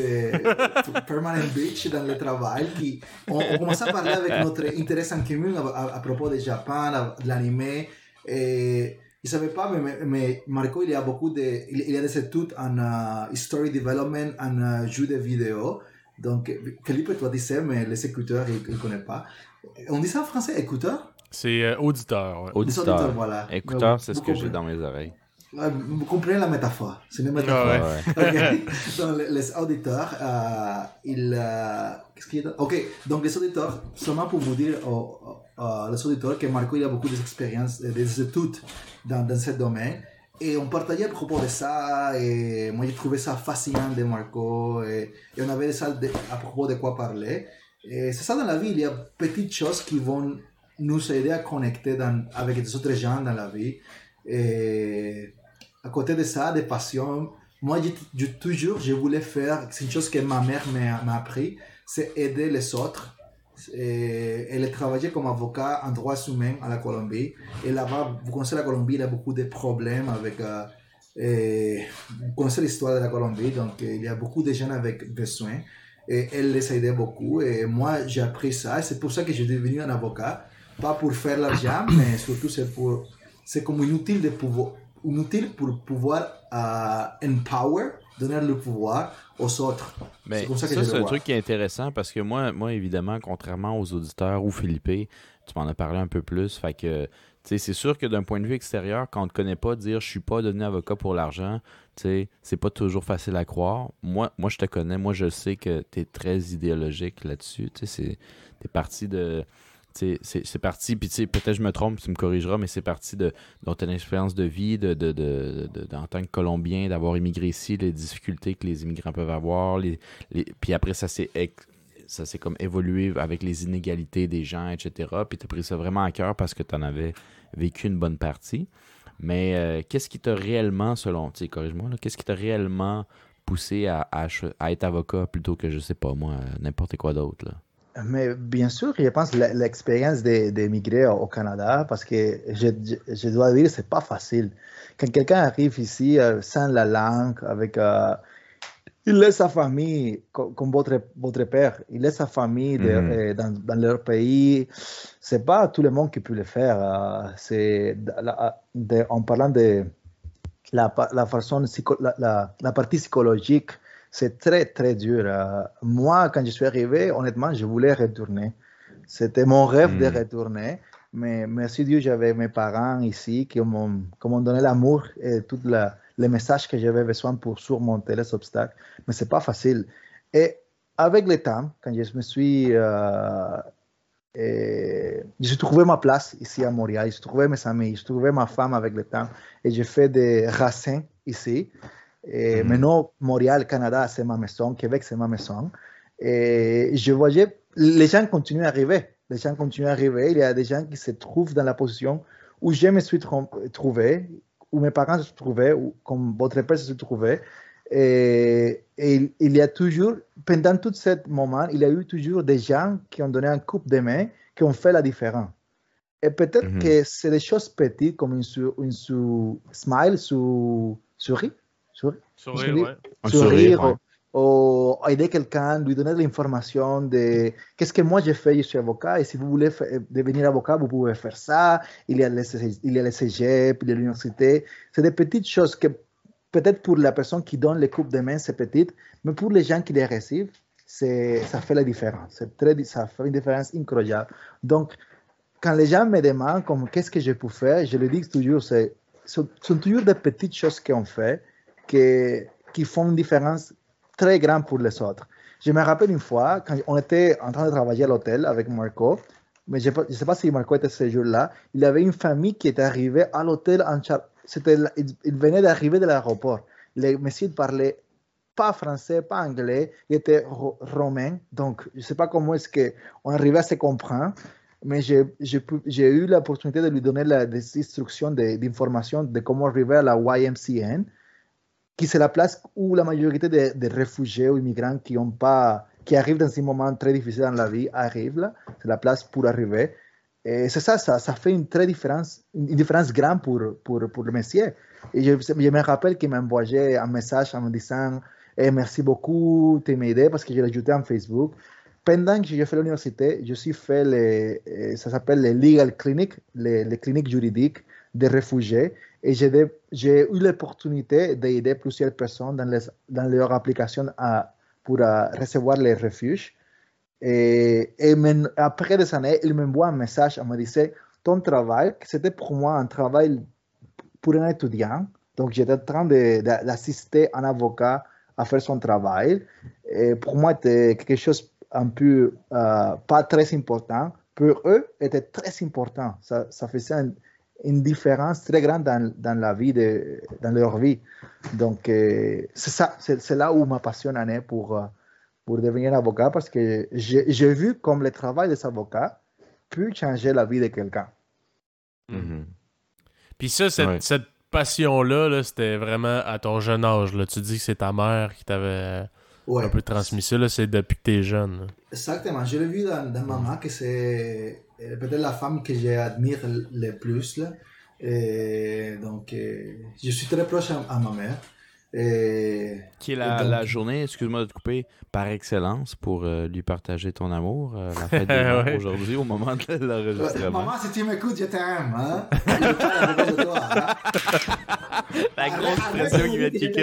de permanent bitch dans le travail. Qui, on, on commençait à parler avec notre intérêt en commun à, à, à propos du Japon, à, de l'anime. Et je savais pas, mais, mais Marco, il y a beaucoup de, il, il y a des études en uh, story development, en uh, jeux de vidéo. Donc, Philippe, toi, tu sais, mais les écouteurs, ils ne connaissent pas. On dit ça en français, écouteurs? C'est euh, auditeur. Ouais. Les Auditeur. auditeurs, voilà. Écouteur, Donc, c'est ce vous que j'ai comprenez. dans mes oreilles. Ouais, vous comprenez la métaphore, c'est une métaphore. Ah ouais. Ouais. Ok. Donc, les, les auditeurs, euh, ils, euh, qu'est-ce qu'il y a? Ok, donc les auditeurs, seulement pour vous dire aux, aux, les auditeurs que Marco il a beaucoup d'expériences, des études dans, dans ce domaine. Et on partageait à propos de ça, et moi j'ai trouvé ça fascinant de Marco, et, et on avait ça de, à propos de quoi parler. Et c'est ça dans la vie, il y a petites choses qui vont nous aider à connecter dans, avec des autres gens dans la vie. Et à côté de ça, des passions, moi j'ai, j'ai toujours, je voulais faire, c'est une chose que ma mère m'a, m'a appris, c'est aider les autres. Et elle a travaillé comme avocat en droits humains à la Colombie. Et là-bas, vous connaissez la Colombie, il y a beaucoup de problèmes avec... Euh, et vous connaissez l'histoire de la Colombie, donc il y a beaucoup de gens avec besoin. Et elle les aidait beaucoup. Et moi, j'ai appris ça. Et c'est pour ça que je suis devenu un avocat. Pas pour faire l'argent, mais surtout c'est pour... C'est comme inutile de pouvoir... Inutile pour pouvoir uh, empower, donner le pouvoir aux autres. Mais c'est comme ça que ça, je c'est le un vois. truc qui est intéressant parce que moi, moi, évidemment, contrairement aux auditeurs ou Philippe, tu m'en as parlé un peu plus. Fait que, tu sais, c'est sûr que d'un point de vue extérieur, quand on ne te connaît pas, dire je suis pas devenu avocat pour l'argent, tu sais, c'est pas toujours facile à croire. Moi, moi je te connais, moi, je sais que tu es très idéologique là-dessus. Tu sais, tu es parti de. C'est, c'est parti, puis tu sais, peut-être je me trompe, tu me corrigeras, mais c'est parti de, de ton expérience de vie, de, de, de, de, de, en tant que Colombien, d'avoir immigré ici, les difficultés que les immigrants peuvent avoir, les, les, puis après ça s'est, ça s'est comme évolué avec les inégalités des gens, et cetera. Puis tu as pris ça vraiment à cœur parce que tu en avais vécu une bonne partie. Mais euh, qu'est-ce qui t'a réellement, selon, tu sais, corrige-moi, là, qu'est-ce qui t'a réellement poussé à, à, à être avocat plutôt que, je sais pas moi, n'importe quoi d'autre, là? Mais bien sûr, je pense que l'expérience d'émigrer au Canada, parce que je, je, je dois dire, c'est pas facile. Quand quelqu'un arrive ici euh, sans la langue, avec, euh, il laisse sa famille, comme, comme votre, votre père, il laisse sa famille de, Mm-hmm. euh, dans, dans leur pays. C'est pas tout le monde qui peut le faire. Euh, c'est la, de, en parlant de la, la, façon, la, la, la partie psychologique. C'est très, très dur. Euh, moi, quand je suis arrivé, honnêtement, je voulais retourner. C'était mon rêve mmh. de retourner. Mais merci Dieu, j'avais mes parents ici qui m'ont, qui m'ont donné l'amour et tous les messages que j'avais besoin pour surmonter les obstacles. Mais ce n'est pas facile. Et avec le temps, quand je me suis... Euh, et j'ai trouvé ma place ici à Montréal. J'ai trouvé mes amis. J'ai trouvé ma femme avec le temps. Et j'ai fait des racines ici. Et mm-hmm. Maintenant, Montréal, Canada, c'est ma maison. Québec, c'est ma maison. Et je voyais, les gens continuent à arriver. Les gens continuent à arriver. Il y a des gens qui se trouvent dans la position où je me suis trouvé, où mes parents se trouvaient, où, comme votre père se trouvait. Et, et il y a toujours, pendant tout ce moment, il y a eu toujours des gens qui ont donné un coup de main, qui ont fait la différence. Et peut-être mm-hmm. que c'est des choses petites, comme une, sou, une sou, smile, sou, souris, souris, sourire, sourire, ouais. Un sourire, ouais. ou, ou aider quelqu'un, lui donner de l'information de qu'est-ce que moi j'ai fait, je suis avocat, et si vous voulez f- devenir avocat, vous pouvez faire ça, il y a les, il y a les cégep, il y a l'université. C'est des petites choses que peut-être pour la personne qui donne les coupes de main, c'est petite, mais pour les gens qui les reçoivent, c'est, ça fait la différence. C'est très, ça fait une différence incroyable. Donc, quand les gens me demandent comme, qu'est-ce que je peux faire, je leur dis toujours, c'est, ce sont toujours des petites choses qu'on fait que, qui font une différence très grande pour les autres. Je me rappelle une fois, quand on était en train de travailler à l'hôtel avec Marco, mais je ne sais pas si Marco était ce jour-là, il y avait une famille qui était arrivée à l'hôtel en Char- C'était, il, il venait d'arriver de l'aéroport. Le monsieur ne parlait pas français, pas anglais, il était ro- romain, donc je ne sais pas comment est-ce qu'on arrivait à se comprendre, mais j'ai, j'ai, j'ai eu l'opportunité de lui donner la, des instructions, de, d'informations de comment arriver à la Y M C N, qui c'est la place où la majorité des, des réfugiés ou immigrants qui, ont pas, qui arrivent dans un moment très difficile dans la vie arrivent là. C'est la place pour arriver. Et c'est ça, ça, ça fait une très différence, une différence grande pour, pour, pour le monsieur. Et je, je me rappelle qu'il m'a envoyé un message en me disant hey, merci beaucoup, tu m'as aidé parce que je l'ai ajouté en Facebook. Pendant que j'ai fait l'université, je suis fait les, ça s'appelle les legal clinics, les, les cliniques juridiques des réfugiés. Et j'ai, de, j'ai eu l'opportunité d'aider plusieurs personnes dans, les, dans leur application à, pour à recevoir les refuges. Et, et men, après des années, il m'envoie un message, il me disait, ton travail, c'était pour moi un travail pour un étudiant. Donc, j'étais en train de, de, d'assister un avocat à faire son travail. Et pour moi, c'était quelque chose un peu euh, pas très important. Pour eux, c'était très important. Ça, ça faisait un, une différence très grande dans, dans la vie, de, dans leur vie. Donc, euh, c'est ça, c'est, c'est là où ma passion en est pour... Euh, pour devenir avocat parce que j'ai, j'ai vu comme le travail des avocats peut changer la vie de quelqu'un. Mm-hmm. Puis ça, cette, ouais. cette passion-là, là, c'était vraiment à ton jeune âge. Là. Tu dis que c'est ta mère qui t'avait ouais. un peu transmis ça. Là, c'est depuis que t'es jeune. Là. Exactement. Je l'ai vu dans, dans maman que c'est peut-être la femme que j'admire le plus. Là. Et donc, je suis très proche à, à ma mère. Et, qui est la, donc... la journée, excuse-moi de te couper, par excellence pour euh, lui partager ton amour, euh, la fête des mères ouais. aujourd'hui au moment de l'enregistrement. Maman, si tu m'écoutes, je t'aime. Hein? Je parle de toi. Hein? La grosse pression qui vient de kicker.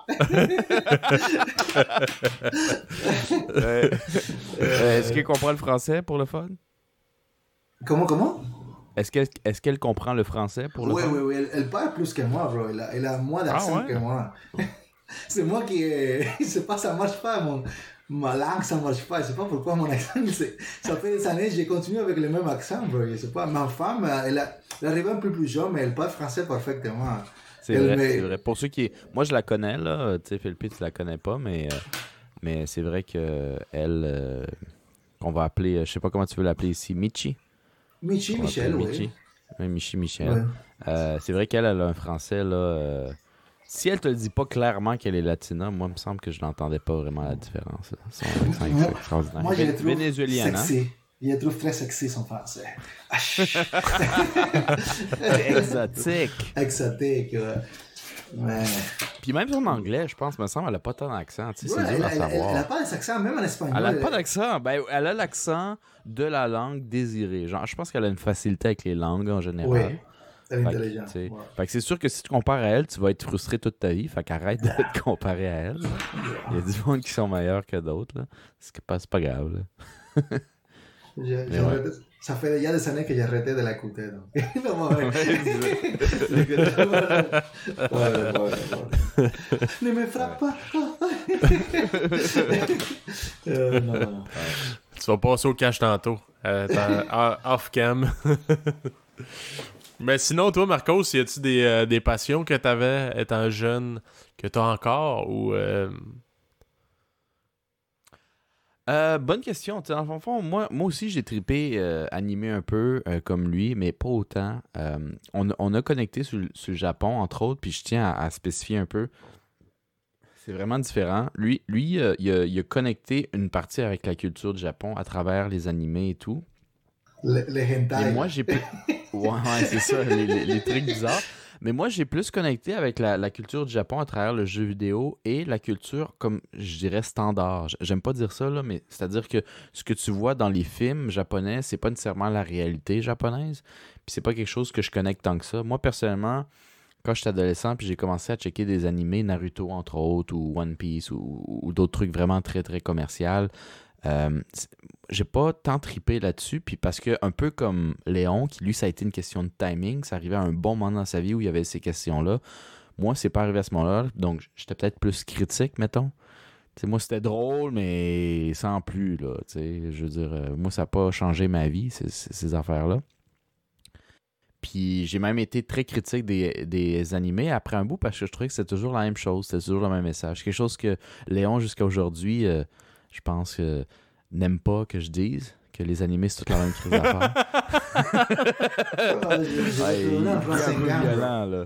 ouais. euh, est-ce qu'elle comprend le français pour le fun? Comment, comment? Est-ce qu'elle, est-ce qu'elle comprend le français pour le Oui, fun? oui, oui. Elle, elle parle plus que moi, bro. Elle a, elle a moins d'accent ah, ouais? que moi. C'est moi qui... Je sais pas, ça marche pas. Mon, ma langue, ça marche pas. Je sais pas pourquoi mon accent... Ça fait des années, j'ai continué avec le même accent, bro. Je sais pas. Ma femme, elle, a, elle arrive un peu plus jeune, mais elle parle français parfaitement. C'est elle vrai, met... c'est vrai. Pour ceux qui... Moi, je la connais, là. Tu sais, Philippe, tu la connais pas, mais... Euh, mais c'est vrai que elle... Euh, on va appeler... Je sais pas comment tu veux l'appeler ici. Michi? Michi, Michel, oui. Michi. oui. Michi, Michel. Ouais. Euh, c'est vrai qu'elle elle a un français, là... Euh, si elle te le dit pas clairement qu'elle est latina, moi, il me semble que je n'entendais pas vraiment la différence. Là. Son accent est extraordinaire. Moi, je le trouve vénézuélien, sexy. Hein? Je le trouve très sexy, son français. Exotique. Exotique, ouais. Ouais. Puis même son anglais, je pense, me semble, elle a pas tant d'accent. Tu sais, ouais, c'est dur elle, à savoir. Elle, elle a pas d'accent, même en espagnol. Elle a pas d'accent. Ben, elle a l'accent de la langue désirée. Genre, je pense qu'elle a une facilité avec les langues en général. Oui, elle est intelligente. Fait, ouais. fait que c'est sûr que si tu compares à elle, tu vas être frustré toute ta vie. Fait qu'arrête de te comparer à elle. Il y a du monde qui sont meilleurs que d'autres. Là. C'est pas, c'est pas grave. Là. je, je ouais. Ça fait il y a des années que j'ai arrêté de l'écouter. Donc. Ne me frappe pas. euh, non, non. Tu vas passer au cash tantôt. Euh, off-cam. Mais sinon, toi, Marcos, y a-tu des, euh, des passions que t'avais étant jeune, que t'as encore ou... Euh... Euh, bonne question. T'sais, dans le fond, moi, moi aussi, j'ai trippé euh, animé un peu euh, comme lui, mais pas autant. Euh, on, on a connecté sur, sur le Japon, entre autres, puis je tiens à, à spécifier un peu. C'est vraiment différent. Lui, lui euh, il, a, il a connecté une partie avec la culture du Japon à travers les animés et tout. Les, les hentai. Et moi, j'ai plus... Ouais, ouais, c'est ça, les, les, les trucs bizarres. Mais moi, j'ai plus connecté avec la, la culture du Japon à travers le jeu vidéo et la culture, comme je dirais, standard. J'aime pas dire ça, là, mais c'est-à-dire que ce que tu vois dans les films japonais, c'est pas nécessairement la réalité japonaise. Puis c'est pas quelque chose que je connecte tant que ça. Moi, personnellement, quand j'étais adolescent, puis j'ai commencé à checker des animés, Naruto, entre autres, ou One Piece, ou, ou d'autres trucs vraiment très, très commerciaux, Euh, j'ai pas tant trippé là-dessus, puis parce que un peu comme Léon, qui lui ça a été une question de timing, ça arrivait à un bon moment dans sa vie où il y avait ces questions-là. Moi, c'est pas arrivé à ce moment-là, donc j'étais peut-être plus critique, mettons. T'sais, moi, c'était drôle, mais sans plus, là. T'sais, je veux dire, euh, moi, ça n'a pas changé ma vie, ces, ces, ces affaires-là. Puis j'ai même été très critique des, des animés après un bout parce que je trouvais que c'était toujours la même chose, c'était toujours le même message. Quelque chose que Léon, jusqu'à aujourd'hui, euh, je pense que n'aime pas que je dise que les animés, c'est toute la même crise d'affaires. Ouais, il est un peu violent, là.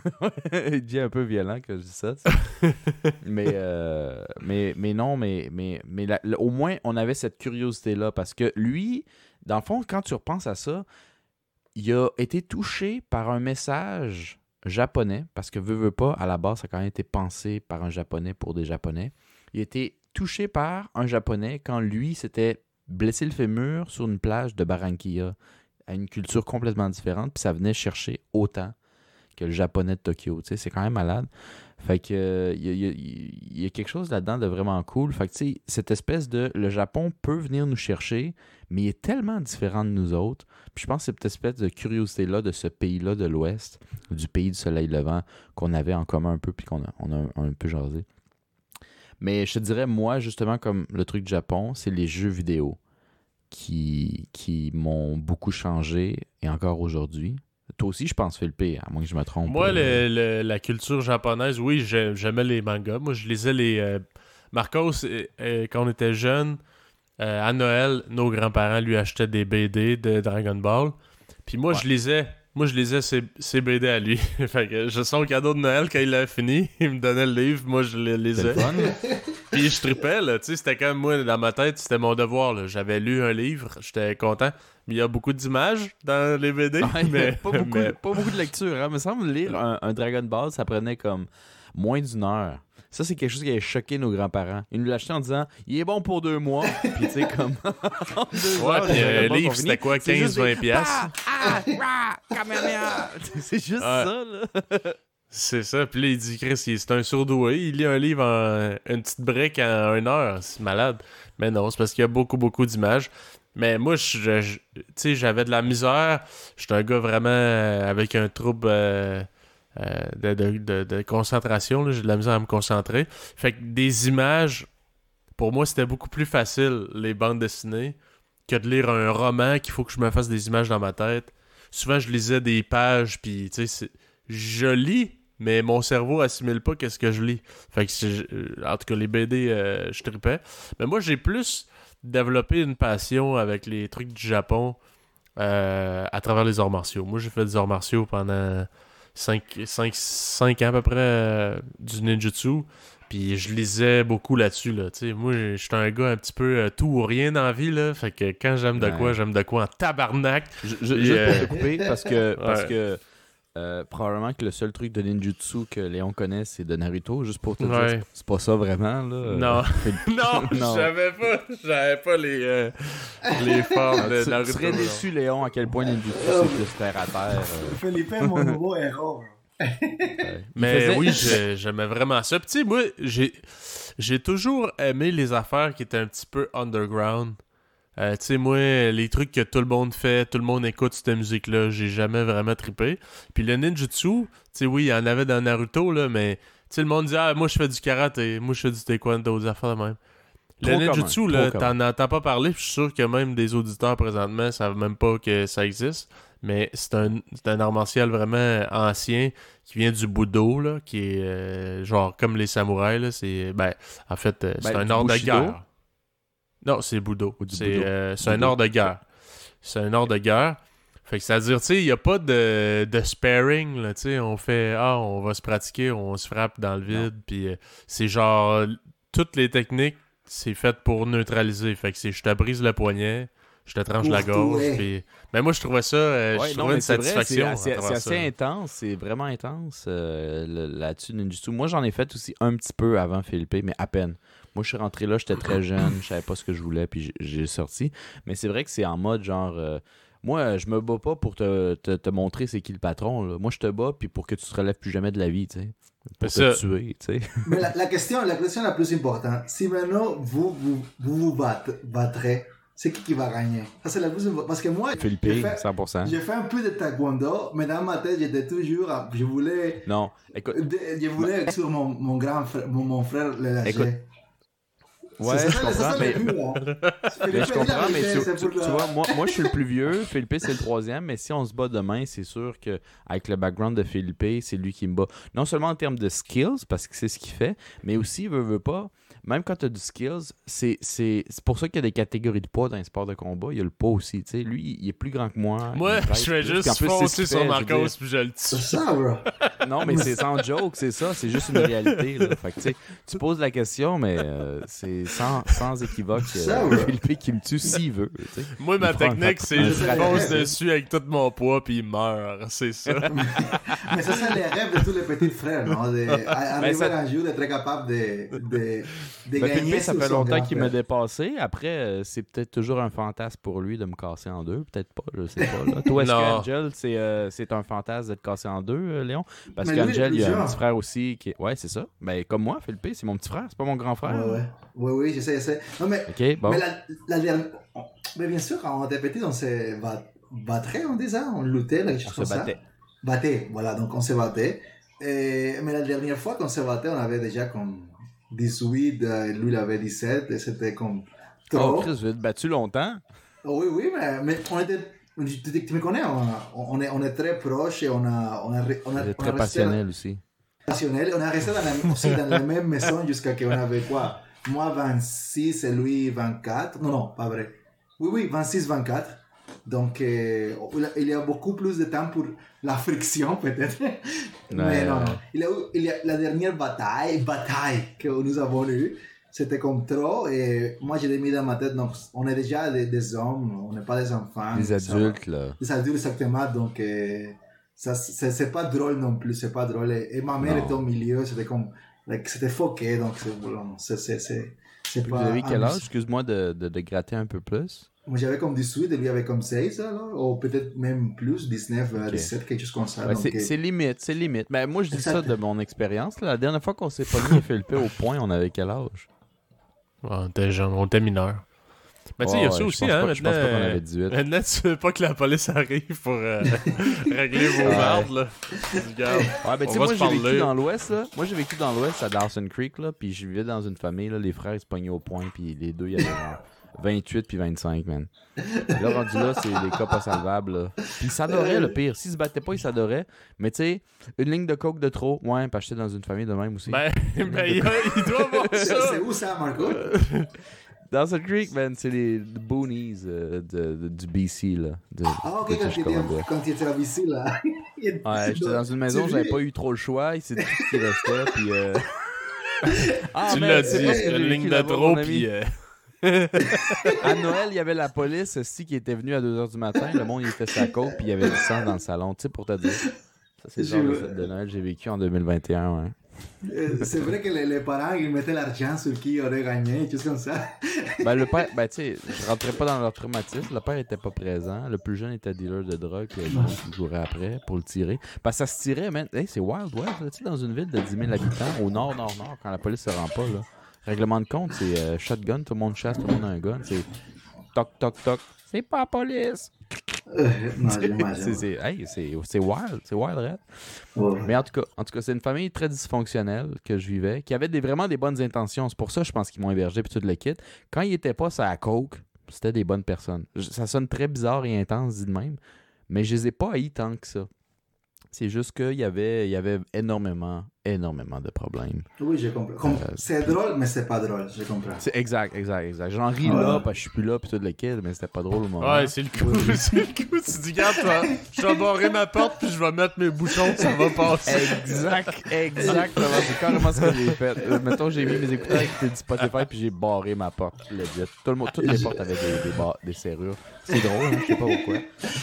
Il devient un peu violent que je dis ça. mais, euh, mais, mais non, mais, mais, mais la, la, au moins, on avait cette curiosité-là parce que lui, dans le fond, quand tu repenses à ça, il a été touché par un message japonais parce que, veut, veut pas, à la base, ça a quand même été pensé par un japonais pour des japonais. Il a été touché par un japonais quand lui s'était blessé le fémur sur une plage de Barranquilla à une culture complètement différente, puis ça venait chercher autant que le japonais de Tokyo. Tu sais, c'est quand même malade. Fait que euh, il y, y, y a quelque chose là-dedans de vraiment cool. Fait que tu sais, cette espèce de le Japon peut venir nous chercher, mais il est tellement différent de nous autres. Puis je pense que cette espèce de curiosité-là de ce pays-là de l'Ouest, du pays du soleil levant, qu'on avait en commun un peu, puis qu'on a, on a un, un peu jasé. Mais je te dirais, moi, justement, comme le truc du Japon, c'est les jeux vidéo qui, qui m'ont beaucoup changé, et encore aujourd'hui. Toi aussi, je pense, Philippe, à moins que je me trompe. Moi, le, le, la culture japonaise, oui, j'aimais les mangas. Moi, je lisais les... Euh, Marcos, euh, quand on était jeunes, euh, à Noël, nos grands-parents lui achetaient des B D de Dragon Ball. Puis moi, ouais. je lisais... Moi, je lisais ses, ses B D à lui. Fait que je son cadeau de Noël, quand il l'avait fini, il me donnait le livre, moi, je le lisais. Puis je trippais, là. Tu sais, c'était quand même, moi, dans ma tête, c'était mon devoir, là. J'avais lu un livre, j'étais content. Mais il y a beaucoup d'images dans les B D. Ouais, mais, pas, beaucoup, mais... pas beaucoup de lecture, hein. Il me semble lire un, un Dragon Ball, ça prenait comme moins d'une heure. Ça, c'est quelque chose qui avait choqué nos grands-parents. Ils nous l'achetaient en disant « Il est bon pour deux mois. » Puis tu sais, comme... deux ouais, puis un livre, c'était quoi? quinze vingt piastres? Ah! Ah! C'est juste ouais. ça, là. C'est ça. Puis là, il dit « Chris, c'est un surdoué. Il lit un livre en une petite brique en une heure. C'est malade. » Mais non, c'est parce qu'il y a beaucoup, beaucoup d'images. Mais moi, je, je, tu sais, j'avais de la misère. J'étais un gars vraiment euh, avec un trouble... Euh, Euh, de, de, de, de concentration, là, j'ai de la misère à me concentrer. Fait que des images, pour moi, c'était beaucoup plus facile, les bandes dessinées, que de lire un roman qu'il faut que je me fasse des images dans ma tête. Souvent, je lisais des pages, puis tu sais, je lis, mais mon cerveau assimile pas qu'est-ce que je lis. Fait que, c'est, en tout cas, les B D, euh, je tripais. Mais moi, j'ai plus développé une passion avec les trucs du Japon euh, à travers les arts martiaux. Moi, j'ai fait des arts martiaux pendant... cinq ans à peu près euh, du ninjutsu, puis je lisais beaucoup là-dessus, là, tu sais, moi j'étais un gars un petit peu euh, tout ou rien dans la vie, là, fait que quand j'aime de ouais. quoi, j'aime de quoi en tabarnak. Je, je, juste euh... pour te couper, parce que, parce ouais. que euh, probablement que le seul truc de ninjutsu que Léon connaît, c'est de Naruto, juste pour te ouais. dire, c'est pas ça vraiment, là. Non, non, non, j'avais pas, j'avais pas les, euh, les formes de tu, Naruto. Tu serais déçu, Léon, à quel point ninjutsu, c'est plus terre à terre. Euh... Felipe est mon nouveau héros. Ouais. Mais faisait... oui, j'ai, j'aimais vraiment ça. Puis tu sais, moi, j'ai, j'ai toujours aimé les affaires qui étaient un petit peu underground. Euh, tu sais, moi, les trucs que tout le monde fait, tout le monde écoute cette musique-là, j'ai jamais vraiment trippé. Puis le ninjutsu, tu sais, oui, il y en avait dans Naruto, là, mais tu sais, le monde dit « Ah, moi, je fais du karaté, moi, je fais du taekwondo, des affaires de même. » Le ninjutsu, là, t'en entends pas parler, puis je suis sûr que même des auditeurs présentement savent même pas que ça existe. Mais c'est un, c'est un art martial vraiment ancien qui vient du Budo, là, qui est euh, genre comme les samouraïs. Là, c'est, ben, en fait, euh, c'est ben, un art Bushido. de guerre. Non, c'est Budo. Ou du C'est, Budo. euh, c'est un Budo. art de guerre. C'est un art de guerre. Fait que c'est-à-dire, tu sais, il n'y a pas de, de sparring, là, tu sais, on fait, ah, on va se pratiquer, on se frappe dans le vide, puis euh, c'est genre, toutes les techniques, c'est fait pour neutraliser. Fait que c'est, je te brise le poignet, je te tranche Pour la gorge, tuer. puis... Mais moi, je trouvais ça, euh, Ouais, je non, trouvais mais une c'est vrai, satisfaction. c'est à assez, travers c'est assez ça. intense, c'est vraiment intense euh, le- là-dessus, Ninjutsu. Moi, j'en ai fait aussi un petit peu avant Philippe, mais à peine. Moi, je suis rentré là, j'étais très jeune, je savais pas ce que je voulais, puis j'ai, j'ai sorti. Mais c'est vrai que c'est en mode genre... euh, moi, je me bats pas pour te, te, te montrer c'est qui le patron. Là. Moi, je te bats puis pour que tu te relèves plus jamais de la vie, tu sais. Pour C'est te ça. tuer, tu sais. Mais la, la question, la question la plus importante, si maintenant vous vous, vous, vous batte- battrez, c'est qui qui va gagner? Ça, c'est la plus importante. Parce que moi, Philippe, j'ai fait, cent pour cent. j'ai fait un peu de taekwondo, mais dans ma tête, j'étais toujours, je voulais, Non, écoute, je voulais sur mon, mon grand frère, mon, mon frère le lâcher. Écoute, ouais, C'est je ça, c'est comprends, ça mais... le but, hein. Mais je comprends, mais tu, C'est tu- pour tu la- vois, moi, moi je suis le plus vieux, Philippe c'est le troisième, mais si on se bat demain, c'est sûr que avec le background de Philippe, c'est lui qui me bat. Non seulement en termes de skills, parce que c'est ce qu'il fait, mais aussi, veut, veut pas, même quand tu as du skills, c'est, c'est, c'est pour ça qu'il y a des catégories de poids dans les sports de combat. Il y a le poids aussi, tu sais. Lui, il est plus grand que moi. Moi, il pèse je vais plus, juste puis en plus, c'est ce foncer qu'il sur fait, je veux Marcos, dire. puis je le C'est tue. ça, bro. Non, mais c'est sans joke, c'est ça. C'est juste une réalité. Là. Fait que, tu sais, tu poses la question, mais euh, c'est sans, sans équivoque. Ça, Euh, ouais. Philippe qui me tue s'il veut. tu sais. Moi, ma Il prend un technique, fa- c'est un je frappe. fonce dessus avec tout mon poids, puis il meurt. C'est ça. Mais ça, c'est les rêves de tous les petits frères, non? De, à- arriver ça- un jour d'être capable de, de, de Ben, gagner Philippe, ça sur fait son longtemps grand qu'il frère. m'a dépassé. Après, euh, c'est peut-être toujours un fantasme pour lui de me casser en deux. Peut-être pas, je sais pas. Là. Toi, est-ce Non. que Angel, c'est, euh, c'est un fantasme de te casser en deux, euh, Léon? Parce Mais qu'Angel, lui, il y a genre. un petit frère aussi qui est... Ouais, c'est ça. Ben, comme moi, Philippe, c'est mon petit frère, c'est pas mon grand frère. Ouais, ouais. Oui, oui, je sais, je sais. Non, mais, OK, bon. mais la, la dernière... Mais bien sûr, quand on était petit, on se bat- battrait, on dit ça, on luttait, quelque chose On comme se ça. battait. Battait, voilà, donc on se battait. Et, mais la dernière fois qu'on se battait, on avait déjà comme dix-huit, euh, lui il avait dix-sept, et c'était comme Oh, trop. Chris, vous êtes battu longtemps? Oh, oui, oui, mais, mais on était... Tu, tu me connais, on, a- on, est, on est très proches et on a... On a, on a, Vous êtes on a très resté- passionnel aussi. passionnel. On a resté dans la, aussi dans la même maison jusqu'à qu'on avait quoi? Moi vingt-six et lui vingt-quatre. Non, non, pas vrai. Oui, oui, vingt-six vingt-quatre. Donc, euh, il y a beaucoup plus de temps pour la friction, peut-être. Mais non, non. Il y a eu il y a la dernière bataille, bataille que nous avons eue. C'était comme trop. Et moi, j'ai mis dans ma tête, donc, on est déjà des, des hommes, on n'est pas des enfants. Les ça va. adultes, là. Des adultes, exactement. Donc, euh, ça, c'est, c'est pas drôle non plus. C'est pas drôle. Et, et ma mère Non. était au milieu. C'était comme. Like, c'était foqué. Donc, c'est, bon, c'est, c'est, c'est, c'est Vous pas. avez quel âge? amusant. Excuse-moi de, de, de gratter un peu plus. Moi, j'avais comme dix-huit et lui avait comme seize, alors. Ou peut-être même plus, dix-neuf, Ok. dix-sept, quelque chose comme ça. Ouais, donc, c'est, euh, c'est limite, c'est limite. Mais moi, je dis Exact. ça de mon expérience. là. La dernière fois qu'on s'est pas mis à Philippe au point, on avait quel âge? Ouais, on était jeune, on était mineurs. Mais tu sais, il y a Ouais, ça ouais, aussi, je pense hein, pas- je pense maintenant, pas qu'on euh, avait dix-huit. Maintenant, tu veux pas que la police arrive pour euh, régler vos Ouais. mardes, là. Regarde. Ouais, ben tu sais, On va moi se j'ai vécu parler. dans l'Ouest, là. Moi j'ai vécu dans l'Ouest à Dawson Creek, là. Puis je vivais dans une famille, là. Les frères ils se pognaient au point, puis les deux, il y avait genre vingt-huit puis vingt-cinq, man. Là, rendu là, c'est des cas pas salvables, là. Puis ils s'adoraient, le pire. S'ils se battaient pas, ils s'adoraient. Mais tu sais, une ligne de coke de trop, ouais, puis j'étais dans une famille de même aussi. Ben, ben, il, y a- il doit avoir c'est, ça. c'est où ça, Marco? Dawson Creek, man, c'est les the boonies euh, de, de- du B C, là. De Ah, ok, quand British tu étais, Columbia. quand tu étais à Vici, là. Ouais, j'étais dans une maison, Tu j'avais vis- pas eu trop le choix, c'est tout ce qui restait, puis... Euh... Ah, Tu man, l'as c'est dit, pas ce que une j'ai ligne vécu de là-bas, trop, mon ami. puis... euh, À Noël, il y avait la police aussi qui était venue à deux heures du matin. Le monde il était sur la côte puis il y avait du sang dans le salon. Tu sais, pour te dire. Ça, c'est le genre de fête de Noël que j'ai vécu en deux mille vingt et un. Ouais. Euh, C'est vrai que les, les parents, ils mettaient l'argent sur qui aurait gagné, des choses comme ça. Ben, le père, ben, tu sais, je rentrais pas dans leur traumatisme. Le père était pas présent. Le plus jeune était dealer de drogue. Puis il y a des gens qui couraient après pour le tirer. Parce que ça se tirait, man. Hey, c'est wild, ouais. Tu sais, dans une ville de dix mille habitants, au nord, nord, nord, quand la police se rend pas, là. Règlement de compte, c'est euh, shotgun, tout le monde chasse, tout le monde a un gun. C'est toc, toc, toc. C'est pas la police. Euh, non, c'est, j'imagine. c'est, hey, c'est, c'est wild, c'est wild, Red. Ouais. Mais en tout cas, en tout cas, c'est une famille très dysfonctionnelle que je vivais, qui avait des, vraiment des bonnes intentions. C'est pour ça, je pense qu'ils m'ont hébergé puis tout le kit. Quand ils étaient pas sur la coke, c'était des bonnes personnes. Je- ça sonne très bizarre et intense dit de même, mais je les ai pas haïs tant que ça. C'est juste qu'il y avait, il y avait énormément, énormément de problèmes. Oui, j'ai compris. Com- Euh, c'est puis- drôle, mais c'est pas drôle, je comprends. C'est exact, exact, exact. J'en ris Ah. là, parce que je suis plus là, puis tout le kid, mais c'était pas drôle au moment. Ouais, c'est le coup. C'est le coup. Tu dis, regarde, toi, je vais barrer ma porte puis je vais mettre mes bouchons, ça va passer. Exact, exactement. C'est carrément ce que j'ai fait. Euh, mettons, j'ai mis mes écouteurs avec du Spotify, puis j'ai barré ma porte. Legit. Tout le monde, toutes les portes avaient des, des, bar- des serrures. C'est drôle, hein, je sais pas pourquoi.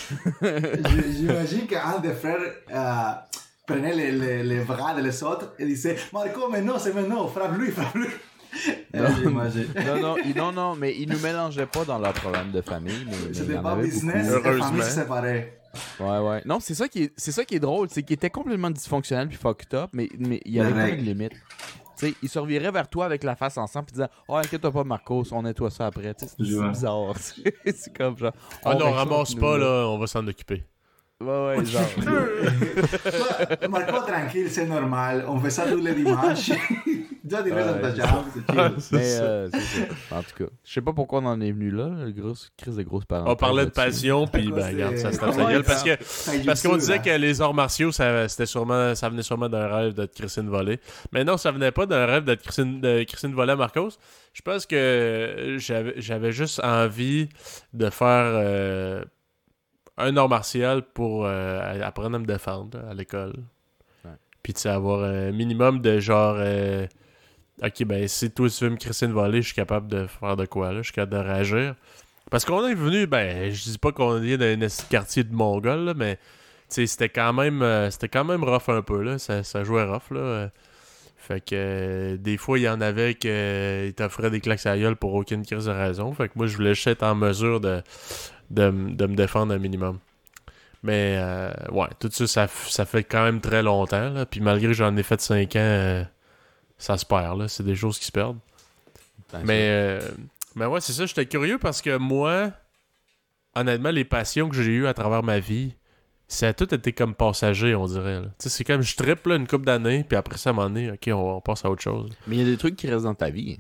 J- J'imagine qu'un des frères euh, prenait les, les, les bras de les autres et disait Marco, mais non, c'est maintenant, frappe-lui, frappe-lui. Non. J'imagine. Non, non, ils, non, non, mais ils nous mélangeaient pas dans leurs problèmes de famille. Mais, mais il y C'était en pas avait business, beaucoup. et famille Heureusement. se séparait. Ouais, ouais. Non, c'est ça qui est, c'est ça qui est drôle, c'est qu'il était complètement dysfonctionnel puis fucked up, mais, mais il y avait La pas règle. une limite. Tu sais, il se revirait vers toi avec la face ensemble puis disant « Oh, inquiète-toi pas, Marcos, on nettoie ça après. » Tu sais, c'est Je vois. bizarre. c'est comme genre... Ah on non, règle ça ramasse entre pas, nous, là, on va s'en occuper. Ouais, ouais, genre... Toi, Marco, tranquille, c'est normal. On fait ça tous les dimanches. Toi, tu restes dans ta Ouais, chambre, c'est chill. Mais euh, c'est ça. En tout cas, je sais pas pourquoi on en est venu là, le gros crise de grosse parenthèse. On parlait de là-dessus. passion, puis ben, C'est- regarde, ça se tape Ouais, sa gueule. Parce que Taijutsu, Parce qu'on disait là. que les arts martiaux, ça, c'était sûrement, ça venait sûrement d'un rêve de Christine Volée. Mais non, ça venait pas d'un rêve de Christine, de Christine Volée à Marcos. Je pense que j'avais, j'avais juste envie de faire euh, un art martial pour euh, apprendre à me défendre là, à l'école. Ouais. Puis tu sais, avoir un minimum de genre... euh, ok, ben si toi tu veux me Christine Volée, je suis capable de faire de quoi, là? Je suis capable de réagir. Parce qu'on est venu, ben, je dis pas qu'on est d'un esti quartier de Mongol, là, mais tu sais, c'était quand même euh, c'était quand même rough un peu, là. Ça, ça jouait rough, là. Euh, Fait que euh, des fois, il y en avait qui euh, t'offraient des claques à la gueule pour aucune crise de raison. Fait que moi, je voulais juste être en mesure de, de, m- de me défendre un minimum. Mais euh, ouais, tout ça, ça, f- ça fait quand même très longtemps, là. Puis malgré que j'en ai fait cinq ans, euh, ça se perd, là. C'est des choses qui se perdent. Bien Mais, euh, mais ouais, c'est ça, j'étais curieux parce que moi, honnêtement, les passions que j'ai eues à travers ma vie, ça a tout été comme passager, on dirait. là. Tu sais, c'est comme je trippe là, une couple d'années, puis après ça, à un moment donné, ok, on, on passe à autre chose. Mais il y a des trucs qui restent dans ta vie.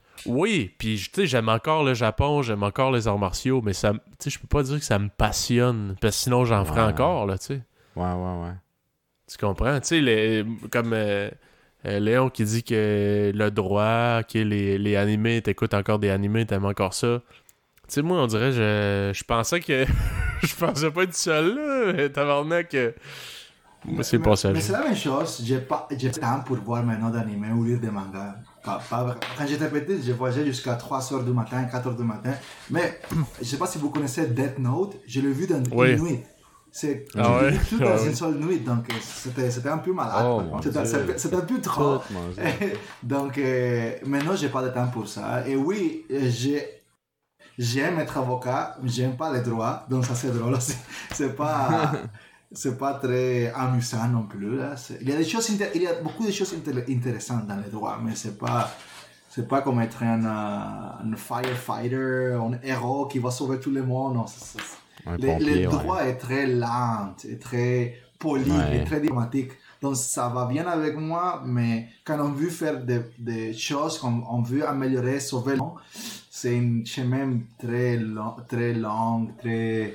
Oui, puis tu sais, j'aime encore le Japon, j'aime encore les arts martiaux, mais ça, tu sais, je peux pas dire que ça me passionne, parce que sinon j'en ferais Ouais. encore, là, tu sais. Ouais, ouais, ouais. Tu comprends? Tu sais, les- comme euh, euh, Léon qui dit que le droit, que les, les animés, t'écoutes encore des animés, t'aimes encore ça. Tu sais, moi, on dirait, je, je pensais que... je pensais pas être seul, là, mais tabarnak, que... Moi, c'est le Mais- passager. Mais c'est la même chose. J'ai pas, j'ai pas le temps pour voir maintenant d'animé ou lire des mangas. Quand, pas- quand j'étais petit, je voyageais jusqu'à trois heures du matin, quatre heures du matin. Mais je sais pas si vous connaissez Death Note. Je l'ai vu dans Oui. une nuit. C'est Ah je l'ai ouais? vu tout dans Ah ouais. une seule nuit. Donc euh, c'était, c'était un peu malade. Oh, par mon contre. c'était, Dieu. c'était- c'était un peu trop. Tout manger. Donc euh, maintenant, j'ai pas de temps pour ça. Et oui, euh, j'ai, j'aime être avocat, mais j'aime pas les droits. Donc ça, c'est drôle aussi. C'est pas. C'est pas très amusant non plus. Là. C'est- Il, y a des choses inté- il y a beaucoup de choses inté- intéressantes dans les droits, mais c'est pas, c'est pas comme être un, euh, un firefighter, un héros qui va sauver tout le monde. Non, c'est- c'est- Un le, pompier, le ouais. droit est très lent, est très poli, Ouais. est très diplomatique. Donc ça va bien avec moi, mais quand on veut faire des, des choses, quand on veut améliorer, sauver le monde, c'est un chemin très long, très long, très,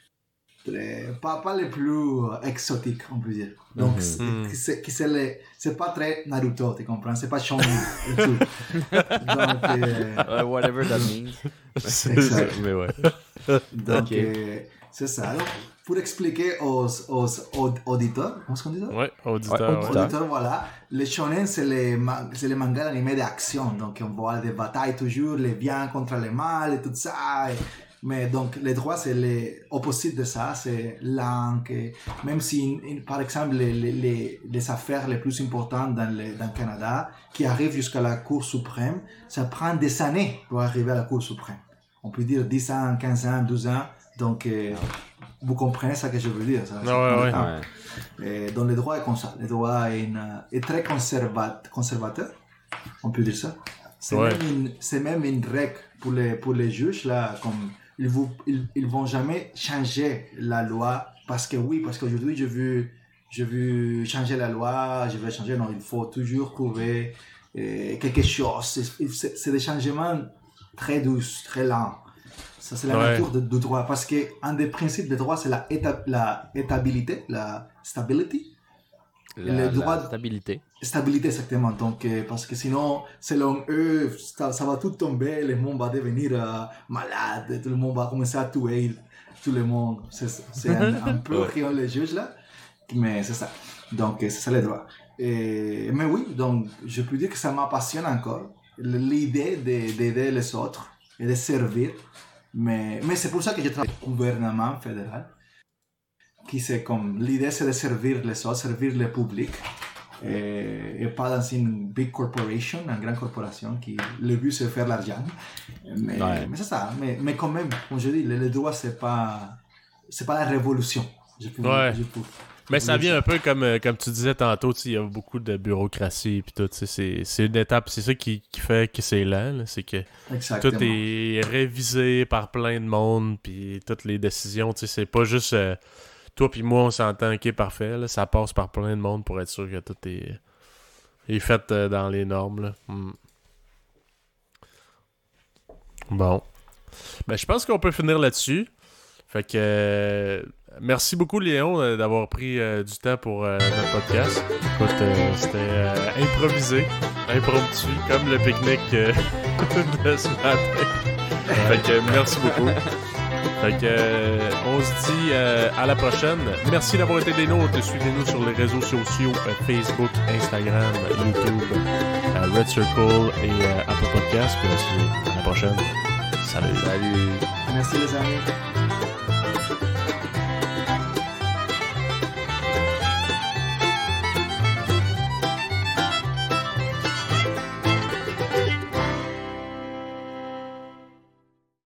très pas, pas les plus exotiques, on peut dire. Donc Mhm. c'est, Mhm. c'est, c'est, les- c'est pas très Naruto, tu comprends? C'est pas Shonen et tout. Donc, euh, Ouais, whatever that means. C'est Exact. ça, mais ouais. donc Ok. euh, c'est ça. Alors, pour expliquer aux, aux, aux auditeurs, comment est-ce qu'on dit ça? Ouais, auditeur, Ouais, ouais. auditeur. Auditeurs, voilà. Les shonen, c'est les, ma- c'est les mangas animés d'action. Donc, on voit des batailles toujours, les biens contre les mal et tout ça. Et- mais donc, les droits, c'est les opposites de ça. C'est lent. et Même si, in- par exemple, les, les, les, les affaires les plus importantes dans le, dans le Canada, qui arrivent jusqu'à la Cour suprême, ça prend des années pour arriver à la Cour suprême. On peut dire dix ans, quinze ans, douze ans. Donc, euh, vous comprenez ce que je veux dire. Ça, ça Ouais, prend du ouais. temps. Ouais. Et dans le droit est comme ça. Le droit est, une- est très conservat, conservateur, on peut dire ça. C'est, Ouais. même une, c'est même une règle pour les, pour les juges, là, comme ils ne ils, ils vont jamais changer la loi parce que oui, parce qu'aujourd'hui je veux, je veux changer la loi, je veux changer, non, il faut toujours trouver euh, quelque chose. C'est, c'est, c'est des changements très doux, très lents. Ça, c'est la Ouais. nature de- du droit. Parce qu'un des principes du droit, c'est la, éta- la étabilité, la stability. La, le droit la stabilité. Stabilité, exactement. Donc, euh, parce que sinon, selon eux, ça, ça va tout tomber, le monde va devenir euh, malade, tout le monde va commencer à tuer tout le monde. C'est, c'est un, un peu qui on les juge là, mais c'est ça. Donc, c'est ça le droit. Et, mais oui, donc, je peux dire que ça m'appassionne encore, l'idée de, d'aider les autres et de servir. Mais, mais c'est pour ça que je travaille au gouvernement fédéral, qui c'est comme, l'idée c'est de servir les autres, servir le public. Et, et pas dans une big corporation, une grande corporation qui le but c'est faire l'argent. Mais, ouais. mais c'est ça. Mais, mais quand même, comme je dis, le, le droit c'est pas c'est pas la révolution. Je peux, ouais. je peux, mais ça vient un peu comme comme tu disais tantôt, il y a beaucoup de bureaucratie puis tout. C'est, c'est une étape, c'est ça qui, qui fait que c'est lent. Là, c'est que Exactement. tout est révisé par plein de monde puis toutes les décisions, c'est pas juste euh, toi puis moi, on s'entend, ok, parfait. Là, ça passe par plein de monde pour être sûr que tout est, est fait euh, dans les normes. Là. Mm. Bon. Ben, je pense qu'on peut finir là-dessus. Fait que euh, merci beaucoup, Léon, euh, d'avoir pris euh, du temps pour euh, notre podcast. Écoute, euh, c'était euh, improvisé, impromptu, comme le pique-nique euh, de ce matin. Fait que merci beaucoup. Fait que, euh, on se dit euh, à la prochaine. Merci d'avoir été des nôtres. Suivez-nous sur les réseaux sociaux euh, Facebook, Instagram, YouTube, euh, Red Circle et euh, Apple Podcast. Puis on se dit à la prochaine. Salut. Salut. Merci les amis.